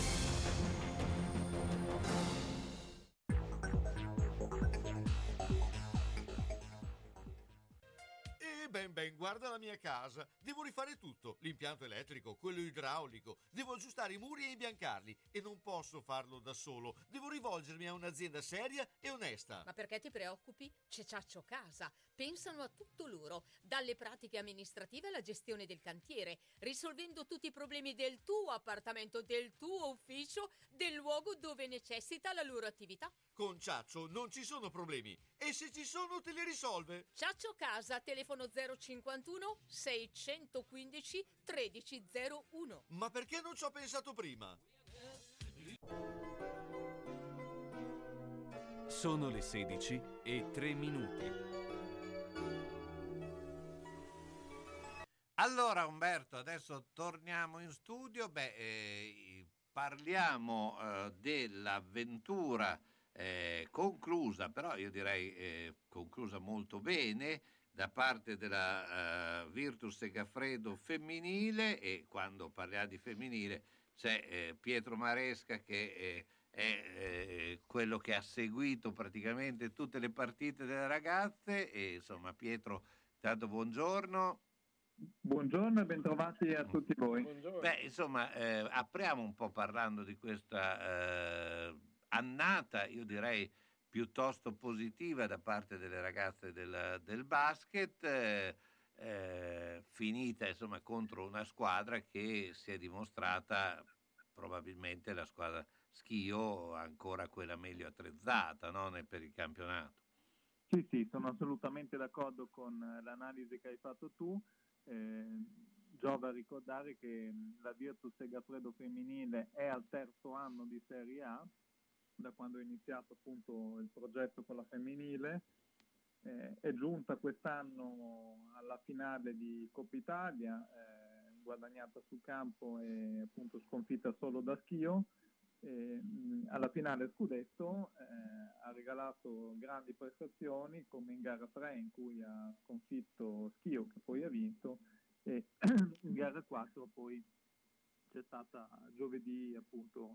Ben, guarda la mia casa. Devo rifare tutto, l'impianto elettrico, quello idraulico. Devo aggiustare i muri e imbiancarli e non posso farlo da solo. Devo rivolgermi a un'azienda seria e onesta. Ma perché ti preoccupi? C'è Ciaccio Casa. Pensano a tutto loro, dalle pratiche amministrative alla gestione del cantiere, risolvendo tutti i problemi del tuo appartamento, del tuo ufficio, del luogo dove necessita la loro attività. Con Ciaccio non ci sono problemi e se ci sono te li risolve. Ciaccio Casa, telefono 051 615 1301. Ma perché non ci ho pensato prima? Sono le 16:03. Allora Umberto, adesso torniamo in studio. Parliamo dell'avventura conclusa, però io direi conclusa molto bene, da parte della Virtus Segafredo femminile. E quando parliamo di femminile c'è Pietro Maresca, che è quello che ha seguito praticamente tutte le partite delle ragazze. E insomma, Pietro, tanto buongiorno. Buongiorno e bentrovati a tutti voi. Apriamo un po' parlando di questa annata, io direi piuttosto positiva da parte delle ragazze del basket, finita insomma contro una squadra che si è dimostrata probabilmente la squadra Schio ancora quella meglio attrezzata, no? Per il campionato. Sì, sono assolutamente d'accordo con l'analisi che hai fatto tu. Giova ricordare che la Virtus Segafredo femminile è al terzo anno di Serie A, da quando è iniziato appunto il progetto con la femminile. È giunta quest'anno alla finale di Coppa Italia, guadagnata sul campo e appunto sconfitta solo da Schio. Alla finale scudetto ha regalato grandi prestazioni, come in gara 3 in cui ha sconfitto Schio, che poi ha vinto, e in gara 4 poi c'è stata giovedì appunto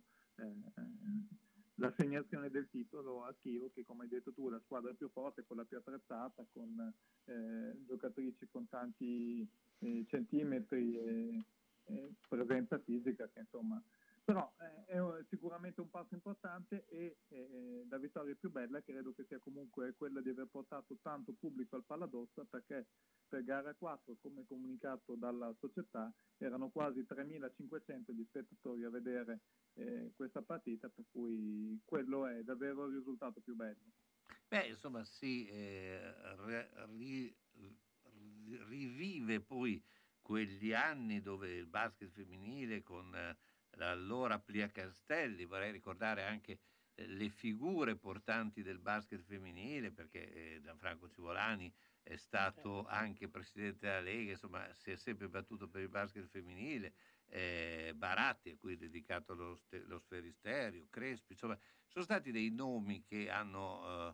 l'assegnazione del titolo a Schio, che come hai detto tu è la squadra più forte, quella più attrezzata, con giocatrici con tanti centimetri e presenza fisica, che insomma. Però è sicuramente un passo importante e la vittoria più bella credo che sia comunque quella di aver portato tanto pubblico al Palladossa, perché per gara 4, come comunicato dalla società, erano quasi 3.500 gli spettatori a vedere questa partita, per cui quello è davvero il risultato più bello. Insomma rivive poi quegli anni dove il basket femminile con l'allora Plia Castelli, vorrei ricordare anche le figure portanti del basket femminile, perché Gianfranco Civolani è stato anche presidente della Lega, insomma si è sempre battuto per il basket femminile, Baratti, a cui è dedicato lo Sferisterio, Crespi, insomma sono stati dei nomi che hanno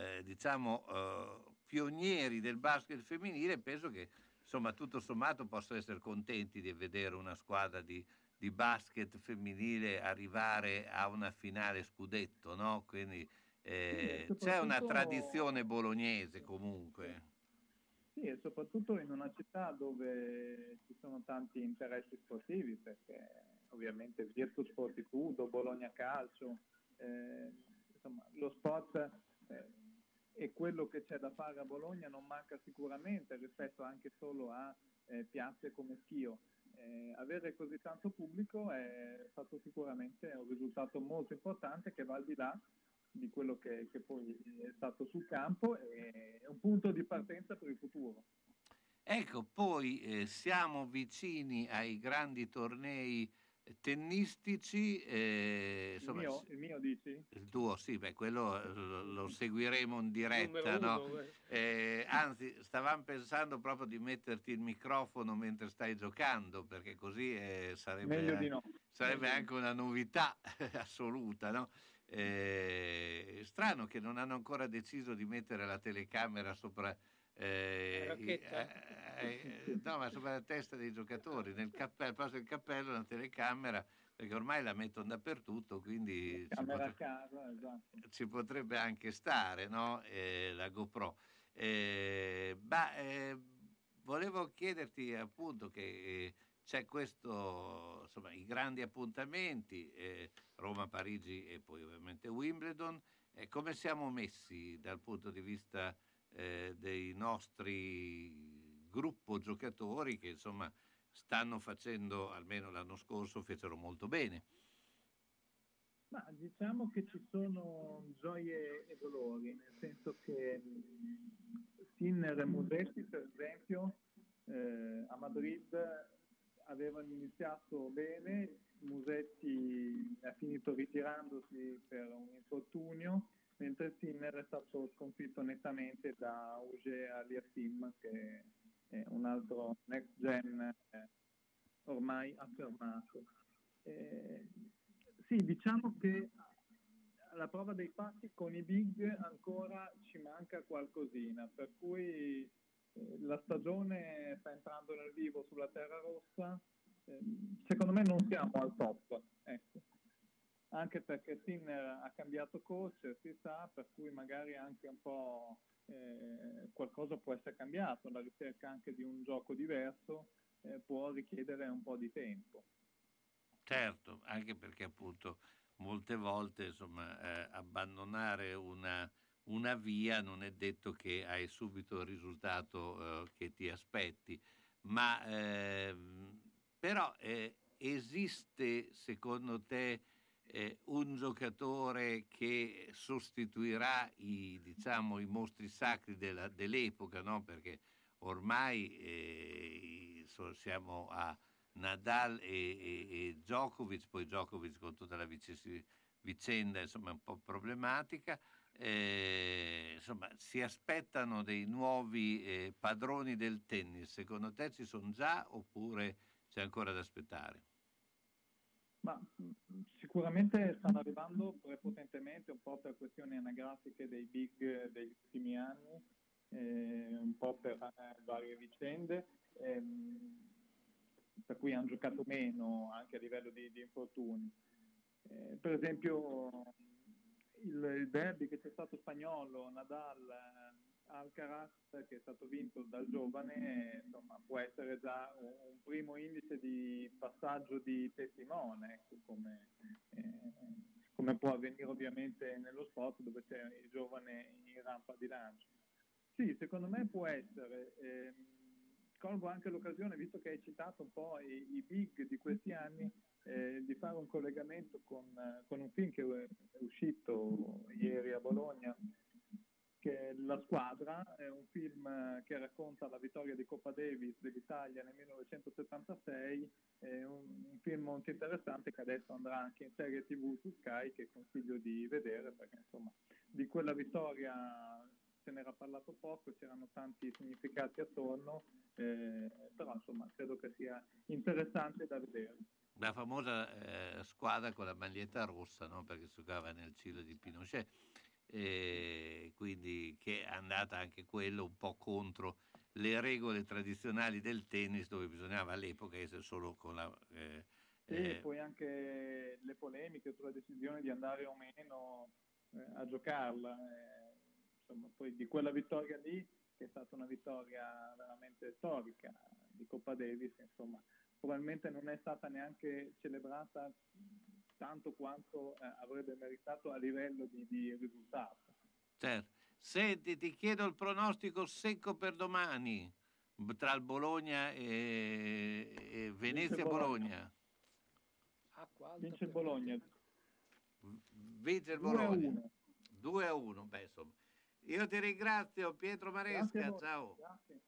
pionieri del basket femminile. Penso che insomma tutto sommato possono essere contenti di vedere una squadra di basket femminile arrivare a una finale scudetto, no? Quindi c'è una tradizione bolognese comunque. Sì, e soprattutto in una città dove ci sono tanti interessi sportivi, perché ovviamente Virtus Fortitudo, Bologna Calcio, insomma lo sport e quello che c'è da fare a Bologna non manca sicuramente rispetto anche solo a piazze come Schio. Avere così tanto pubblico è stato sicuramente un risultato molto importante, che va al di là di quello che poi è stato sul campo, e è un punto di partenza per il futuro. Ecco, poi siamo vicini ai grandi tornei tennistici. Insomma, il mio dici? Il tuo sì, quello lo seguiremo in diretta, no? Anzi, stavamo pensando proprio di metterti il microfono mentre stai giocando, perché così sarebbe, meglio di no. sarebbe anche una novità assoluta, no? Strano che non hanno ancora deciso di mettere la telecamera sopra no, ma sopra la testa dei giocatori, nel cappello, al posto del cappello una telecamera, perché ormai la mettono dappertutto, quindi Camera a casa, esatto. ci potrebbe anche stare, no? La GoPro. Volevo chiederti appunto che c'è questo, insomma, i grandi appuntamenti, Roma, Parigi e poi ovviamente Wimbledon. Come siamo messi dal punto di vista dei nostri gruppo giocatori che insomma stanno facendo, almeno l'anno scorso, fecero molto bene? Ma diciamo che ci sono gioie e dolori, nel senso che Sinner e Musetti, per esempio, a Madrid avevano iniziato bene, Musetti ha finito ritirandosi per un infortunio, mentre Sinner è stato sconfitto nettamente da Auger Aliassime, che è un altro next gen ormai affermato. Sì, diciamo che alla prova dei fatti con i big ancora ci manca qualcosina, per cui la stagione sta entrando nel vivo sulla terra rossa, secondo me non siamo al top, ecco. Anche perché Sinner ha cambiato coach, si sa, per cui magari anche un po' qualcosa può essere cambiato, la ricerca anche di un gioco diverso può richiedere un po' di tempo. Certo, anche perché appunto molte volte insomma abbandonare una via non è detto che hai subito il risultato che ti aspetti, ma però esiste secondo te un giocatore che sostituirà diciamo, i mostri sacri dell'epoca, no? Perché ormai siamo a Nadal e Djokovic, poi Djokovic con tutta la vicenda insomma un po' problematica, insomma si aspettano dei nuovi padroni del tennis. Secondo te ci sono già oppure c'è ancora da aspettare? Ma sicuramente stanno arrivando prepotentemente, un po' per questioni anagrafiche dei big degli ultimi anni, un po' per varie vicende, per cui hanno giocato meno anche a livello di infortuni. Per esempio il derby che c'è stato spagnolo, Nadal, Alcaraz, che è stato vinto dal giovane, insomma, può essere già un primo indice di passaggio di testimone, ecco, come può avvenire ovviamente nello sport dove c'è il giovane in rampa di lancio. Sì, secondo me può essere. Colgo anche l'occasione, visto che hai citato un po' i big di questi anni, di fare un collegamento con un film che è uscito ieri a Bologna, che è La Squadra, è un film che racconta la vittoria di Coppa Davis dell'Italia nel 1976, è un film molto interessante che adesso andrà anche in serie TV su Sky, che consiglio di vedere perché insomma di quella vittoria se n'era parlato poco, c'erano tanti significati attorno, però insomma credo che sia interessante da vedere. La famosa squadra con la maglietta rossa, no? Perché si giocava nel Cile di Pinochet, quindi che è andata anche quello un po' contro le regole tradizionali del tennis, dove bisognava all'epoca essere solo con la... E poi anche le polemiche sulla decisione di andare o meno a giocarla, insomma, poi di quella vittoria lì, che è stata una vittoria veramente storica di Coppa Davis, insomma, probabilmente non è stata neanche celebrata tanto quanto avrebbe meritato a livello di risultato. Certo. Senti, ti chiedo il pronostico secco per domani tra il Bologna e Venezia-Bologna. Vince il Bologna. Vince il Bologna. 2-1. Beh, insomma. Io ti ringrazio, Pietro Maresca. Ciao. Grazie.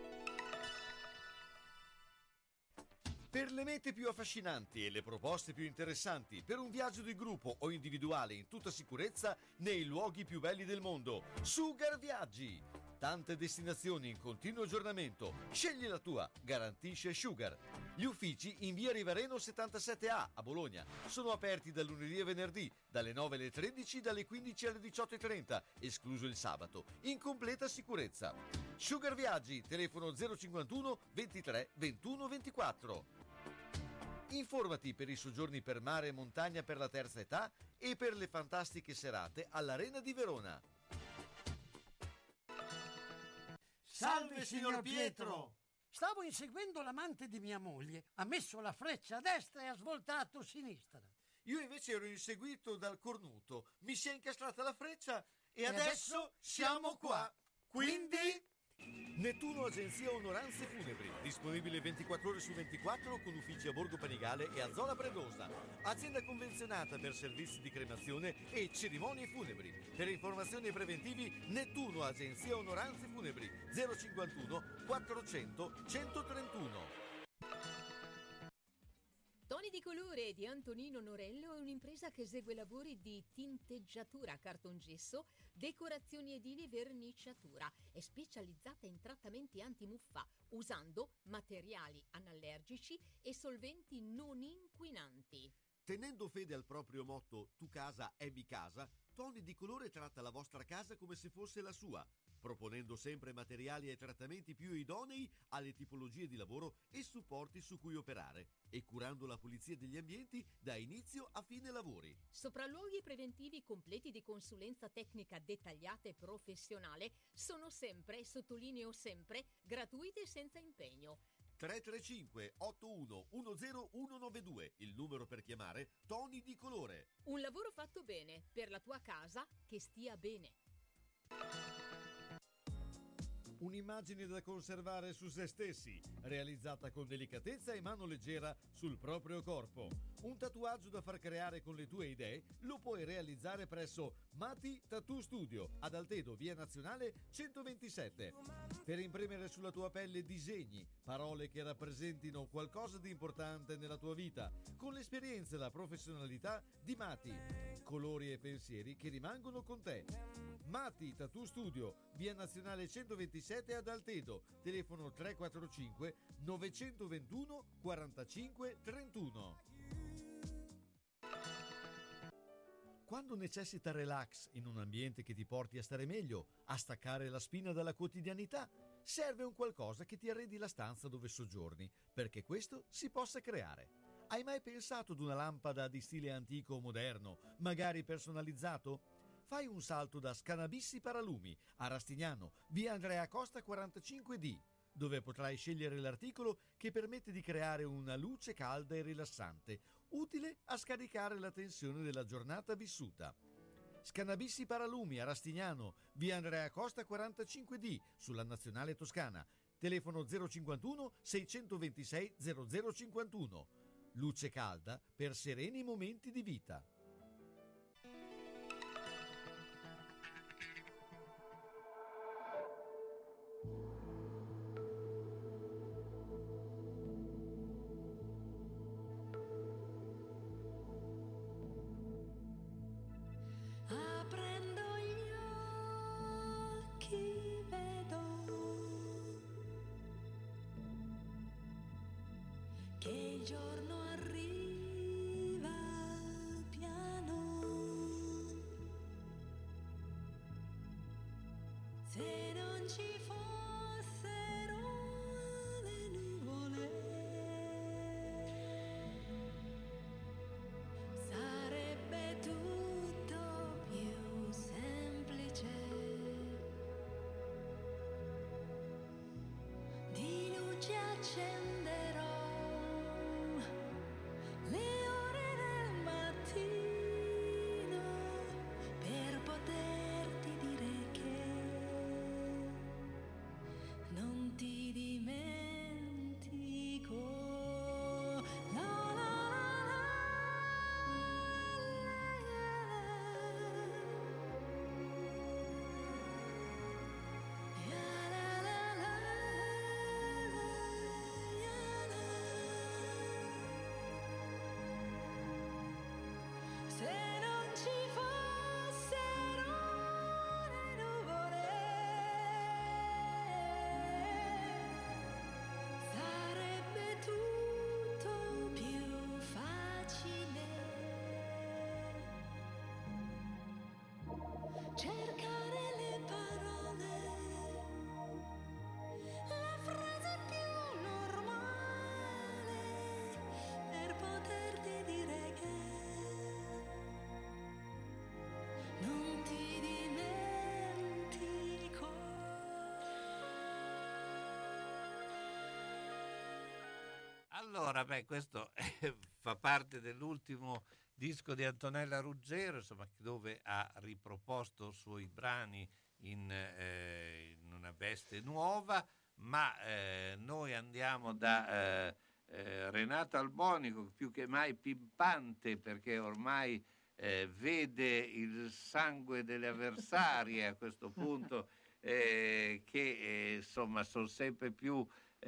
Per le mete più affascinanti e le proposte più interessanti, per un viaggio di gruppo o individuale in tutta sicurezza nei luoghi più belli del mondo, Sugar Viaggi. Tante destinazioni in continuo aggiornamento. Scegli la tua, garantisce Sugar. Gli uffici in via Rivareno 77A a Bologna sono aperti dal lunedì a venerdì, dalle 9 alle 13, dalle 15 alle 18:30, escluso il sabato, in completa sicurezza. Sugar Viaggi, telefono 051 23 21 24. Informati per i soggiorni per mare e montagna per la terza età e per le fantastiche serate all'Arena di Verona. Salve signor Pietro! Stavo inseguendo l'amante di mia moglie. Ha messo la freccia a destra e ha svoltato a sinistra. Io invece ero inseguito dal cornuto. Mi si è incastrata la freccia e adesso siamo qua. Quindi... Nettuno Agenzia Onoranze Funebri, disponibile 24 ore su 24 con uffici a Borgo Panigale e a Zola Predosa. Azienda convenzionata per servizi di cremazione e cerimonie funebri. Per informazioni e preventivi Nettuno Agenzia Onoranze Funebri 051 400 131. Toni di colore di Antonino Norello è un'impresa che esegue lavori di tinteggiatura, cartongesso, decorazioni edili e verniciatura. È specializzata in trattamenti antimuffa usando materiali anallergici e solventi non inquinanti. Tenendo fede al proprio motto Tu casa è mi casa, Toni di colore tratta la vostra casa come se fosse la sua, proponendo sempre materiali e trattamenti più idonei alle tipologie di lavoro e supporti su cui operare e curando la pulizia degli ambienti da inizio a fine lavori. Sopralluoghi preventivi completi di consulenza tecnica dettagliata e professionale sono sempre, sottolineo sempre, gratuiti e senza impegno. 335 81 10192, il numero per chiamare Toni di colore. Un lavoro fatto bene per la tua casa che stia bene. Un'immagine da conservare su se stessi, realizzata con delicatezza e mano leggera sul proprio corpo. Un tatuaggio da far creare con le tue idee lo puoi realizzare presso Mati Tattoo Studio ad Altedo, via Nazionale 127. Per imprimere sulla tua pelle disegni, parole che rappresentino qualcosa di importante nella tua vita, con l'esperienza e la professionalità di Mati. Colori e pensieri che rimangono con te. Mati Tattoo Studio, via Nazionale 127 ad Altedo, telefono 345 921 45 31. Quando necessita relax in un ambiente che ti porti a stare meglio, a staccare la spina dalla quotidianità, serve un qualcosa che ti arredi la stanza dove soggiorni, perché questo si possa creare. Hai mai pensato ad una lampada di stile antico o moderno, magari personalizzato? Fai un salto da Scanabissi Paralumi a Rastignano, via Andrea Costa 45D, dove potrai scegliere l'articolo che permette di creare una luce calda e rilassante, utile a scaricare la tensione della giornata vissuta. Scanabissi Paralumi a Rastignano, via Andrea Costa 45D, sulla Nazionale Toscana, telefono 051 626 0051. Luce calda per sereni momenti di vita. Aprendo gli occhi vedo che il giorno arriva piano. Se non ci fossero le nuvole, sarebbe tutto più semplice. Di luce accenderò le ore del mattino per poterti dire che Allora, questo fa parte dell'ultimo disco di Antonella Ruggero, insomma, dove ha riproposto suoi brani in una veste nuova, ma noi andiamo da Renato Albonico, più che mai pimpante, perché ormai vede il sangue delle avversarie a questo punto, che insomma sono sempre più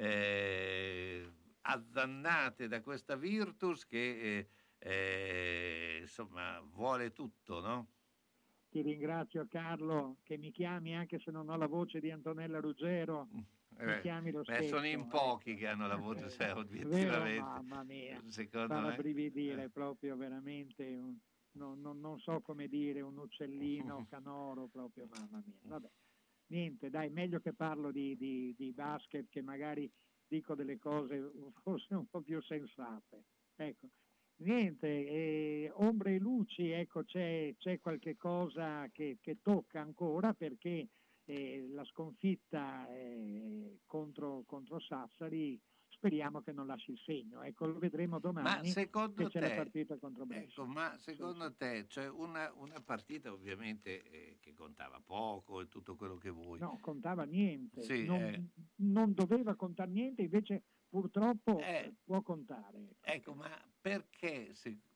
azzannate da questa virtus che insomma vuole tutto, no? Ti ringrazio Carlo che mi chiami anche se non ho la voce di Antonella Ruggero, mi chiami lo stesso. Sono in pochi che hanno la voce, Vero, obiettivamente. mamma mia, Secondo fa me. rabbrividire proprio veramente, non so come dire, un uccellino canoro proprio, mamma mia. Vabbè, niente, dai, meglio che parlo di basket, che magari dico delle cose forse un po' più sensate. Ecco. Niente, ombre e luci, ecco, c'è qualche cosa che tocca ancora, perché la sconfitta contro Sassari speriamo che non lasci il segno, ecco, lo vedremo domani, Ma secondo che c'è la te, partita contro Brescia. ecco, ma secondo te, cioè una partita ovviamente che contava poco e tutto quello che vuoi. No, contava niente, Sì, non doveva contare niente, invece purtroppo può contare. Ecco, ma perché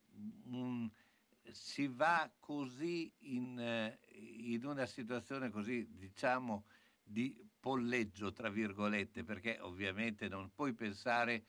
si va così in una situazione così, diciamo, di polleggio, tra virgolette, perché ovviamente non puoi pensare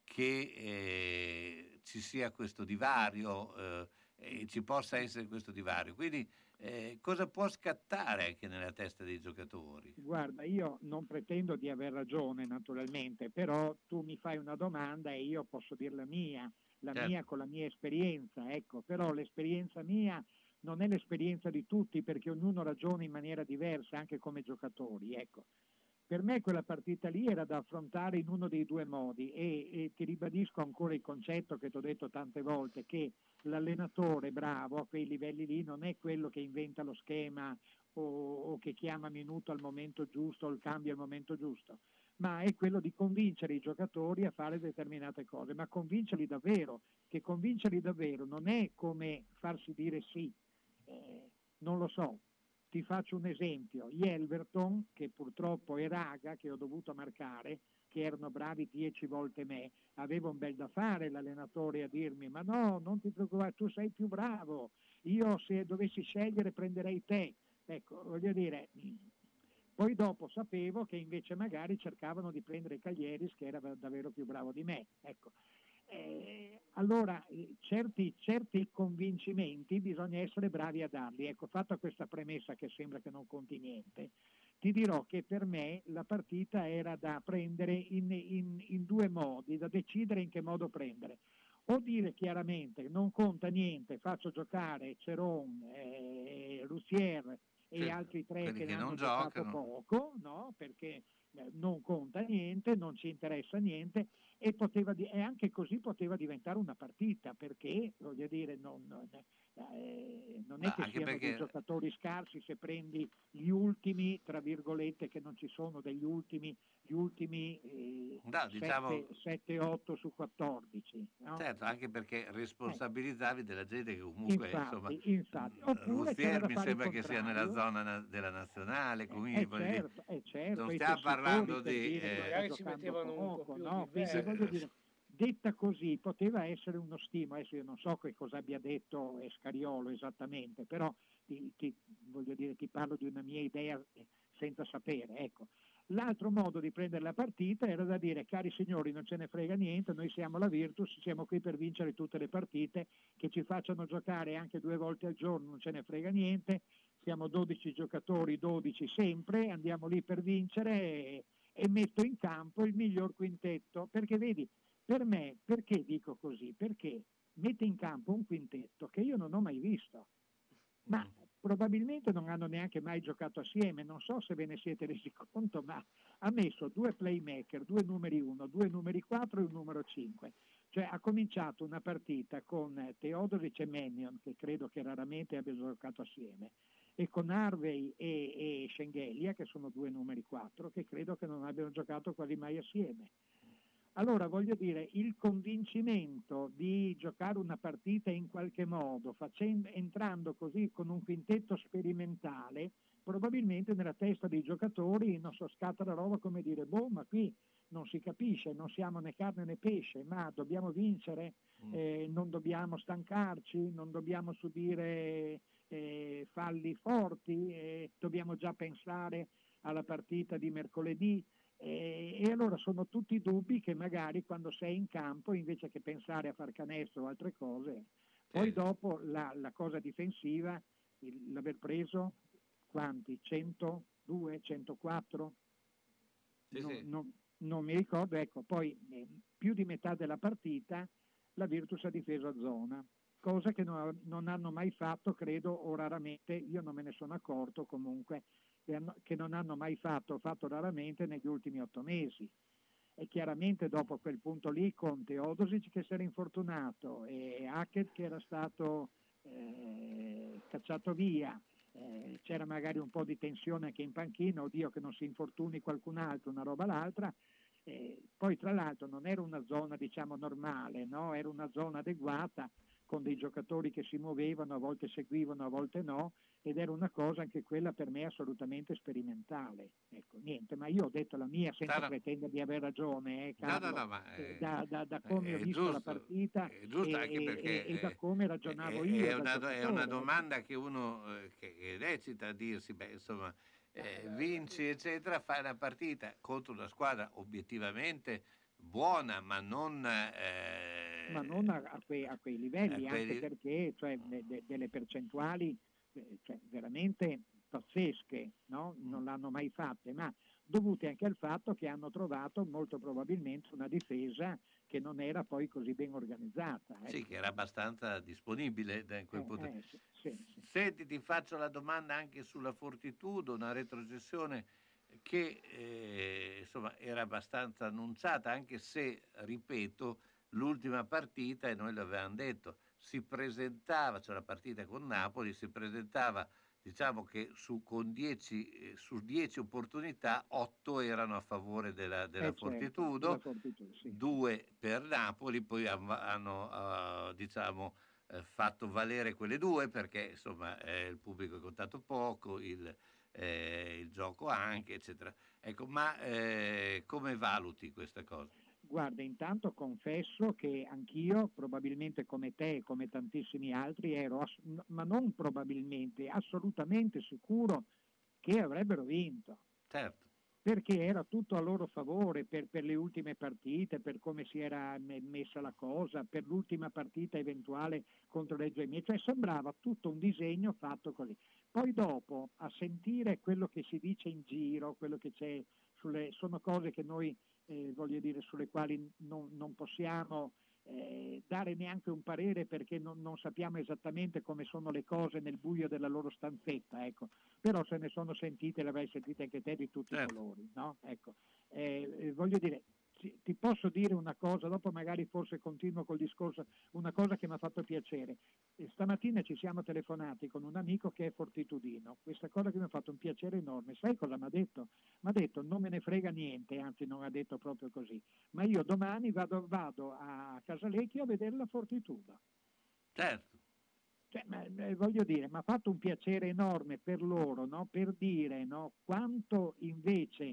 che ci sia questo divario, e ci possa essere questo divario. Quindi cosa può scattare anche nella testa dei giocatori? Guarda, io non pretendo di aver ragione naturalmente, però tu mi fai una domanda e io posso dire la mia Certo. con la mia esperienza, ecco, però l'esperienza mia non è l'esperienza di tutti, perché ognuno ragiona in maniera diversa anche come giocatori, ecco. Per me quella partita lì era da affrontare in uno dei due modi e ti ribadisco ancora il concetto che ti ho detto tante volte, che l'allenatore bravo a quei livelli lì non è quello che inventa lo schema o che chiama minuto al momento giusto o il cambio al momento giusto, ma è quello di convincere i giocatori a fare determinate cose, ma convincerli davvero, che convincerli davvero non è come farsi dire sì, non lo so. Ti faccio un esempio, gli Elverton, che purtroppo è Raga, che ho dovuto marcare, che erano bravi 10 volte me, aveva un bel da fare l'allenatore a dirmi: ma no, non ti preoccupare, tu sei più bravo, io se dovessi scegliere prenderei te. Ecco, voglio dire, poi dopo sapevo che invece magari cercavano di prendere Caglieris, che era davvero più bravo di me. Ecco. Allora certi convincimenti bisogna essere bravi a darli. Ecco, fatta questa premessa che sembra che non conti niente, ti dirò che per me la partita era da prendere in due modi, da decidere in che modo prendere. O dire chiaramente non conta niente, faccio giocare Ceron, Roussier e Sì, altri tre quelli che che ne non hanno giocato giocano. poco, no? Perché non conta niente, non ci interessa niente, e anche così poteva diventare una partita, perché voglio dire non è che Anche siano dei perché giocatori scarsi se prendi gli ultimi, tra virgolette, che non ci sono degli ultimi, gli ultimi No, diciamo, 7-8 su 14. No? certo, anche perché responsabilizzavi della gente che comunque, insomma, Infatti. Oppure c'era Roussier da mi fare il sembra che sia nella contrario. zona della nazionale, quindi voglio dire, certo, non i stiamo tessitori, parlando per di dire, che Magari sta ci giocando mettevano un po' poco, più no? di Quindi verve. voglio dire, detta così poteva essere uno stimolo. Adesso io non so che cosa abbia detto Scariolo esattamente, però voglio dire, ti parlo di una mia idea senza sapere, ecco. L'altro modo di prendere la partita era da dire: cari signori, non ce ne frega niente, noi siamo la Virtus, siamo qui per vincere tutte le partite, che ci facciano giocare anche 2 volte al giorno, non ce ne frega niente, siamo 12 giocatori, 12 sempre, andiamo lì per vincere e metto in campo il miglior quintetto, perché vedi, per me, perché dico così? Perché mette in campo un quintetto che io non ho mai visto, ma probabilmente non hanno neanche mai giocato assieme, non so se ve ne siete resi conto, ma ha messo 2 playmaker, 2 numeri 1, 2 numeri 4 e un numero 5. Cioè ha cominciato una partita con Teodoric e Mannion, che credo che raramente abbiano giocato assieme, e con Harvey e Schengelia, che sono 2 numeri 4, che credo che non abbiano giocato quasi mai assieme. Allora, voglio dire, il convincimento di giocare una partita in qualche modo, entrando così con un quintetto sperimentale, probabilmente nella testa dei giocatori non so, scatta la roba come dire, ma qui non si capisce, non siamo né carne né pesce, ma dobbiamo vincere, non dobbiamo stancarci, non dobbiamo subire falli forti, dobbiamo già pensare alla partita di mercoledì. E allora sono tutti dubbi che magari quando sei in campo, invece che pensare a far canestro o altre cose, poi dopo la cosa difensiva, l'aver preso quanti? 102, 104? Non mi ricordo, ecco, poi più di metà della partita la Virtus ha difeso a zona, cosa che non hanno mai fatto, credo, o raramente, io non me ne sono accorto comunque, che non hanno mai fatto raramente negli ultimi 8 mesi. E chiaramente dopo quel punto lì con Teodosic che si era infortunato e Hackett che era stato cacciato via, c'era magari un po' di tensione anche in panchina, oddio che non si infortuni qualcun altro, una roba l'altra. Poi tra l'altro non era una zona diciamo normale, no? Era una zona adeguata con dei giocatori che si muovevano, a volte seguivano, a volte no, ed era una cosa anche quella per me assolutamente sperimentale. Ecco, niente, ma io ho detto la mia senza pretendere di aver ragione, Carlo, ma da come ho visto giusto, la partita è giusto anche perché e da come ragionavo io. È una domanda che uno che recita a dirsi, insomma, vinci eccetera, fai una partita contro una squadra obiettivamente buona, ma non a quei livelli, anche perché cioè, delle percentuali cioè, veramente pazzesche, no? Non l'hanno mai fatte, ma dovute anche al fatto che hanno trovato molto probabilmente una difesa che non era poi così ben organizzata. Ecco. Sì, che era abbastanza disponibile da quel punto. Sì. Senti, ti faccio la domanda anche sulla Fortitudo, una retrocessione che insomma era abbastanza annunciata, anche se, ripeto, l'ultima partita, e noi l'avevamo detto, si presentava, cioè la partita con Napoli, si presentava, diciamo che su 10 opportunità, 8 erano a favore della Fortitudo, 2 per Napoli, poi hanno diciamo, fatto valere quelle 2 perché insomma il pubblico è contato poco, il gioco anche, eccetera. Ecco, ma come valuti questa cosa? Guarda, intanto confesso che anch'io, probabilmente come te e come tantissimi altri, ero, ma non probabilmente, assolutamente sicuro che avrebbero vinto. Certo. Perché era tutto a loro favore per le ultime partite, per come si era messa la cosa, per l'ultima partita eventuale contro Reggio Emilia, cioè sembrava tutto un disegno fatto così. Poi dopo, a sentire quello che si dice in giro, quello che c'è, sono cose che noi, voglio dire, sulle quali non possiamo dare neanche un parere perché non sappiamo esattamente come sono le cose nel buio della loro stanzetta, ecco. Però se ne sono sentite, le avrai sentite anche te di tutti i colori, no? Ecco. Voglio dire, ti posso dire una cosa, dopo magari forse continuo col discorso, una cosa che mi ha fatto piacere. Stamattina ci siamo telefonati con un amico che è fortitudino, questa cosa che mi ha fatto un piacere enorme. Sai cosa mi ha detto? Mi ha detto non me ne frega niente, anzi non ha detto proprio così, ma io domani vado a Casalecchio a vedere la Fortitudo. Certo. Cioè, voglio dire, mi ha fatto un piacere enorme per loro, no? Per dire, no? Quanto invece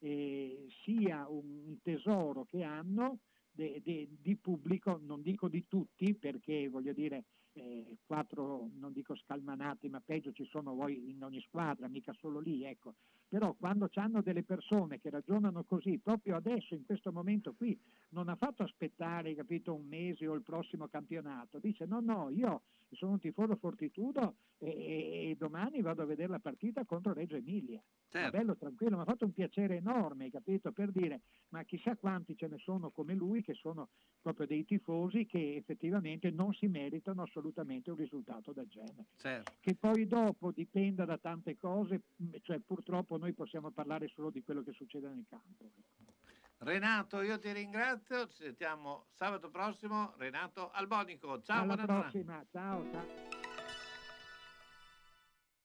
sia un tesoro che hanno di pubblico, non dico di tutti, perché voglio dire 4, non dico scalmanati, ma peggio ci sono voi in ogni squadra, mica solo lì, ecco. Però quando c'hanno delle persone che ragionano così, proprio adesso, in questo momento qui, non ha fatto aspettare, capito, un mese o il prossimo campionato, dice no, io sono un tifoso Fortitudo e domani vado a vedere la partita contro Reggio Emilia. Certo. Bello, tranquillo, mi ha fatto un piacere enorme, capito, per dire, ma chissà quanti ce ne sono come lui, che sono proprio dei tifosi che effettivamente non si meritano assolutamente un risultato del genere. Certo. Che poi dopo dipenda da tante cose, cioè purtroppo noi possiamo parlare solo di quello che succede nel campo. Renato, io ti ringrazio, ci sentiamo sabato prossimo. Renato Albonico, ciao. Alla prossima, ciao.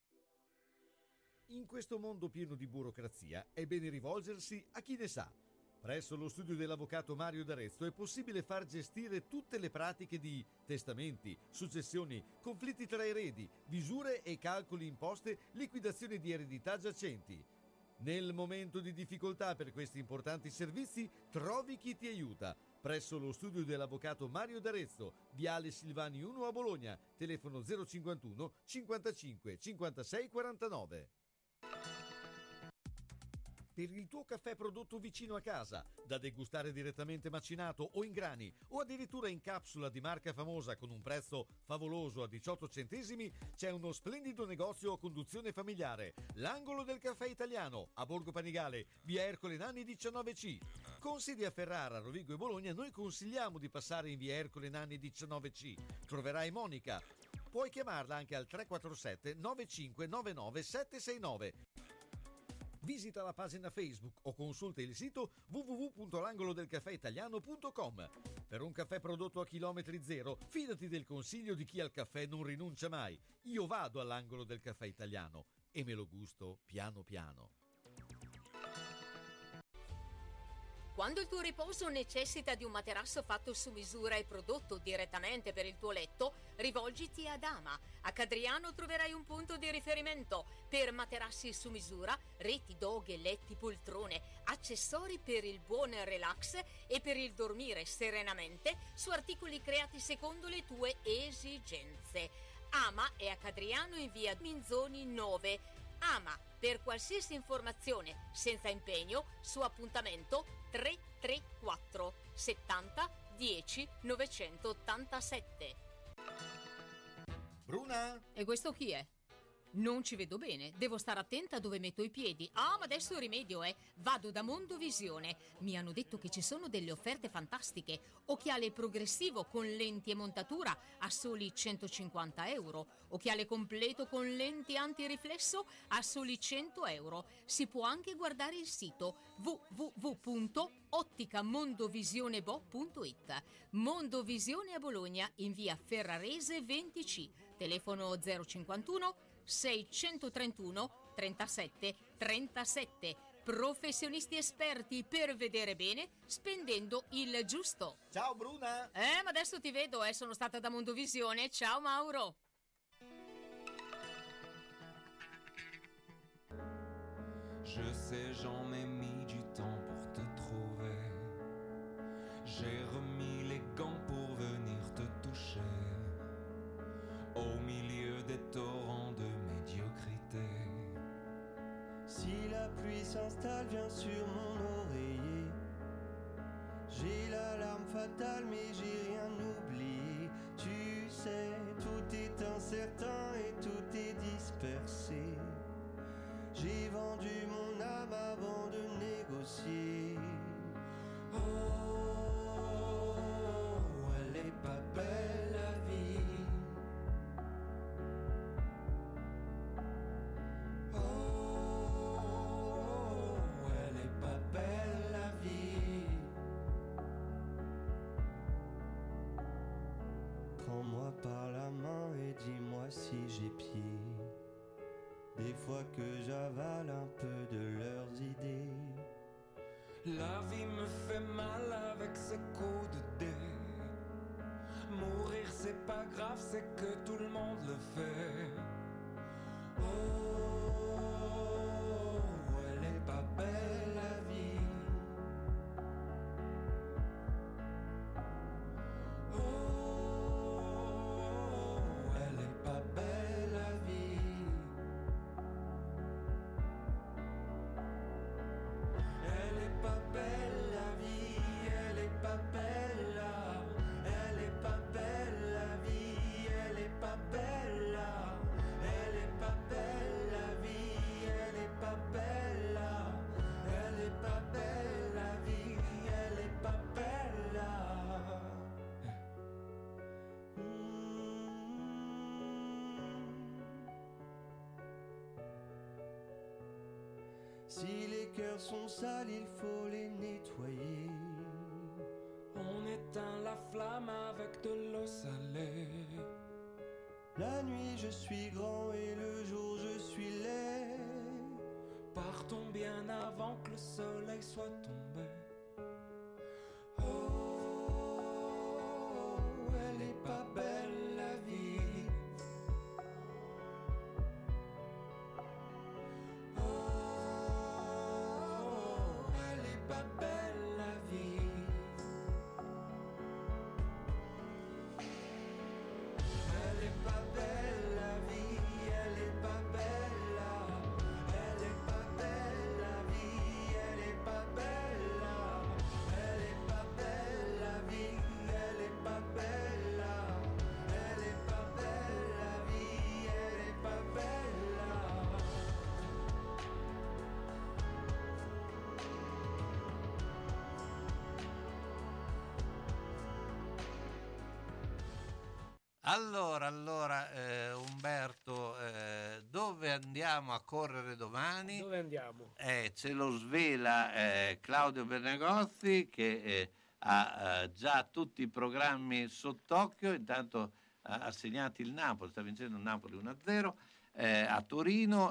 In questo mondo pieno di burocrazia è bene rivolgersi a chi ne sa. Presso lo studio dell'avvocato Mario D'Arezzo è possibile far gestire tutte le pratiche di testamenti, successioni, conflitti tra eredi, visure e calcoli imposte, liquidazione di eredità giacenti. Nel momento di difficoltà per questi importanti servizi, trovi chi ti aiuta. Presso lo studio dell'avvocato Mario D'Arezzo, Viale Silvani 1 a Bologna, telefono 051 55 56 49. Per il tuo caffè prodotto vicino a casa, da degustare direttamente macinato o in grani o addirittura in capsula di marca famosa con un prezzo favoloso a 18 centesimi, c'è uno splendido negozio a conduzione familiare, l'Angolo del Caffè Italiano, a Borgo Panigale, via Ercole Nanni 19C. Con sedi a Ferrara, Rovigo e Bologna, noi consigliamo di passare in via Ercole Nanni 19C. Troverai Monica. Puoi chiamarla anche al 347 9599 769. Visita la pagina Facebook o consulta il sito www.langolodelcaffeitaliano.com. Per un caffè prodotto a chilometri zero, fidati del consiglio di chi al caffè non rinuncia mai. Io vado all'Angolo del Caffè Italiano e me lo gusto piano piano. Quando il tuo riposo necessita di un materasso fatto su misura e prodotto direttamente per il tuo letto, rivolgiti ad Ama. A Cadriano troverai un punto di riferimento per materassi su misura, reti, doghe, letti, poltrone, accessori per il buon relax e per il dormire serenamente su articoli creati secondo le tue esigenze. Ama è a Cadriano in via Minzoni 9. Ama, per qualsiasi informazione senza impegno, su appuntamento 334 70 10 987. Bruna? E questo chi è? Non ci vedo bene, devo stare attenta dove metto i piedi. Ah, ma adesso il rimedio è: vado da Mondovisione. Mi hanno detto che ci sono delle offerte fantastiche. Occhiale progressivo con lenti e montatura a soli 150 euro. Occhiale completo con lenti antiriflesso a soli 100 euro. Si può anche guardare il sito www.otticamondovisionebo.it. Mondovisione a Bologna in via Ferrarese 20C. Telefono 051 631 37 37. Professionisti esperti per vedere bene spendendo il giusto. Ciao Bruna! Ma adesso ti vedo, sono stata da Mondovisione. Ciao Mauro! Je sais, j'en ai mis du temps pour te trouver. J'ai remis les gants pour venir te toucher. Au milieu des torrents de médiocrité. Si la pluie s'installe, viens sur mon oreiller. J'ai l'alarme fatale, mais j'ai rien oublié. Tu sais, tout est incertain et tout est dispersé. J'ai vendu mon âme avant de négocier. Oh, elle est pas belle la vie. Oh, elle est pas belle la vie. Prends-moi par la main et dis-moi si j'ai pied. Des fois que j'avale un peu de leurs idées. La vie me fait mal avec ses coups de dés. Mourir c'est pas grave, c'est que tout le monde le fait. Oh, elle est pas belle la vie. Oh, elle est pas belle la vie. Elle est pas belle la vie, elle est pas belle là. Elle est pas belle la vie, elle est pas belle là. Elle est pas belle la vie, elle est pas belle là. Elle est pas belle la vie, elle est pas belle là. Si les cœurs sont sales, il faut les nettoyer. On éteint la flamme avec de l'eau salée. La nuit je suis grand et le jour je suis laid. Partons bien avant que le soleil soit tombé. Allora, Umberto, dove andiamo a correre domani? Dove andiamo? Ce lo svela Claudio Bernegozzi, che ha già tutti i programmi sott'occhio. Intanto ha assegnato il Napoli, sta vincendo il Napoli 1-0 a Torino.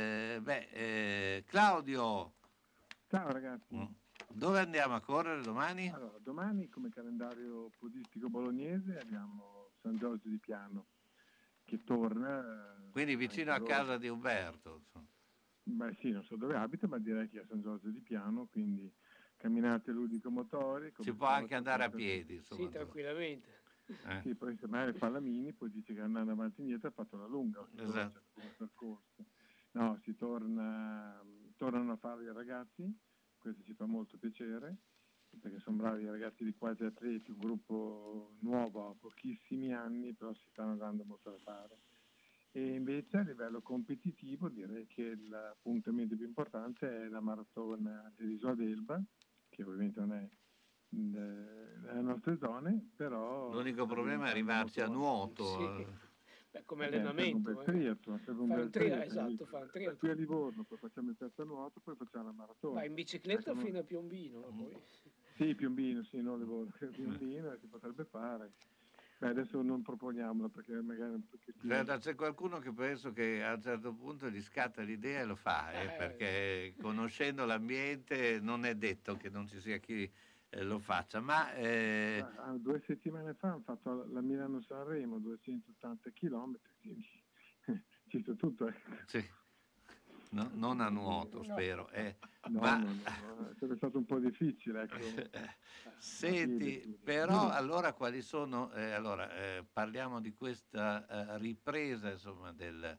Claudio, Ciao ragazzi. dove andiamo a correre domani? Allora, domani come calendario podistico bolognese abbiamo San Giorgio di Piano che torna. Quindi vicino a casa di Umberto. Beh sì, non so dove abita, ma direi che è a San Giorgio di Piano, quindi camminate ludico-motori. Si può anche andare a piedi, insomma. Sì, tranquillamente. Sì, poi se magari fa la mini, poi dice che andando avanti e indietro ha fatto la lunga. Esatto. Come percorso. No, tornano a farlo i ragazzi, questo ci fa molto piacere, perché sono bravi i ragazzi di Quasi Atleti, un gruppo nuovo, a pochissimi anni, però si stanno dando molto da fare. E invece a livello competitivo direi che l'appuntamento più importante è la maratona dell'Isola d'Elba, che ovviamente non è nelle nostre zone, però... L'unico problema è arrivarci a nuoto. Sì. Beh, come allenamento. Un bel triathlon, Esatto, fa un triathlon. Qui a Livorno, poi facciamo il terzo nuoto, poi facciamo la maratona. Vai in bicicletta fino a Piombino. Poi. Sì, Piombino, sì, non Livorno, Piombino si potrebbe fare. Beh, adesso non proponiamolo perché magari un pochettino... Guarda, c'è qualcuno che penso che a un certo punto gli scatta l'idea e lo fa, perché conoscendo l'ambiente non è detto che non ci sia chi lo faccia, ma 2 settimane fa hanno fatto la Milano-Sanremo 280 km, quindi cito tutto. Sì. No, non a nuoto, spero. No, sarebbe stato un po' difficile. Ecco. Senti, però allora quali sono? Parliamo di questa ripresa, insomma,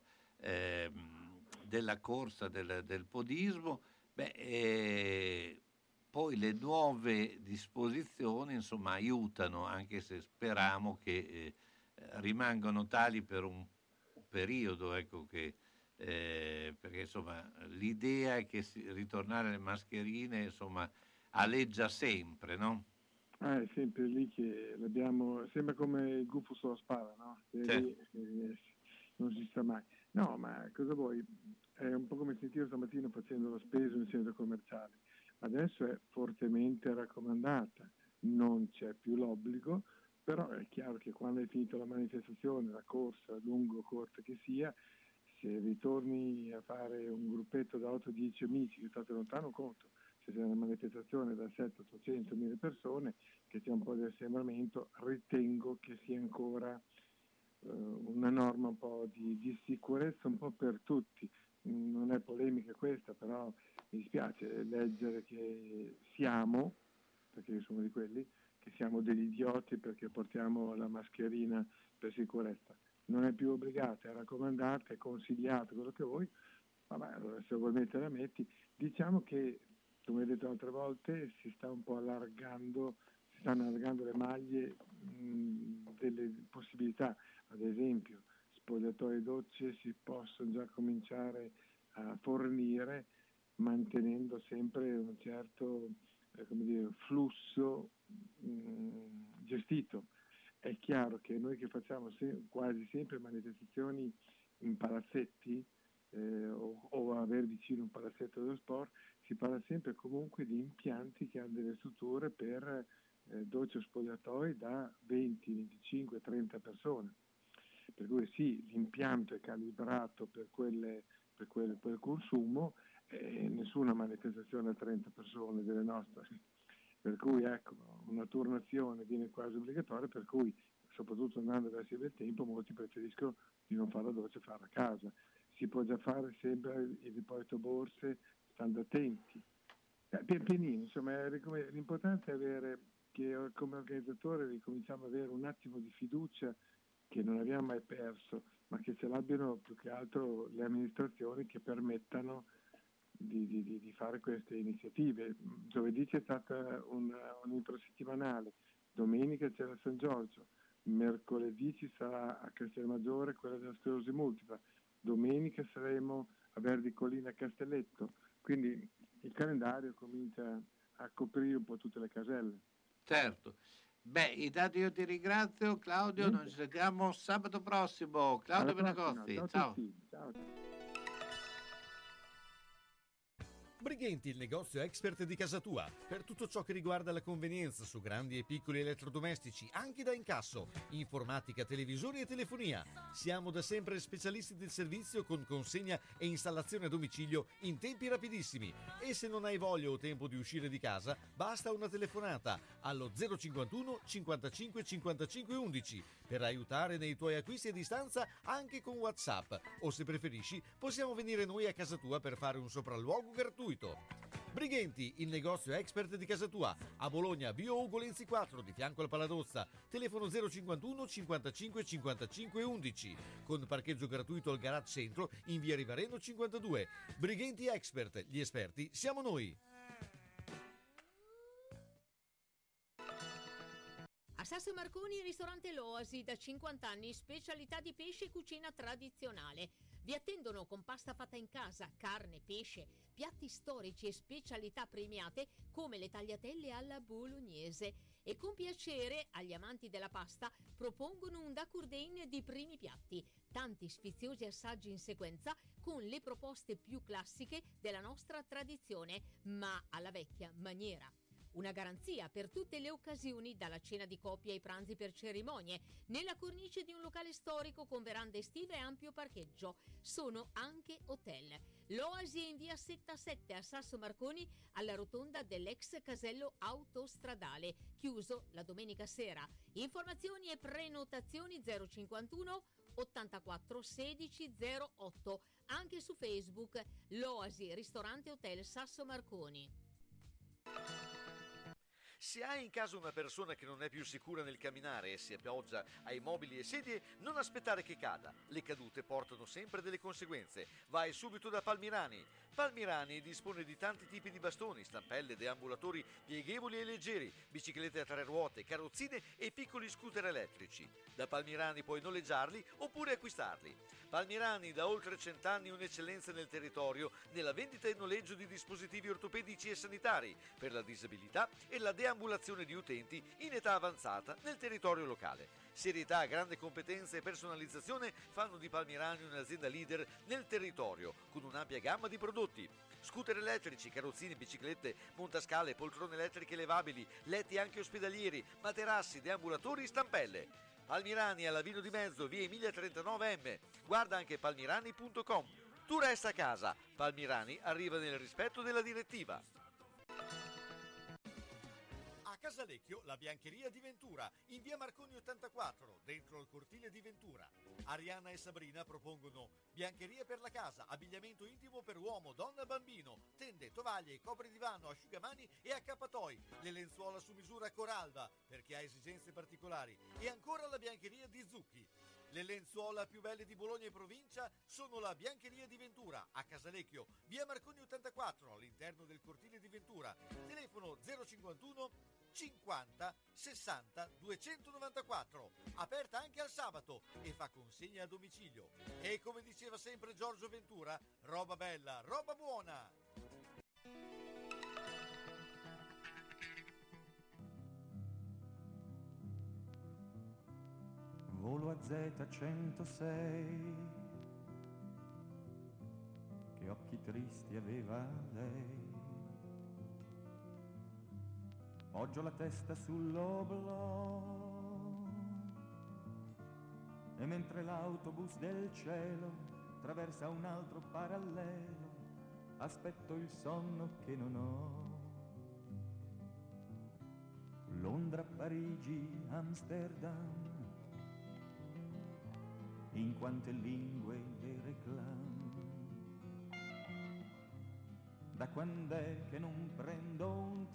della corsa, del podismo. Poi le nuove disposizioni, insomma, aiutano, anche se speriamo che rimangano tali per un periodo, ecco, perché insomma l'idea è che ritornare alle mascherine, insomma, aleggia sempre, no? È sempre lì che l'abbiamo, sembra come il gufo sulla spalla, no? Non si sa mai. No, ma cosa vuoi? È un po' come sentivo stamattina facendo la spesa in un centro commerciale. Adesso è fortemente raccomandata, non c'è più l'obbligo, però è chiaro che quando hai finito la manifestazione, la corsa, lungo o corta che sia, se ritorni a fare un gruppetto da 8-10 amici che state lontano, conto. Se c'è una manifestazione da 700-800.000 persone, che c'è un po' di assembramento, ritengo che sia ancora una norma un po' di sicurezza un po' per tutti. Non è polemica questa, però mi dispiace leggere che siamo, perché sono di quelli, che siamo degli idioti perché portiamo la mascherina per sicurezza. Non è più obbligata, è raccomandata, è consigliata, quello che vuoi, vabbè, allora se vuoi mettere la metti. Diciamo che, come ho detto altre volte, si stanno allargando le maglie delle possibilità. Ad esempio, spogliatoi e docce si possono già cominciare a fornire mantenendo sempre un certo flusso gestito. È chiaro che noi che facciamo quasi sempre manifestazioni in palazzetti o avere vicino un palazzetto dello sport, si parla sempre comunque di impianti che hanno delle strutture per docce o spogliatoi da 20, 25, 30 persone. Per cui sì, l'impianto è calibrato per quel consumo, nessuna manifestazione a 30 persone delle nostre. Per cui ecco, una turnazione viene quasi obbligatoria, per cui soprattutto andando verso il bel tempo molti preferiscono di non fare la doccia e farla a casa. Si può già fare sempre il deposito borse, stando attenti. Pian pianino, insomma, l'importante è avere che come organizzatore ricominciamo ad avere un attimo di fiducia che non abbiamo mai perso, ma che ce l'abbiano più che altro le amministrazioni che permettano di fare queste iniziative. Giovedì c'è stata un infrasettimanale, domenica c'era San Giorgio, mercoledì ci sarà a Castelmaggiore quella della sclerosi multipla, domenica saremo a Verdi Collina a Castelletto, quindi il calendario comincia a coprire un po' tutte le caselle. Certo. Beh, intanto io ti ringrazio, Claudio. Noi ci sentiamo sabato prossimo. Claudio Alla prossima, Benacosti, ciao a ciao. tutti, ciao. Brighenti, il negozio expert di casa tua. Per tutto ciò che riguarda la convenienza su grandi e piccoli elettrodomestici, anche da incasso, informatica, televisori e telefonia. Siamo da sempre specialisti del servizio con consegna e installazione a domicilio in tempi rapidissimi. E se non hai voglia o tempo di uscire di casa, basta una telefonata allo 051 55 55 11 per aiutare nei tuoi acquisti a distanza anche con WhatsApp. O se preferisci, possiamo venire noi a casa tua per fare un sopralluogo gratuito. Brighenti, il negozio expert di casa tua, a Bologna, via Ugolenzi 4, di fianco al Paladozza, telefono 051 55 55 11, con parcheggio gratuito al garage centro in via Rivareno 52. Brighenti Expert, gli esperti siamo noi. A Sasso Marconi, ristorante L'Oasi, da 50 anni, specialità di pesce e cucina tradizionale. Vi attendono con pasta fatta in casa, carne, pesce, piatti storici e specialità premiate come le tagliatelle alla bolognese. E con piacere, agli amanti della pasta, propongono un dacurdain di primi piatti. Tanti sfiziosi assaggi in sequenza con le proposte più classiche della nostra tradizione, ma alla vecchia maniera. Una garanzia per tutte le occasioni, dalla cena di coppia ai pranzi per cerimonie, nella cornice di un locale storico con veranda estiva e ampio parcheggio. Sono anche hotel. L'Oasi è in via 77 a Sasso Marconi, alla rotonda dell'ex casello autostradale, chiuso la domenica sera. Informazioni e prenotazioni 051 84 16 08, anche su Facebook. L'Oasi, ristorante hotel Sasso Marconi. Se hai in casa una persona che non è più sicura nel camminare e si appoggia ai mobili e sedie, non aspettare che cada. Le cadute portano sempre delle conseguenze. Vai subito da Palmirani. Palmirani dispone di tanti tipi di bastoni, stampelle, deambulatori pieghevoli e leggeri, biciclette a 3 ruote, carrozzine e piccoli scooter elettrici. Da Palmirani puoi noleggiarli oppure acquistarli. Palmirani, da oltre 100 anni un'eccellenza nel territorio nella vendita e noleggio di dispositivi ortopedici e sanitari per la disabilità e la deambulazione di utenti in età avanzata nel territorio locale. Serietà, grande competenza e personalizzazione fanno di Palmirani un'azienda leader nel territorio, con un'ampia gamma di prodotti. Scooter elettrici, carrozzine, biciclette, montascale, poltrone elettriche levabili, letti anche ospedalieri, materassi, deambulatori, stampelle. Palmirani alla Vino di Mezzo, via Emilia 39M. Guarda anche palmirani.com. Tu resta a casa. Palmirani arriva nel rispetto della direttiva. A Casalecchio, la biancheria di Ventura, in via Marconi 84, dentro al cortile di Ventura. Arianna e Sabrina propongono biancheria per la casa, abbigliamento intimo per uomo, donna, bambino, tende, tovaglie, copridivano, asciugamani e accappatoi, le lenzuola su misura Coralba per chi ha esigenze particolari e ancora la biancheria di Zucchi. Le lenzuola più belle di Bologna e provincia sono la biancheria di Ventura, a Casalecchio, via Marconi 84, all'interno del cortile di Ventura. Telefono 051 50 60 294, aperta anche al sabato e fa consegna a domicilio. E come diceva sempre Giorgio Ventura, roba bella, roba buona. Volo a Z106, che occhi tristi aveva lei. Poggio la testa sull'oblò e mentre l'autobus del cielo attraversa un altro parallelo, aspetto il sonno che non ho. Londra, Parigi, Amsterdam, in quante lingue le reclam. Da quand'è che non prendo un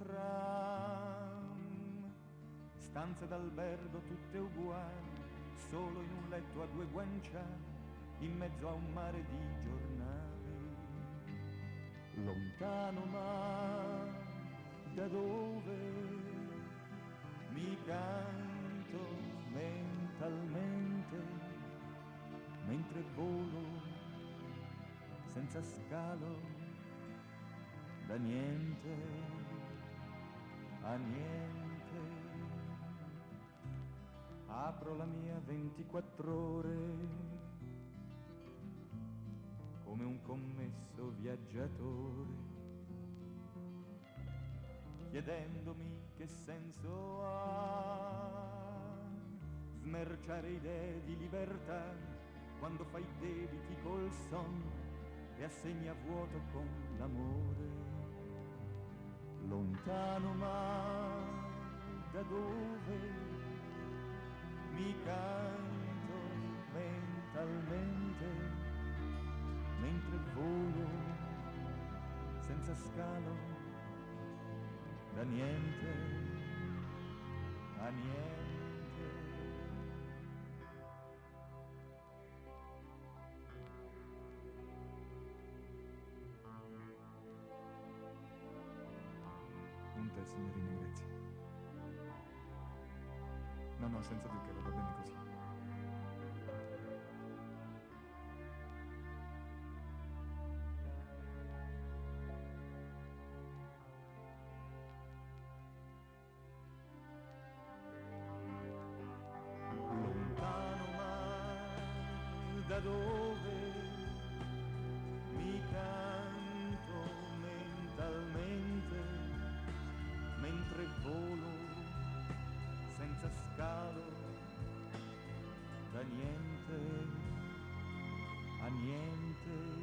tram? Stanze d'albergo tutte uguali, solo in un letto a 2 guanciali, in mezzo a un mare di giornali. Lontano ma da dove mi canto mentalmente, mentre volo senza scalo da niente a niente. apro la mia 24 ore come un commesso viaggiatore, chiedendomi che senso ha smerciare idee di libertà quando fai debiti col sonno e assegni a vuoto con l'amore. Lontano ma da dove mi canto mentalmente mentre volo senza scalo da niente a niente. Un tè, signorina, grazie. No, senza zucchero, va bene così. Lontano ma da dove mi canto mentalmente mentre volo senza scalo da niente a niente.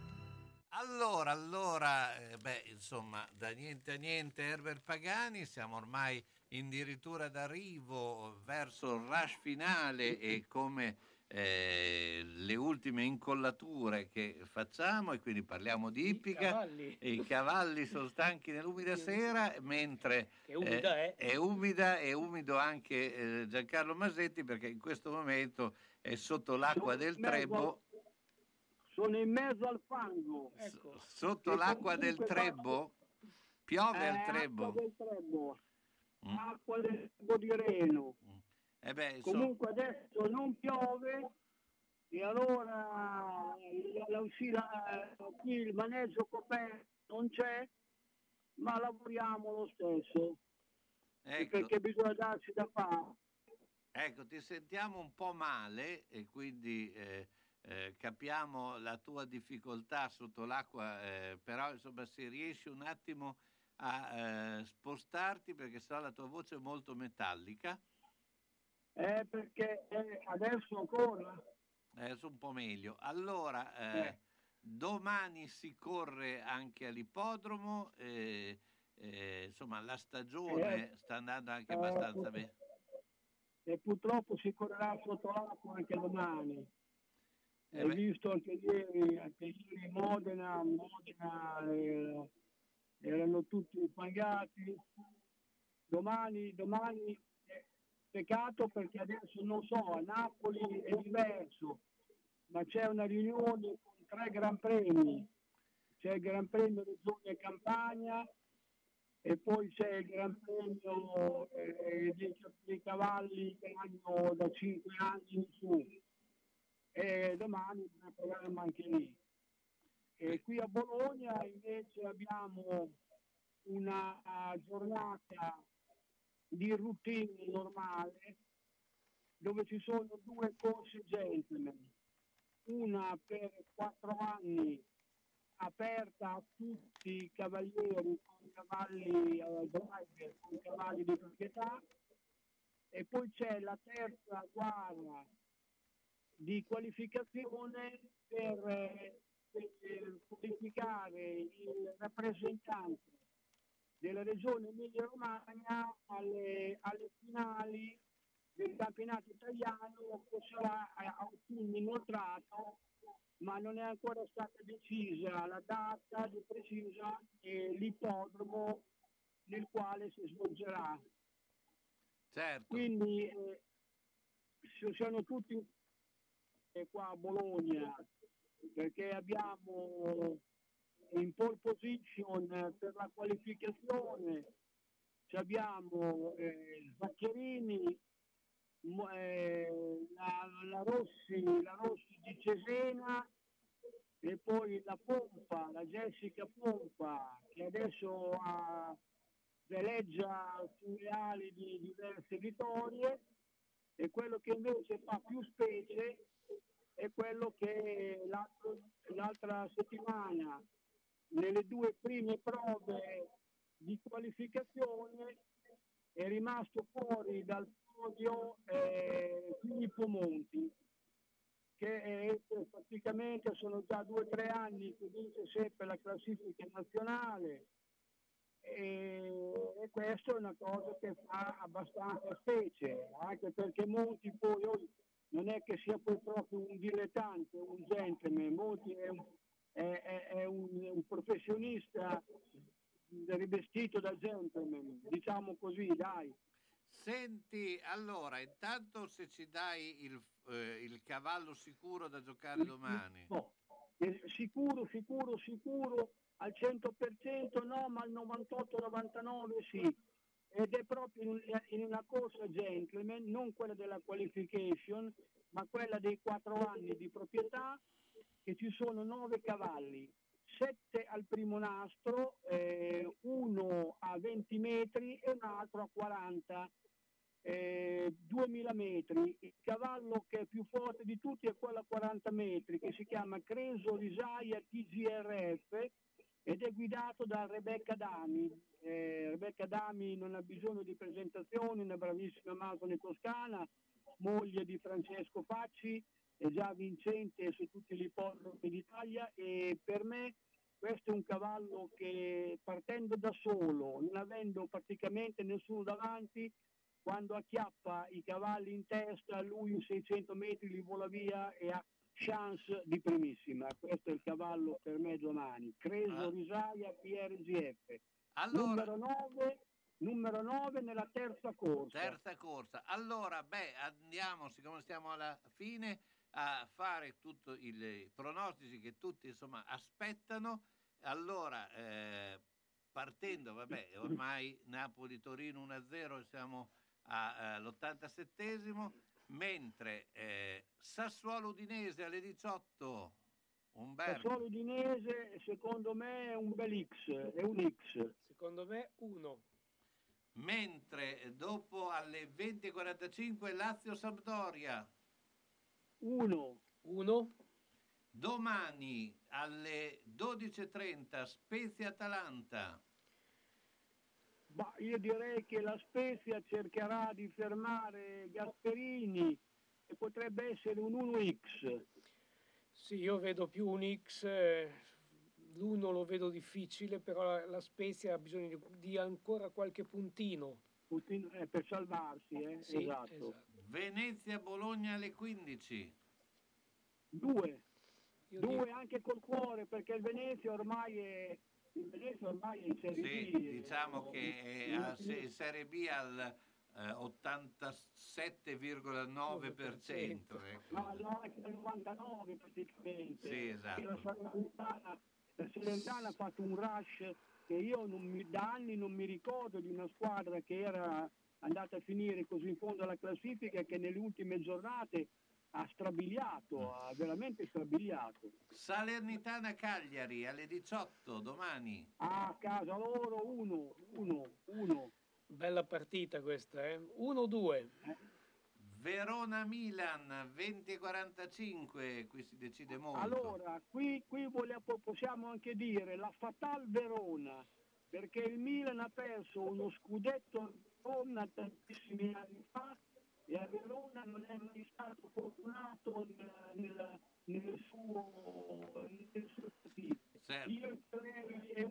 Allora, insomma, da niente a niente Herbert Pagani, siamo ormai addirittura d'arrivo verso il rush finale e come le ultime incollature che facciamo, e quindi parliamo di ippica. I cavalli sono stanchi nell'umida sera, mentre è umida e umido anche Giancarlo Masetti, perché in questo momento è sotto l'acqua del Trebo. Sono in mezzo al fango. Sotto l'acqua del Trebo? Piove al Trebo? Acqua del Trebo. Acqua del Trebo di Reno. Comunque adesso non piove e allora qui il maneggio coperto non c'è, ma lavoriamo lo stesso, perché bisogna darsi da fare. Ecco, ti sentiamo un po' male e quindi capiamo la tua difficoltà sotto l'acqua, però insomma se riesci un attimo a spostarti, perché sennò la tua voce è molto metallica. Perché adesso ancora? Adesso un po' meglio. Allora, domani si corre anche all'ippodromo, insomma la stagione sta andando anche abbastanza bene. E purtroppo si correrà sotto l'acqua anche domani. Hai visto anche ieri Modena erano tutti pagati. Domani peccato perché adesso non so, a Napoli è diverso, ma c'è una riunione con 3 gran premi. C'è il Gran Premio Regione Campania e poi c'è il Gran Premio dei cavalli che hanno da 5 anni in su. E domani c'è un programma anche lì. E qui a Bologna invece abbiamo una giornata di routine normale dove ci sono 2 corse gentleman, una per 4 anni aperta a tutti i cavalieri con cavalli driver, con cavalli di proprietà, e poi c'è la terza gara di qualificazione per qualificare il rappresentante della regione Emilia-Romagna alle finali del campionato italiano, che sarà a autunno inoltrato, ma non è ancora stata decisa la data di precisa e l'ippodromo nel quale si svolgerà. Certo. Quindi siamo tutti qua a Bologna, perché abbiamo in pole position per la qualificazione abbiamo Zaccherini, la Rossi di Cesena, e poi la Pompa, la Jessica Pompa, che adesso veleggia sulle ali di diverse vittorie, e quello che invece fa più specie è quello che l'altra settimana nelle 2 prime prove di qualificazione è rimasto fuori dal podio Filippo Monti, che praticamente sono già 2 o 3 anni che vince sempre la classifica nazionale, e questa è una cosa che fa abbastanza specie, anche perché Monti poi non è che sia poi proprio un dilettante, un gentleman. Monti è un professionista rivestito da gentleman, diciamo così, dai. Senti, allora, intanto se ci dai il cavallo sicuro da giocare domani. No, sicuro al 100% no, ma al 98-99 sì. Ed è proprio in una corsa gentleman, non quella della qualification, ma quella dei 4 anni di proprietà, che ci sono 9 cavalli, 7 al primo nastro, uno a 20 metri e un altro a 40, 2000 metri. Il cavallo che è più forte di tutti è quello a 40 metri, che si chiama Creso Risaia TGRF ed è guidato da Rebecca Dami. Rebecca Dami non ha bisogno di presentazioni, una bravissima amazone toscana, moglie di Francesco Facci, è già vincente su tutti gli ippodromi d'Italia, e per me questo è un cavallo che, partendo da solo, non avendo praticamente nessuno davanti, quando acchiappa i cavalli in testa, lui in 600 metri li vola via e ha chance di primissima. Questo è il cavallo per me domani. Creso Risaia PRGF. Allora, numero 9 nella terza corsa. Allora, andiamo, siccome stiamo alla fine, a fare tutti i pronostici che tutti insomma aspettano. Allora, partendo, ormai Napoli-Torino 1-0, siamo all'87esimo, mentre Sassuolo-Udinese alle 18. Umberto. Sassuolo-Udinese secondo me è un bel X, è un X. Secondo me 1. Mentre dopo alle 20:45 Lazio-Sampdoria. 1. Domani alle 12:30 Spezia-Atalanta. Io direi che la Spezia cercherà di fermare Gasperini e potrebbe essere un 1X. Sì, io vedo più un X, l'1 lo vedo difficile, però la Spezia ha bisogno di ancora qualche puntino. Per salvarsi, Sì, esatto. Venezia-Bologna alle 15. 2 anche col cuore, perché il Venezia ormai è in Serie sì, B. Diciamo che è in Serie B al 87,9%. No, è il 99 praticamente. Sì, esatto. La Salernitana ha fatto un rush che io da anni non mi ricordo di una squadra che era andata a finire così in fondo alla classifica, che nelle ultime giornate ha strabiliato, ha veramente strabiliato. Salernitana-Cagliari alle 18 domani. A casa loro 1. Bella partita questa, 1-2. Verona-Milan 20:45, qui si decide molto. Allora, qui possiamo anche dire la Fatal Verona, perché il Milan ha perso uno scudetto a Verona tantissimi anni fa, e a Verona non è mai stato fortunato nel suo partito. Certo. Io direi è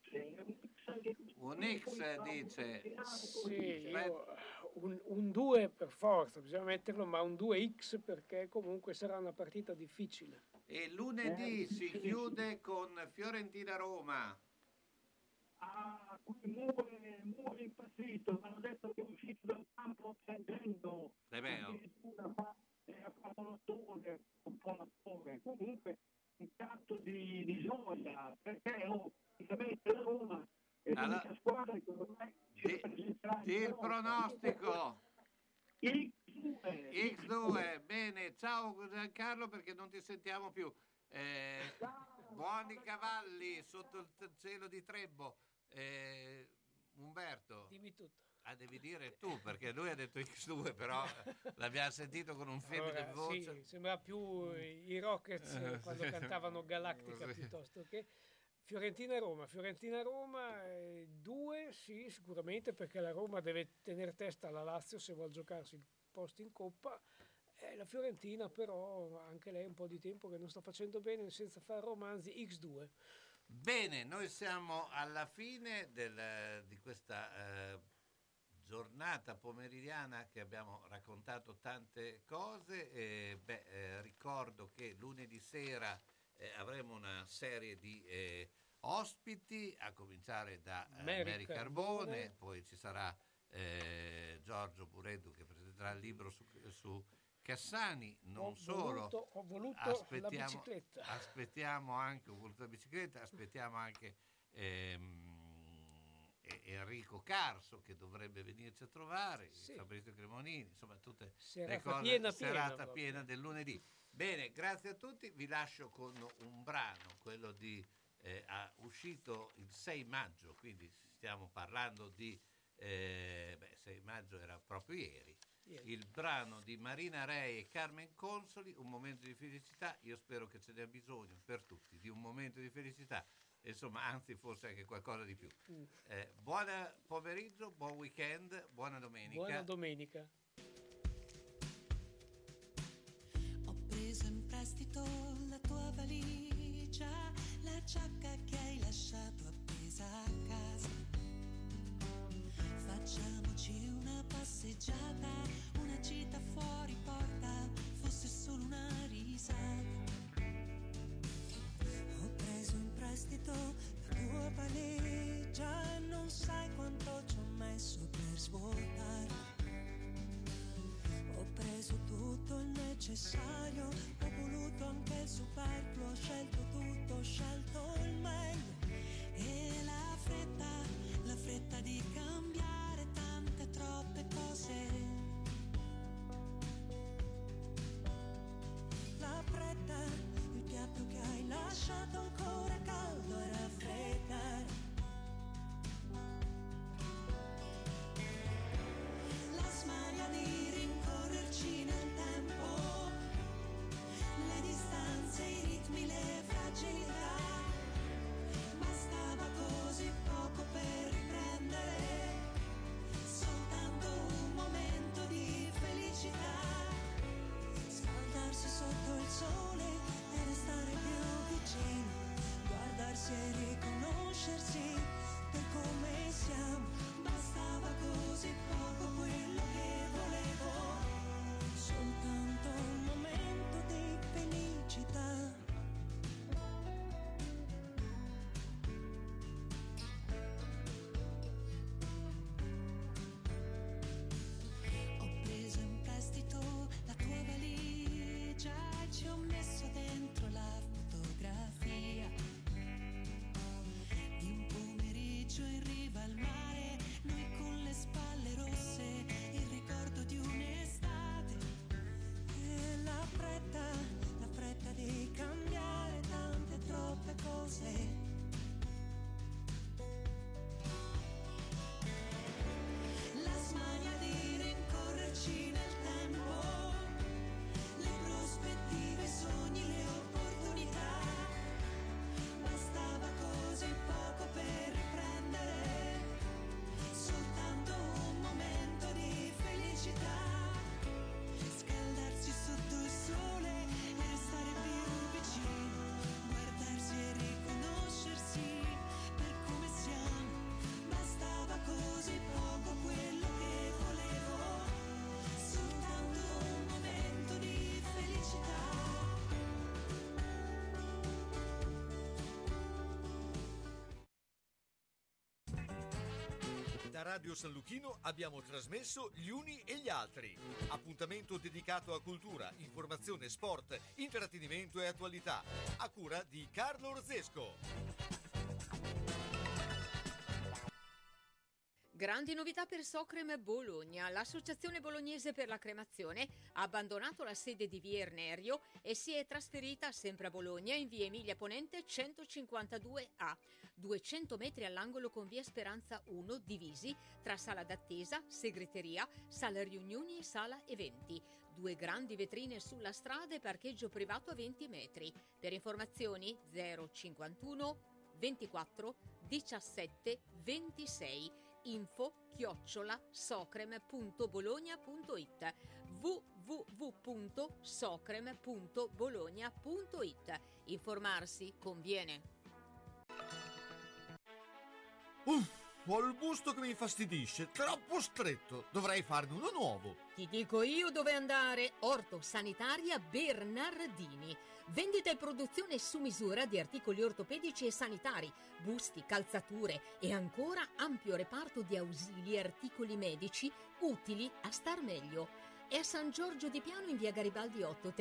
un X dice. Sì, un 2 per forza, bisogna metterlo, ma un 2X perché comunque sarà una partita difficile. E lunedì si chiude con Fiorentina-Roma. Mure impazzito, mi hanno detto che è uscito dal campo piangendo, addirittura ha fatto l'attore, un po' l'attore, comunque un canto di gioia, perché praticamente la Roma è l'unica squadra che ormai ci rappresenterà. Il pronostico X2. Bene, ciao Giancarlo, perché non ti sentiamo più. Buoni cavalli sotto il cielo di Trебbo. Umberto. Dimmi tutto. devi dire tu, perché lui ha detto X2, però l'abbiamo sentito con un febbre di voce. Sì, sembra più i Rockets quando cantavano Galactica piuttosto che Fiorentina-Roma. Fiorentina-Roma 2, sì, sicuramente, perché la Roma deve tenere testa alla Lazio se vuol giocarsi il posto in Coppa. La Fiorentina però anche lei un po' di tempo che non sta facendo bene, senza fare romanzi. X2. Bene, noi siamo alla fine di questa giornata pomeridiana che abbiamo raccontato tante cose. Ricordo che lunedì sera avremo una serie di ospiti, a cominciare da Mary Carbone, poi ci sarà Giorgio Bureddu che presenterà il libro su Cassani. Non solo, ho voluto la bicicletta. Aspettiamo anche, ho voluto la bicicletta, aspettiamo anche Enrico Carso che dovrebbe venirci a trovare, Fabrizio Cremonini, insomma tutte le cose, serata piena del lunedì. Bene, grazie a tutti, vi lascio con un brano, quello uscito il 6 maggio, quindi stiamo parlando di 6 maggio era proprio ieri. Il brano di Marina Rei e Carmen Consoli, Un momento di felicità. Io spero che ce n'è bisogno per tutti di un momento di felicità, insomma, anzi forse anche qualcosa di più. Buon pomeriggio, buon weekend, buona domenica. Buona domenica. Ho preso in prestito la tua valigia, la giacca che hai lasciato appesa a casa. Facciamoci una passeggiata, una gita fuori porta, fosse solo una risata. Ho preso in prestito la tua valigia, non sai quanto ci ho messo per svuotarla. Ho preso tutto il necessario, ho voluto anche il superfluo, ho scelto tutto, ho scelto il meglio. E la fretta di cambiare tante troppe cose. La fretta, il piatto che hai lasciato ancora caldo e raffreddare. La smania di rincorrerci nel tempo, le distanze, i ritmi, le fragilità. Bastava così poco per riprendere, soltanto un momento di felicità. Scaldarsi sotto il sole e restare più vicini, guardarsi e riconoscersi per come siamo. Bastava così poco quello che volevo, soltanto un momento di felicità. Ho preso in prestito la tua valigia e ci ho messo dentro la fotografia di un pomeriggio in riva al mare, noi con le spalle rosse, il ricordo di un'estate. E la fretta di cambiare tante troppe cose. La smania di rincorrerci nel tempo, le prospettive, i sogni, le opportunità. Bastava così poco per riprendere, soltanto un momento di felicità. Scaldarsi sotto il sole e restare più vicini, guardarsi e riconoscersi per come siamo. Bastava così poco quello che volevo, soltanto un momento di felicità. Da Radio San Luchino abbiamo trasmesso Gli Uni e gli Altri. Appuntamento dedicato a cultura, informazione, sport, intrattenimento e attualità. A cura di Carlo Orzesco. Grandi novità per Socrem Bologna. L'associazione bolognese per la cremazione ha abbandonato la sede di Via Ernerio e si è trasferita sempre a Bologna in via Emilia Ponente 152A, 200 metri all'angolo con via Speranza 1, divisi tra sala d'attesa, segreteria, sala riunioni e sala eventi. 2 grandi vetrine sulla strada e parcheggio privato a 20 metri. Per informazioni 051 24 17 26. info@socrem.bologna.it www.socrem.bologna.it. Informarsi conviene. Ho il busto che mi infastidisce, troppo stretto, dovrei farne uno nuovo. Ti dico io dove andare. Orto Sanitaria Bernardini. Vendita e produzione su misura di articoli ortopedici e sanitari, busti, calzature e ancora ampio reparto di ausili e articoli medici utili a star meglio. È a San Giorgio di Piano in via Garibaldi 8,